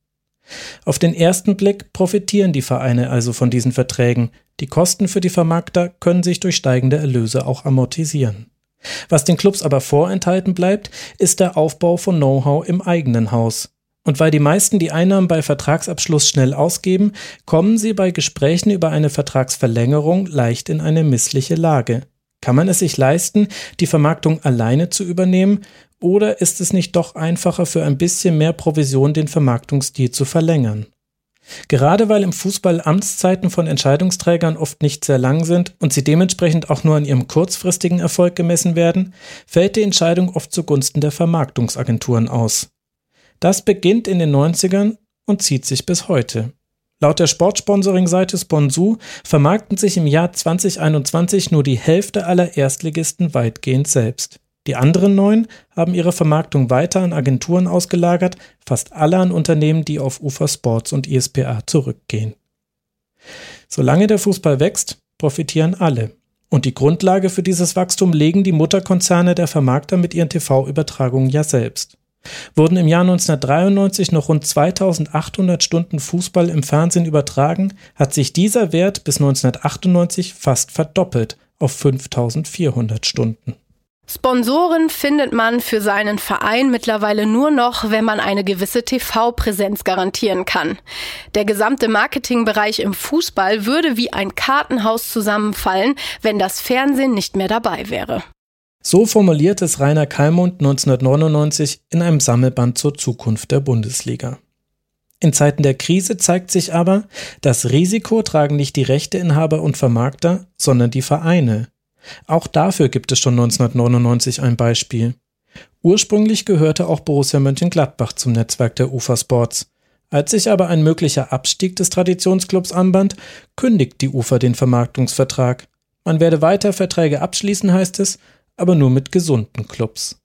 Auf den ersten Blick profitieren die Vereine also von diesen Verträgen. Die Kosten für die Vermarkter können sich durch steigende Erlöse auch amortisieren. Was den Clubs aber vorenthalten bleibt, ist der Aufbau von Know-how im eigenen Haus. Und weil die meisten die Einnahmen bei Vertragsabschluss schnell ausgeben, kommen sie bei Gesprächen über eine Vertragsverlängerung leicht in eine missliche Lage. Kann man es sich leisten, die Vermarktung alleine zu übernehmen, oder ist es nicht doch einfacher, für ein bisschen mehr Provision den Vermarktungsstil zu verlängern? Gerade weil im Fußball Amtszeiten von Entscheidungsträgern oft nicht sehr lang sind und sie dementsprechend auch nur an ihrem kurzfristigen Erfolg gemessen werden, fällt die Entscheidung oft zugunsten der Vermarktungsagenturen aus. Das beginnt in den neunzigern und zieht sich bis heute. Laut der Sportsponsoring-Seite Sponsu vermarkten sich im Jahr zwanzig einundzwanzig nur die Hälfte aller Erstligisten weitgehend selbst. Die anderen neun haben ihre Vermarktung weiter an Agenturen ausgelagert, fast alle an Unternehmen, die auf UFA Sports und I S P A zurückgehen. Solange der Fußball wächst, profitieren alle. Und die Grundlage für dieses Wachstum legen die Mutterkonzerne der Vermarkter mit ihren T V-Übertragungen ja selbst. Wurden im Jahr neunzehnhundertdreiundneunzig noch rund zweitausendachthundert Stunden Fußball im Fernsehen übertragen, hat sich dieser Wert bis neunzehnhundertachtundneunzig fast verdoppelt auf fünftausendvierhundert Stunden.
Sponsoren findet man für seinen Verein mittlerweile nur noch, wenn man eine gewisse T V-Präsenz garantieren kann. Der gesamte Marketingbereich im Fußball würde wie ein Kartenhaus zusammenfallen, wenn das Fernsehen nicht mehr dabei wäre.
So formuliert es Rainer Kallmund neunzehnhundertneunundneunzig in einem Sammelband zur Zukunft der Bundesliga. In Zeiten der Krise zeigt sich aber, das Risiko tragen nicht die Rechteinhaber und Vermarkter, sondern die Vereine. Auch dafür gibt es schon neunzehnhundertneunundneunzig ein Beispiel. Ursprünglich gehörte auch Borussia Mönchengladbach zum Netzwerk der UFA Sports. Als sich aber ein möglicher Abstieg des Traditionsclubs anbahnt, kündigt die UFA den Vermarktungsvertrag. Man werde weiter Verträge abschließen, heißt es, aber nur mit gesunden Clubs.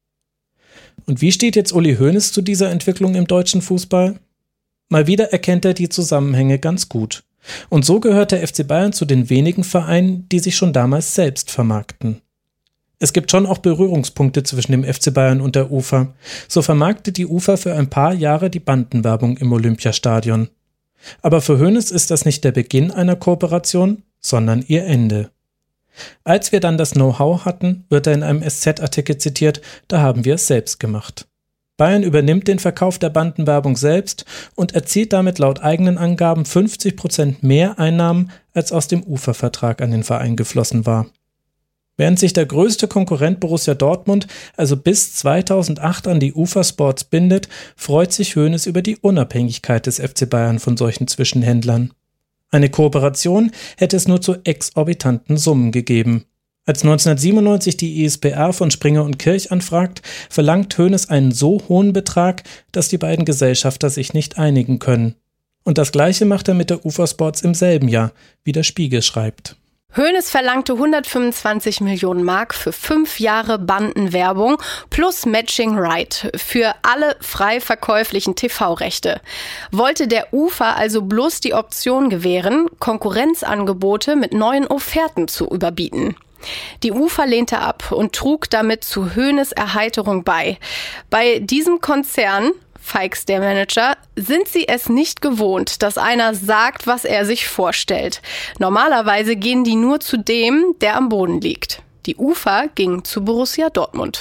Und wie steht jetzt Uli Hoeneß zu dieser Entwicklung im deutschen Fußball? Mal wieder erkennt er die Zusammenhänge ganz gut. Und so gehört der F C Bayern zu den wenigen Vereinen, die sich schon damals selbst vermarkten. Es gibt schon auch Berührungspunkte zwischen dem F C Bayern und der UFA. So vermarktet die UFA für ein paar Jahre die Bandenwerbung im Olympiastadion. Aber für Hoeneß ist das nicht der Beginn einer Kooperation, sondern ihr Ende. Als wir dann das Know-how hatten, wird er in einem S Z-Artikel zitiert, da haben wir es selbst gemacht. Bayern übernimmt den Verkauf der Bandenwerbung selbst und erzielt damit laut eigenen Angaben fünfzig Prozent mehr Einnahmen, als aus dem UFA-Vertrag an den Verein geflossen war. Während sich der größte Konkurrent Borussia Dortmund also bis zweitausendacht an die UFA Sports bindet, freut sich Hoeneß über die Unabhängigkeit des F C Bayern von solchen Zwischenhändlern. Eine Kooperation hätte es nur zu exorbitanten Summen gegeben. Als neunzehnhundertsiebenundneunzig die I S P A von Springer und Kirch anfragt, verlangt Hoeneß einen so hohen Betrag, dass die beiden Gesellschafter sich nicht einigen können. Und das Gleiche macht er mit der UFA Sports im selben Jahr, wie der Spiegel schreibt.
Hoeneß verlangte hundertfünfundzwanzig Millionen Mark für fünf Jahre Bandenwerbung plus Matching Right für alle frei verkäuflichen T V-Rechte. Wollte der UFA also bloß die Option gewähren, Konkurrenzangebote mit neuen Offerten zu überbieten. Die UFA lehnte ab und trug damit zu Hoeneß Erheiterung bei. Bei diesem Konzern, Feix der Manager, sind sie es nicht gewohnt, dass einer sagt, was er sich vorstellt. Normalerweise gehen die nur zu dem, der am Boden liegt. Die UFA ging zu Borussia Dortmund.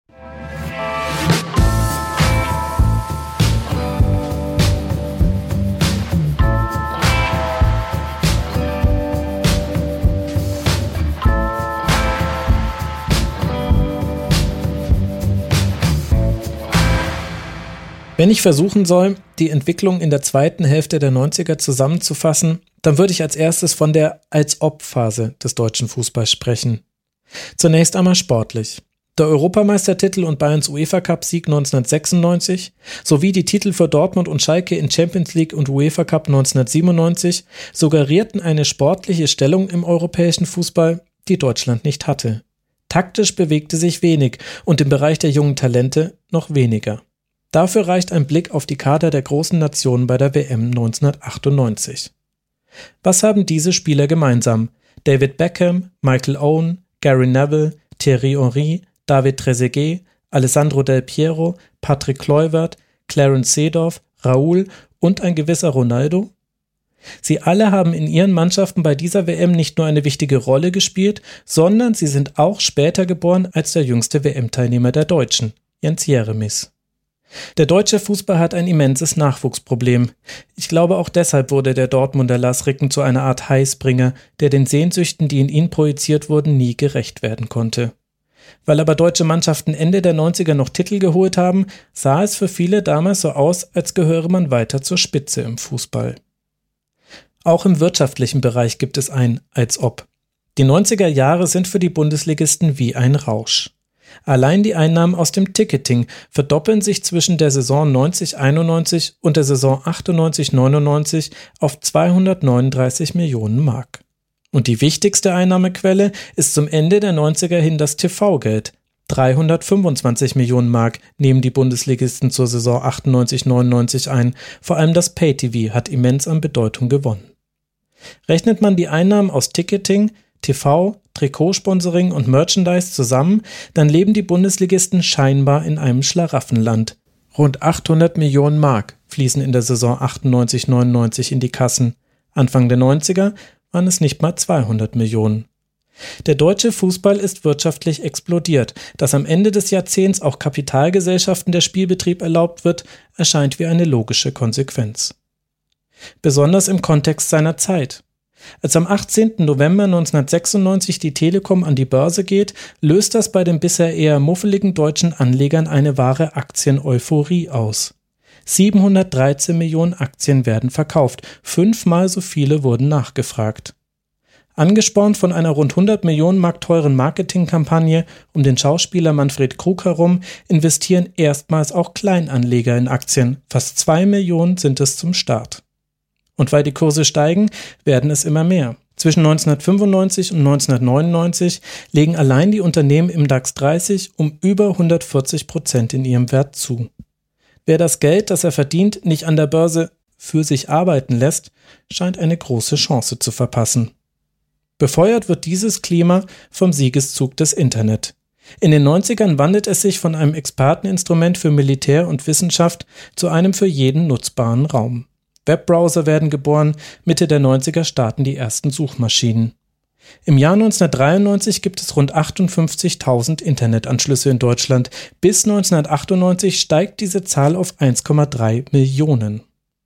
Wenn ich versuchen soll, die Entwicklung in der zweiten Hälfte der neunziger zusammenzufassen, dann würde ich als erstes von der Als-Ob-Phase des deutschen Fußballs sprechen. Zunächst einmal sportlich. Der Europameistertitel und Bayerns UEFA-Cup-Sieg neunzehnhundertsechsundneunzig sowie die Titel für Dortmund und Schalke in Champions League und UEFA-Cup neunzehnhundertsiebenundneunzig suggerierten eine sportliche Stellung im europäischen Fußball, die Deutschland nicht hatte. Taktisch bewegte sich wenig und im Bereich der jungen Talente noch weniger. Dafür reicht ein Blick auf die Kader der großen Nationen bei der W M neunzehnhundertachtundneunzig. Was haben diese Spieler gemeinsam? David Beckham, Michael Owen, Gary Neville, Thierry Henry, David Trezeguet, Alessandro Del Piero, Patrick Kluivert, Clarence Seedorf, Raúl und ein gewisser Ronaldo? Sie alle haben in ihren Mannschaften bei dieser W M nicht nur eine wichtige Rolle gespielt, sondern sie sind auch später geboren als der jüngste W M-Teilnehmer der Deutschen, Jens Jeremies. Der deutsche Fußball hat ein immenses Nachwuchsproblem. Ich glaube, auch deshalb wurde der Dortmunder Lars Ricken zu einer Art Heißbringer, der den Sehnsüchten, die in ihn projiziert wurden, nie gerecht werden konnte. Weil aber deutsche Mannschaften Ende der neunziger noch Titel geholt haben, sah es für viele damals so aus, als gehöre man weiter zur Spitze im Fußball. Auch im wirtschaftlichen Bereich gibt es ein Als ob. Die neunziger Jahre sind für die Bundesligisten wie ein Rausch. Allein die Einnahmen aus dem Ticketing verdoppeln sich zwischen der Saison neunzig einundneunzig und der Saison achtundneunzig neunundneunzig auf zweihundertneununddreißig Millionen Mark. Und die wichtigste Einnahmequelle ist zum Ende der neunziger hin das T V-Geld. dreihundertfünfundzwanzig Millionen Mark nehmen die Bundesligisten zur Saison achtundneunzig neunundneunzig ein. Vor allem das Pay-T V hat immens an Bedeutung gewonnen. Rechnet man die Einnahmen aus Ticketing, T V, Trikotsponsoring und Merchandise zusammen, dann leben die Bundesligisten scheinbar in einem Schlaraffenland. Rund achthundert Millionen Mark fließen in der Saison achtundneunzig neunundneunzig in die Kassen. Anfang der neunziger waren es nicht mal zweihundert Millionen. Der deutsche Fußball ist wirtschaftlich explodiert. Dass am Ende des Jahrzehnts auch Kapitalgesellschaften der Spielbetrieb erlaubt wird, erscheint wie eine logische Konsequenz. Besonders im Kontext seiner Zeit. Als am achtzehnten November neunzehnhundertsechsundneunzig die Telekom an die Börse geht, löst das bei den bisher eher muffeligen deutschen Anlegern eine wahre Aktien-Euphorie aus. siebenhundertdreizehn Millionen Aktien werden verkauft, fünfmal so viele wurden nachgefragt. Angespornt von einer rund hundert Millionen Mark teuren Marketingkampagne um den Schauspieler Manfred Krug herum, investieren erstmals auch Kleinanleger in Aktien. Fast zwei Millionen sind es zum Start. Und weil die Kurse steigen, werden es immer mehr. Zwischen neunzehnhundertfünfundneunzig und neunzehnhundertneunundneunzig legen allein die Unternehmen im DAX dreißig um über hundertvierzig Prozent in ihrem Wert zu. Wer das Geld, das er verdient, nicht an der Börse für sich arbeiten lässt, scheint eine große Chance zu verpassen. Befeuert wird dieses Klima vom Siegeszug des Internet. In den neunzigern wandelt es sich von einem Experteninstrument für Militär und Wissenschaft zu einem für jeden nutzbaren Raum. Webbrowser werden geboren, Mitte der neunziger starten die ersten Suchmaschinen. Im Jahr neunzehnhundertdreiundneunzig gibt es rund achtundfünfzigtausend Internetanschlüsse in Deutschland. Bis neunzehnhundertachtundneunzig steigt diese Zahl auf eins Komma drei Millionen.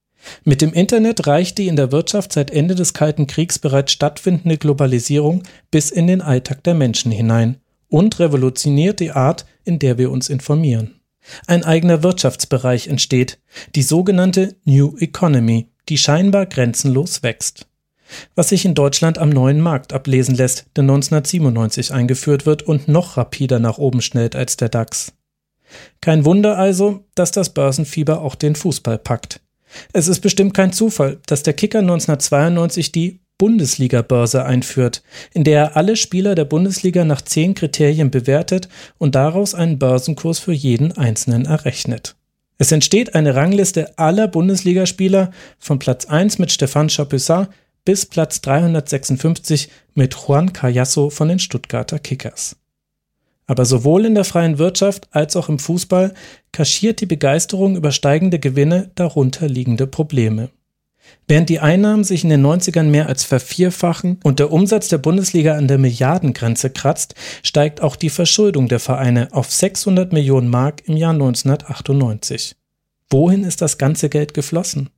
Mit dem Internet reicht die in der Wirtschaft seit Ende des Kalten Kriegs bereits stattfindende Globalisierung bis in den Alltag der Menschen hinein und revolutioniert die Art, in der wir uns informieren. Ein eigener Wirtschaftsbereich entsteht, die sogenannte New Economy, die scheinbar grenzenlos wächst. Was sich in Deutschland am neuen Markt ablesen lässt, der neunzehnhundertsiebenundneunzig eingeführt wird und noch rapider nach oben schnellt als der DAX. Kein Wunder also, dass das Börsenfieber auch den Fußball packt. Es ist bestimmt kein Zufall, dass der Kicker neunzehnhundertzweiundneunzig die Bundesliga-Börse einführt, in der er alle Spieler der Bundesliga nach zehn Kriterien bewertet und daraus einen Börsenkurs für jeden Einzelnen errechnet. Es entsteht eine Rangliste aller Bundesligaspieler von Platz eins mit Stéphane Chapuisat bis Platz dreihundertsechsundfünfzig mit Juan Cayasso von den Stuttgarter Kickers. Aber sowohl in der freien Wirtschaft als auch im Fußball kaschiert die Begeisterung über steigende Gewinne darunter liegende Probleme. Während die Einnahmen sich in den neunzigern mehr als vervierfachen und der Umsatz der Bundesliga an der Milliardengrenze kratzt, steigt auch die Verschuldung der Vereine auf sechshundert Millionen Mark im Jahr neunzehnhundertachtundneunzig. Wohin ist das ganze Geld geflossen?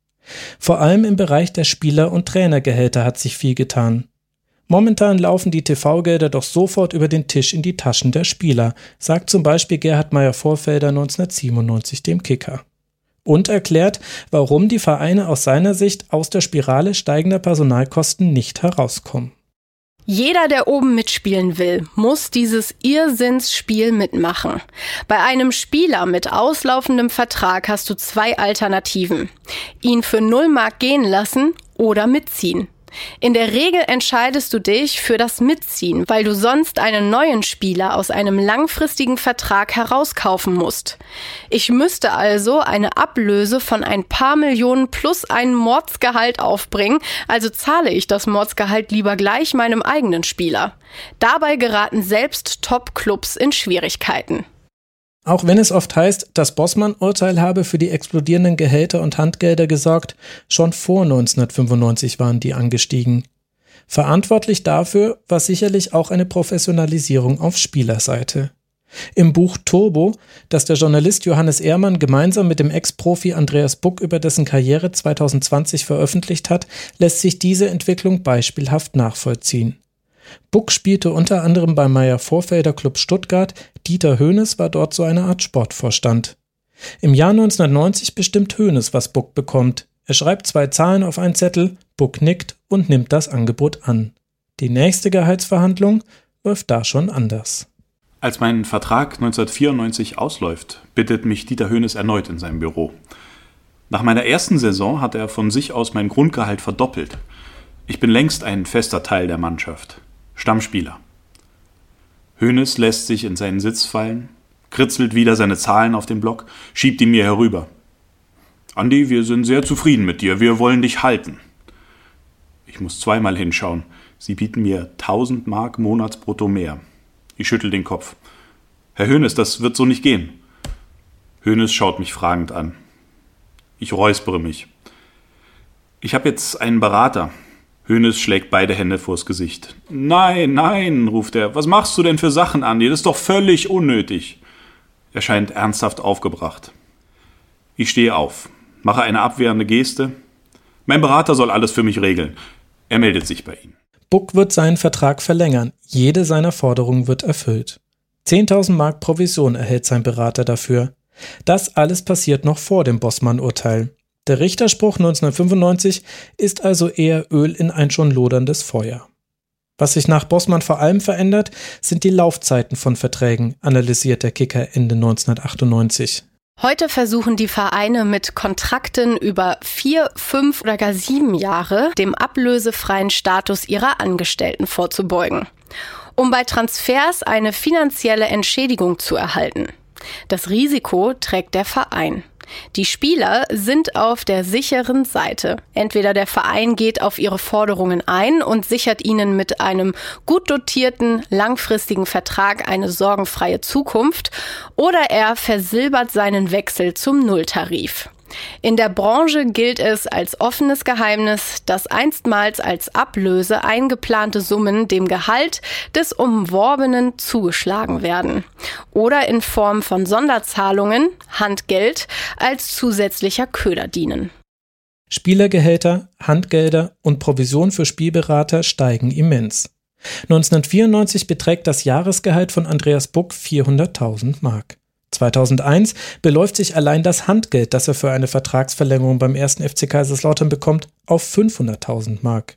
Vor allem im Bereich der Spieler- und Trainergehälter hat sich viel getan. Momentan laufen die T V-Gelder doch sofort über den Tisch in die Taschen der Spieler, sagt zum Beispiel Gerhard Meyer-Vorfelder neunzehnhundertsiebenundneunzig dem Kicker. Und erklärt, warum die Vereine aus seiner Sicht aus der Spirale steigender Personalkosten nicht herauskommen.
Jeder, der oben mitspielen will, muss dieses Irrsinnsspiel mitmachen. Bei einem Spieler mit auslaufendem Vertrag hast du zwei Alternativen. Ihn für null Mark gehen lassen oder mitziehen. In der Regel entscheidest du dich für das Mitziehen, weil du sonst einen neuen Spieler aus einem langfristigen Vertrag herauskaufen musst. Ich müsste also eine Ablöse von ein paar Millionen plus ein Mordsgehalt aufbringen, also zahle ich das Mordsgehalt lieber gleich meinem eigenen Spieler. Dabei geraten selbst Top-Clubs in Schwierigkeiten.
Auch wenn es oft heißt, das Bossmann-Urteil habe für die explodierenden Gehälter und Handgelder gesorgt, schon vor neunzehnhundertfünfundneunzig waren die angestiegen. Verantwortlich dafür war sicherlich auch eine Professionalisierung auf Spielerseite. Im Buch Turbo, das der Journalist Johannes Ehrmann gemeinsam mit dem Ex-Profi Andreas Buck über dessen Karriere zweitausendzwanzig veröffentlicht hat, lässt sich diese Entwicklung beispielhaft nachvollziehen. Buck spielte unter anderem beim Meyer-Vorfelder Club Stuttgart, Dieter Hoeneß war dort so eine Art Sportvorstand. Im Jahr neunzehnhundertneunzig bestimmt Hoeneß, was Buck bekommt. Er schreibt zwei Zahlen auf einen Zettel, Buck nickt und nimmt das Angebot an. Die nächste Gehaltsverhandlung läuft da schon anders.
Als mein Vertrag neunzehnhundertvierundneunzig ausläuft, bittet mich Dieter Hoeneß erneut in sein Büro. Nach meiner ersten Saison hat er von sich aus mein Grundgehalt verdoppelt. Ich bin längst ein fester Teil der Mannschaft. Stammspieler. Hoeneß lässt sich in seinen Sitz fallen, kritzelt wieder seine Zahlen auf den Block, schiebt ihn mir herüber. Andi, wir sind sehr zufrieden mit dir, wir wollen dich halten. Ich muss zweimal hinschauen. Sie bieten mir tausend Mark Monatsbrutto mehr. Ich schüttel den Kopf. Herr Hoeneß, das wird so nicht gehen. Hoeneß schaut mich fragend an. Ich räuspere mich. Ich habe jetzt einen Berater. Hoeneß schlägt beide Hände vors Gesicht. Nein, nein, ruft er. Was machst du denn für Sachen, Andi? Das ist doch völlig unnötig. Er scheint ernsthaft aufgebracht. Ich stehe auf, mache eine abwehrende Geste. Mein Berater soll alles für mich regeln. Er meldet sich bei Ihnen.
Buck wird seinen Vertrag verlängern. Jede seiner Forderungen wird erfüllt. zehntausend Mark Provision erhält sein Berater dafür. Das alles passiert noch vor dem Bossmann-Urteil. Der Richterspruch neunzehnhundertfünfundneunzig ist also eher Öl in ein schon loderndes Feuer. Was sich nach Bossmann vor allem verändert, sind die Laufzeiten von Verträgen, analysiert der Kicker Ende neunzehnhundertachtundneunzig.
Heute versuchen die Vereine mit Kontrakten über vier, fünf oder gar sieben Jahre dem ablösefreien Status ihrer Angestellten vorzubeugen, um bei Transfers eine finanzielle Entschädigung zu erhalten. Das Risiko trägt der Verein. Die Spieler sind auf der sicheren Seite. Entweder der Verein geht auf ihre Forderungen ein und sichert ihnen mit einem gut dotierten, langfristigen Vertrag eine sorgenfreie Zukunft, oder er versilbert seinen Wechsel zum Nulltarif. In der Branche gilt es als offenes Geheimnis, dass einstmals als Ablöse eingeplante Summen dem Gehalt des Umworbenen zugeschlagen werden oder in Form von Sonderzahlungen, Handgeld, als zusätzlicher Köder dienen.
Spielergehälter, Handgelder und Provision für Spielberater steigen immens. neunzehnhundertvierundneunzig beträgt das Jahresgehalt von Andreas Buck vierhunderttausend Mark. zweitausendeins beläuft sich allein das Handgeld, das er für eine Vertragsverlängerung beim ersten F C Kaiserslautern bekommt, auf fünfhunderttausend Mark.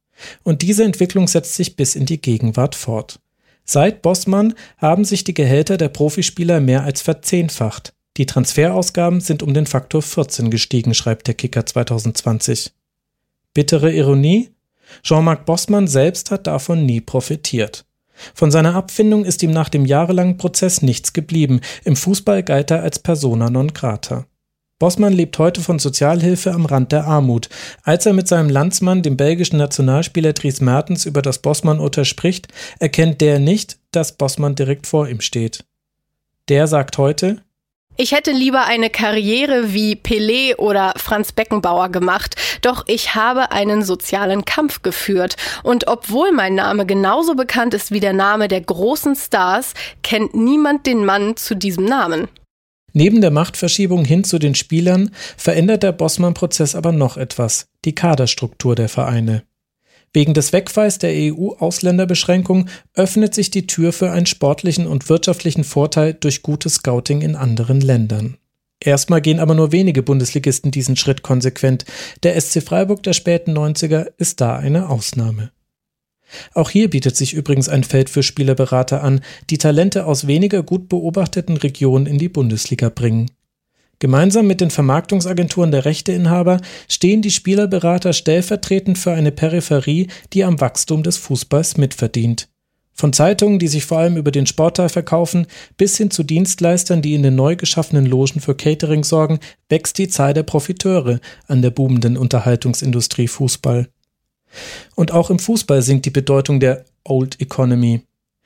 Und diese Entwicklung setzt sich bis in die Gegenwart fort. Seit Bossmann haben sich die Gehälter der Profispieler mehr als verzehnfacht. Die Transferausgaben sind um den Faktor vierzehn gestiegen, schreibt der Kicker zweitausendzwanzig. Bittere Ironie? Jean-Marc Bossmann selbst hat davon nie profitiert. Von seiner Abfindung ist ihm nach dem jahrelangen Prozess nichts geblieben. Im Fußball galt er als persona non grata. Bossmann lebt heute von Sozialhilfe am Rand der Armut. Als er mit seinem Landsmann, dem belgischen Nationalspieler Dries Mertens, über das Bossmann-Urteil spricht, erkennt der nicht, dass Bossmann direkt vor ihm steht. Der sagt heute:
Ich hätte lieber eine Karriere wie Pelé oder Franz Beckenbauer gemacht, doch ich habe einen sozialen Kampf geführt. Und obwohl mein Name genauso bekannt ist wie der Name der großen Stars, kennt niemand den Mann zu diesem Namen.
Neben der Machtverschiebung hin zu den Spielern verändert der Bossmann-Prozess aber noch etwas: die Kaderstruktur der Vereine. Wegen des Wegfalls der E U-Ausländerbeschränkung öffnet sich die Tür für einen sportlichen und wirtschaftlichen Vorteil durch gutes Scouting in anderen Ländern. Erstmal gehen aber nur wenige Bundesligisten diesen Schritt konsequent. Der S C Freiburg der späten neunziger ist da eine Ausnahme. Auch hier bietet sich übrigens ein Feld für Spielerberater an, die Talente aus weniger gut beobachteten Regionen in die Bundesliga bringen. Gemeinsam mit den Vermarktungsagenturen der Rechteinhaber stehen die Spielerberater stellvertretend für eine Peripherie, die am Wachstum des Fußballs mitverdient. Von Zeitungen, die sich vor allem über den Sportteil verkaufen, bis hin zu Dienstleistern, die in den neu geschaffenen Logen für Catering sorgen, wächst die Zahl der Profiteure an der boomenden Unterhaltungsindustrie Fußball. Und auch im Fußball sinkt die Bedeutung der Old Economy.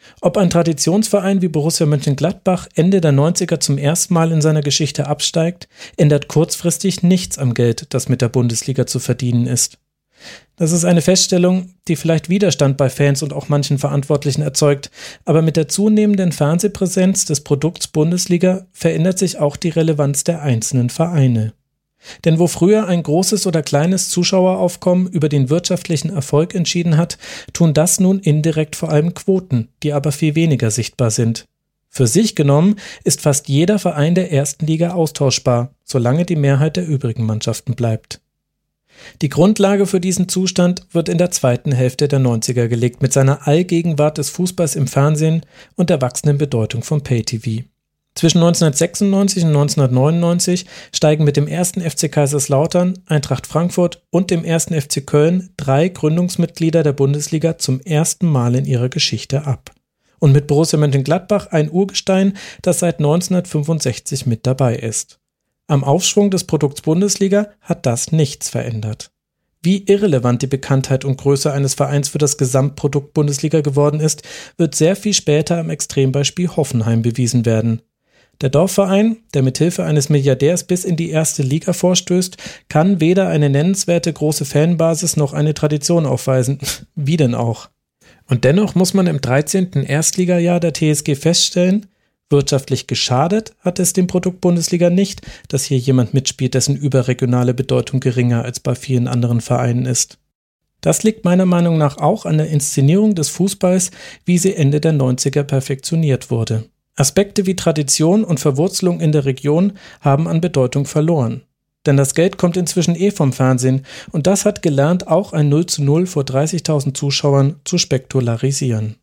Ob ein Traditionsverein wie Borussia Mönchengladbach Ende der neunziger zum ersten Mal in seiner Geschichte absteigt, ändert kurzfristig nichts am Geld, das mit der Bundesliga zu verdienen ist. Das ist eine Feststellung, die vielleicht Widerstand bei Fans und auch manchen Verantwortlichen erzeugt, aber mit der zunehmenden Fernsehpräsenz des Produkts Bundesliga verändert sich auch die Relevanz der einzelnen Vereine. Denn wo früher ein großes oder kleines Zuschaueraufkommen über den wirtschaftlichen Erfolg entschieden hat, tun das nun indirekt vor allem Quoten, die aber viel weniger sichtbar sind. Für sich genommen ist fast jeder Verein der ersten Liga austauschbar, solange die Mehrheit der übrigen Mannschaften bleibt. Die Grundlage für diesen Zustand wird in der zweiten Hälfte der neunziger gelegt, mit seiner Allgegenwart des Fußballs im Fernsehen und der wachsenden Bedeutung von Pay-T V. Zwischen neunzehnhundertsechsundneunzig und neunzehnhundertneunundneunzig steigen mit dem ersten F C Kaiserslautern, Eintracht Frankfurt und dem ersten F C Köln drei Gründungsmitglieder der Bundesliga zum ersten Mal in ihrer Geschichte ab. Und mit Borussia Mönchengladbach ein Urgestein, das seit neunzehnhundertfünfundsechzig mit dabei ist. Am Aufschwung des Produkts Bundesliga hat das nichts verändert. Wie irrelevant die Bekanntheit und Größe eines Vereins für das Gesamtprodukt Bundesliga geworden ist, wird sehr viel später am Extrembeispiel Hoffenheim bewiesen werden. Der Dorfverein, der mithilfe eines Milliardärs bis in die erste Liga vorstößt, kann weder eine nennenswerte große Fanbasis noch eine Tradition aufweisen. Wie denn auch? Und dennoch muss man im dreizehnten Erstligajahr der T S G feststellen, wirtschaftlich geschadet hat es dem Produkt Bundesliga nicht, dass hier jemand mitspielt, dessen überregionale Bedeutung geringer als bei vielen anderen Vereinen ist. Das liegt meiner Meinung nach auch an der Inszenierung des Fußballs, wie sie Ende der neunziger perfektioniert wurde. Aspekte wie Tradition und Verwurzelung in der Region haben an Bedeutung verloren. Denn das Geld kommt inzwischen eh vom Fernsehen und das hat gelernt, auch ein null zu null vor dreißigtausend Zuschauern zu spektakularisieren.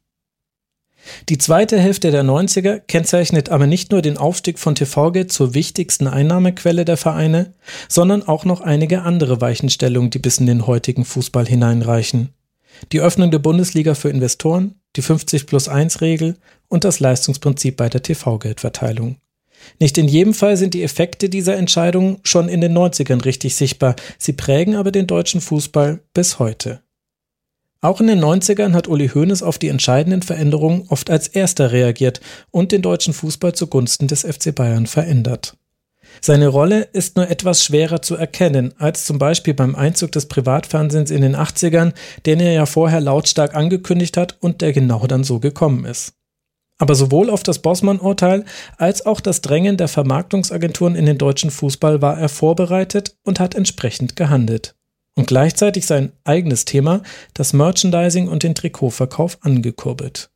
Die zweite Hälfte der neunziger kennzeichnet aber nicht nur den Aufstieg von T V-Geld zur wichtigsten Einnahmequelle der Vereine, sondern auch noch einige andere Weichenstellungen, die bis in den heutigen Fußball hineinreichen. Die Öffnung der Bundesliga für Investoren, die fünfzig plus eins Regel und das Leistungsprinzip bei der T V-Geldverteilung. Nicht in jedem Fall sind die Effekte dieser Entscheidungen schon in den neunzigern richtig sichtbar, sie prägen aber den deutschen Fußball bis heute. Auch in den neunzigern hat Uli Hoeneß auf die entscheidenden Veränderungen oft als erster reagiert und den deutschen Fußball zugunsten des F C Bayern verändert. Seine Rolle ist nur etwas schwerer zu erkennen, als zum Beispiel beim Einzug des Privatfernsehens in den achtzigern, den er ja vorher lautstark angekündigt hat und der genau dann so gekommen ist. Aber sowohl auf das Bossmann-Urteil als auch das Drängen der Vermarktungsagenturen in den deutschen Fußball war er vorbereitet und hat entsprechend gehandelt. Und gleichzeitig sein eigenes Thema, das Merchandising und den Trikotverkauf, angekurbelt.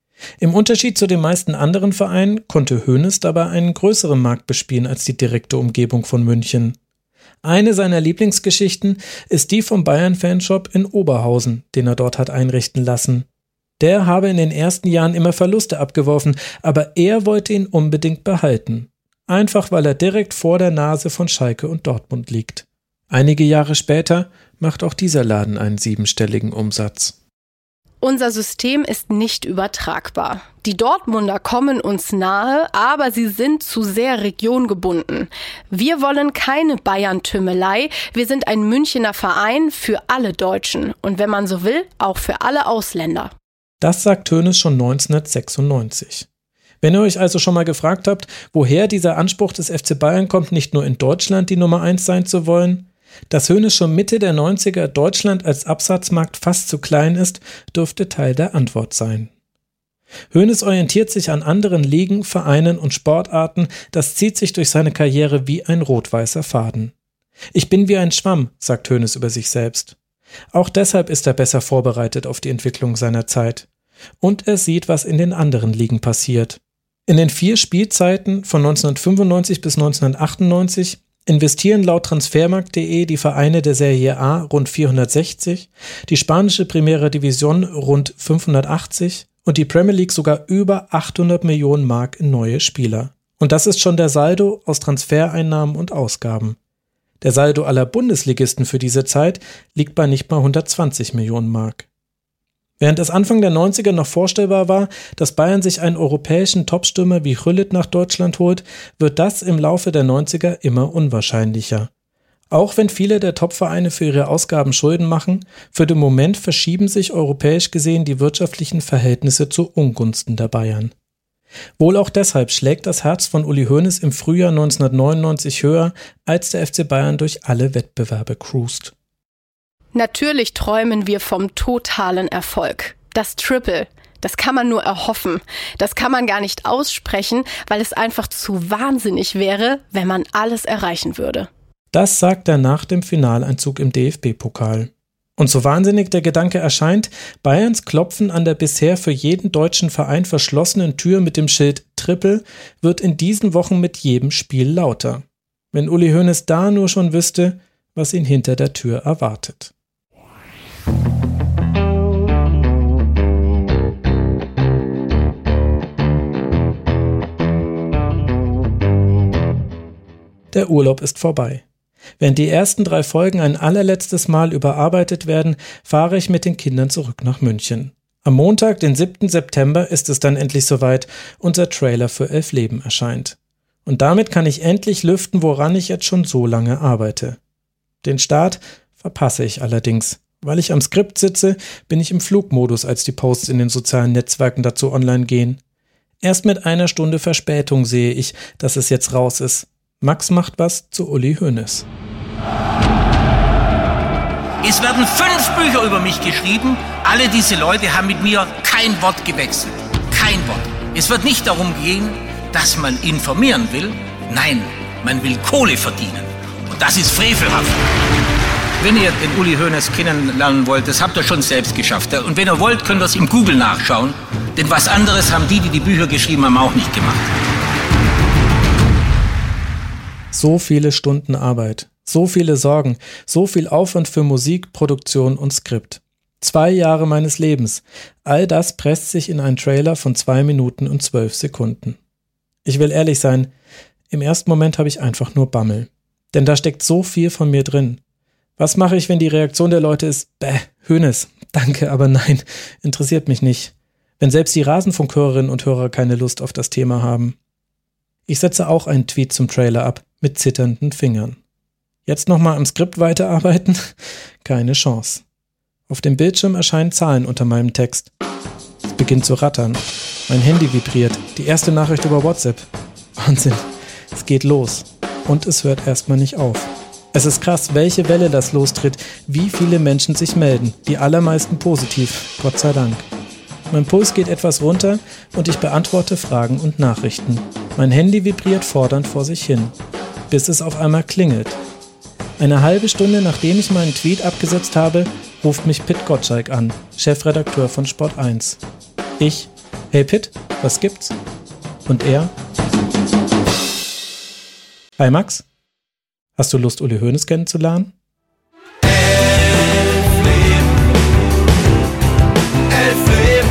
Im Unterschied zu den meisten anderen Vereinen konnte Hoeneß dabei einen größeren Markt bespielen als die direkte Umgebung von München. Eine seiner Lieblingsgeschichten ist die vom Bayern-Fanshop in Oberhausen, den er dort hat einrichten lassen. Der habe in den ersten Jahren immer Verluste abgeworfen, aber er wollte ihn unbedingt behalten. Einfach weil er direkt vor der Nase von Schalke und Dortmund liegt. Einige Jahre später macht auch dieser Laden einen siebenstelligen Umsatz.
Unser System ist nicht übertragbar. Die Dortmunder kommen uns nahe, aber sie sind zu sehr regiongebunden. Wir wollen keine Bayern-Tümmelei. Wir sind ein Münchener Verein für alle Deutschen und wenn man so will, auch für alle Ausländer.
Das sagt Hoeneß schon neunzehnhundertsechsundneunzig. Wenn ihr euch also schon mal gefragt habt, woher dieser Anspruch des F C Bayern kommt, nicht nur in Deutschland die Nummer eins sein zu wollen, dass Hoeneß schon Mitte der neunziger Deutschland als Absatzmarkt fast zu klein ist, dürfte Teil der Antwort sein. Hoeneß orientiert sich an anderen Ligen, Vereinen und Sportarten, das zieht sich durch seine Karriere wie ein rot-weißer Faden. Ich bin wie ein Schwamm, sagt Hoeneß über sich selbst. Auch deshalb ist er besser vorbereitet auf die Entwicklung seiner Zeit. Und er sieht, was in den anderen Ligen passiert. In den vier Spielzeiten von neunzehnhundertfünfundneunzig bis neunzehnhundertachtundneunzig investieren laut Transfermarkt punkt de die Vereine der Serie A rund vierhundertsechzig, die spanische Primera División rund fünfhundertachtzig und die Premier League sogar über achthundert Millionen Mark in neue Spieler. Und das ist schon der Saldo aus Transfereinnahmen und Ausgaben. Der Saldo aller Bundesligisten für diese Zeit liegt bei nicht mal hundertzwanzig Millionen Mark. Während es Anfang der neunziger noch vorstellbar war, dass Bayern sich einen europäischen Topstürmer wie Gullit nach Deutschland holt, wird das im Laufe der neunziger immer unwahrscheinlicher. Auch wenn viele der Topvereine für ihre Ausgaben Schulden machen, für den Moment verschieben sich europäisch gesehen die wirtschaftlichen Verhältnisse zu Ungunsten der Bayern. Wohl auch deshalb schlägt das Herz von Uli Hoeneß im Frühjahr neunzehnhundertneunundneunzig höher, als der F C Bayern durch alle Wettbewerbe cruist.
Natürlich träumen wir vom totalen Erfolg. Das Triple, das kann man nur erhoffen. Das kann man gar nicht aussprechen, weil es einfach zu wahnsinnig wäre, wenn man alles erreichen würde.
Das sagt er nach dem Finaleinzug im D F B-Pokal. Und so wahnsinnig der Gedanke erscheint, Bayerns Klopfen an der bisher für jeden deutschen Verein verschlossenen Tür mit dem Schild Triple wird in diesen Wochen mit jedem Spiel lauter. Wenn Uli Hoeneß da nur schon wüsste, was ihn hinter der Tür erwartet. Der Urlaub ist vorbei. Während die ersten drei Folgen ein allerletztes Mal überarbeitet werden, fahre ich mit den Kindern zurück nach München. Am Montag, den siebten September, ist es dann endlich soweit, unser Trailer für Elf Leben erscheint. Und damit kann ich endlich lüften, woran ich jetzt schon so lange arbeite. Den Start verpasse ich allerdings. Weil ich am Skript sitze, bin ich im Flugmodus, als die Posts in den sozialen Netzwerken dazu online gehen. Erst mit einer Stunde Verspätung sehe ich, dass es jetzt raus ist. Max macht was zu Uli Hoeneß.
Es werden fünf Bücher über mich geschrieben. Alle diese Leute haben mit mir kein Wort gewechselt. Kein Wort. Es wird nicht darum gehen, dass man informieren will. Nein, man will Kohle verdienen. Und das ist frevelhaft. Wenn ihr den Uli Hoeneß kennenlernen wollt, das habt ihr schon selbst geschafft. Und wenn ihr wollt, könnt ihr es im Google nachschauen. Denn was anderes haben die, die die Bücher geschrieben haben, auch nicht gemacht.
So viele Stunden Arbeit, so viele Sorgen, so viel Aufwand für Musik, Produktion und Skript. Zwei Jahre meines Lebens. All das presst sich in einen Trailer von zwei Minuten und zwölf Sekunden. Ich will ehrlich sein, im ersten Moment habe ich einfach nur Bammel. Denn da steckt so viel von mir drin. Was mache ich, wenn die Reaktion der Leute ist, bäh, Hoeneß, danke, aber nein, interessiert mich nicht. Wenn selbst die Rasenfunkhörerinnen und Hörer keine Lust auf das Thema haben. Ich setze auch einen Tweet zum Trailer ab, mit zitternden Fingern. Jetzt nochmal am Skript weiterarbeiten? Keine Chance. Auf dem Bildschirm erscheinen Zahlen unter meinem Text. Es beginnt zu rattern. Mein Handy vibriert. Die erste Nachricht über WhatsApp. Wahnsinn. Es geht los. Und es hört erstmal nicht auf. Es ist krass, welche Welle das lostritt, wie viele Menschen sich melden. Die allermeisten positiv, Gott sei Dank. Mein Puls geht etwas runter und ich beantworte Fragen und Nachrichten. Mein Handy vibriert fordernd vor sich hin, bis es auf einmal klingelt. Eine halbe Stunde nachdem ich meinen Tweet abgesetzt habe, ruft mich Pitt Gottschalk an, Chefredakteur von Sport eins. Ich, hey Pitt, was gibt's? Und er, hi Max, hast du Lust, Uli Hoeneß kennenzulernen? Elf Leben. Elf Leben.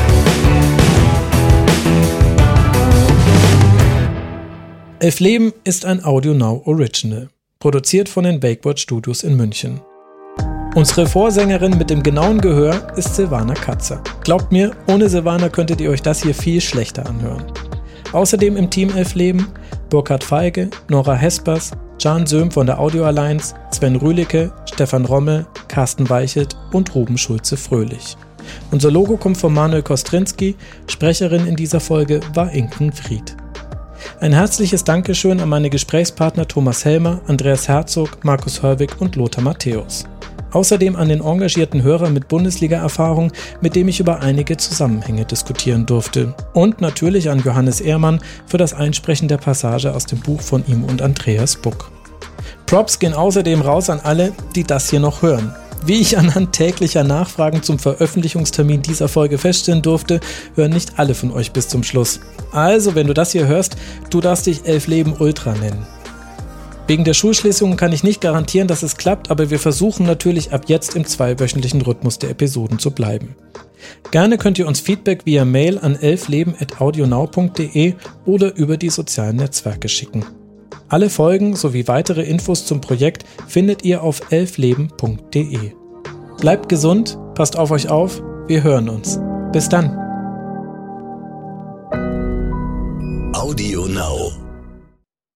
Elf Leben ist ein Audio Now Original, produziert von den Bakeword Studios in München. Unsere Vorsängerin mit dem genauen Gehör ist Silvana Katzer. Glaubt mir, ohne Silvana könntet ihr euch das hier viel schlechter anhören. Außerdem im Team Elf Leben Burkhard Feige, Nora Hespers, Can Söhm von der Audio Alliance, Sven Rühlicke, Stefan Rommel, Carsten Weichelt und Ruben Schulze-Fröhlich. Unser Logo kommt von Manuel Kostrinski, Sprecherin in dieser Folge war Inken Fried. Ein herzliches Dankeschön an meine Gesprächspartner Thomas Helmer, Andreas Herzog, Markus Hörwig und Lothar Matthäus. Außerdem an den engagierten Hörer mit Bundesliga-Erfahrung, mit dem ich über einige Zusammenhänge diskutieren durfte. Und natürlich an Johannes Ehrmann für das Einsprechen der Passage aus dem Buch von ihm und Andreas Buck. Props gehen außerdem raus an alle, die das hier noch hören. Wie ich anhand täglicher Nachfragen zum Veröffentlichungstermin dieser Folge feststellen durfte, hören nicht alle von euch bis zum Schluss. Also, wenn du das hier hörst, du darfst dich Elf Leben Ultra nennen. Wegen der Schulschließungen kann ich nicht garantieren, dass es klappt, aber wir versuchen natürlich ab jetzt im zweiwöchentlichen Rhythmus der Episoden zu bleiben. Gerne könnt ihr uns Feedback via Mail an elfleben at audionow punkt de oder über die sozialen Netzwerke schicken. Alle Folgen sowie weitere Infos zum Projekt findet ihr auf elfleben punkt de. Bleibt gesund, passt auf euch auf, wir hören uns. Bis dann!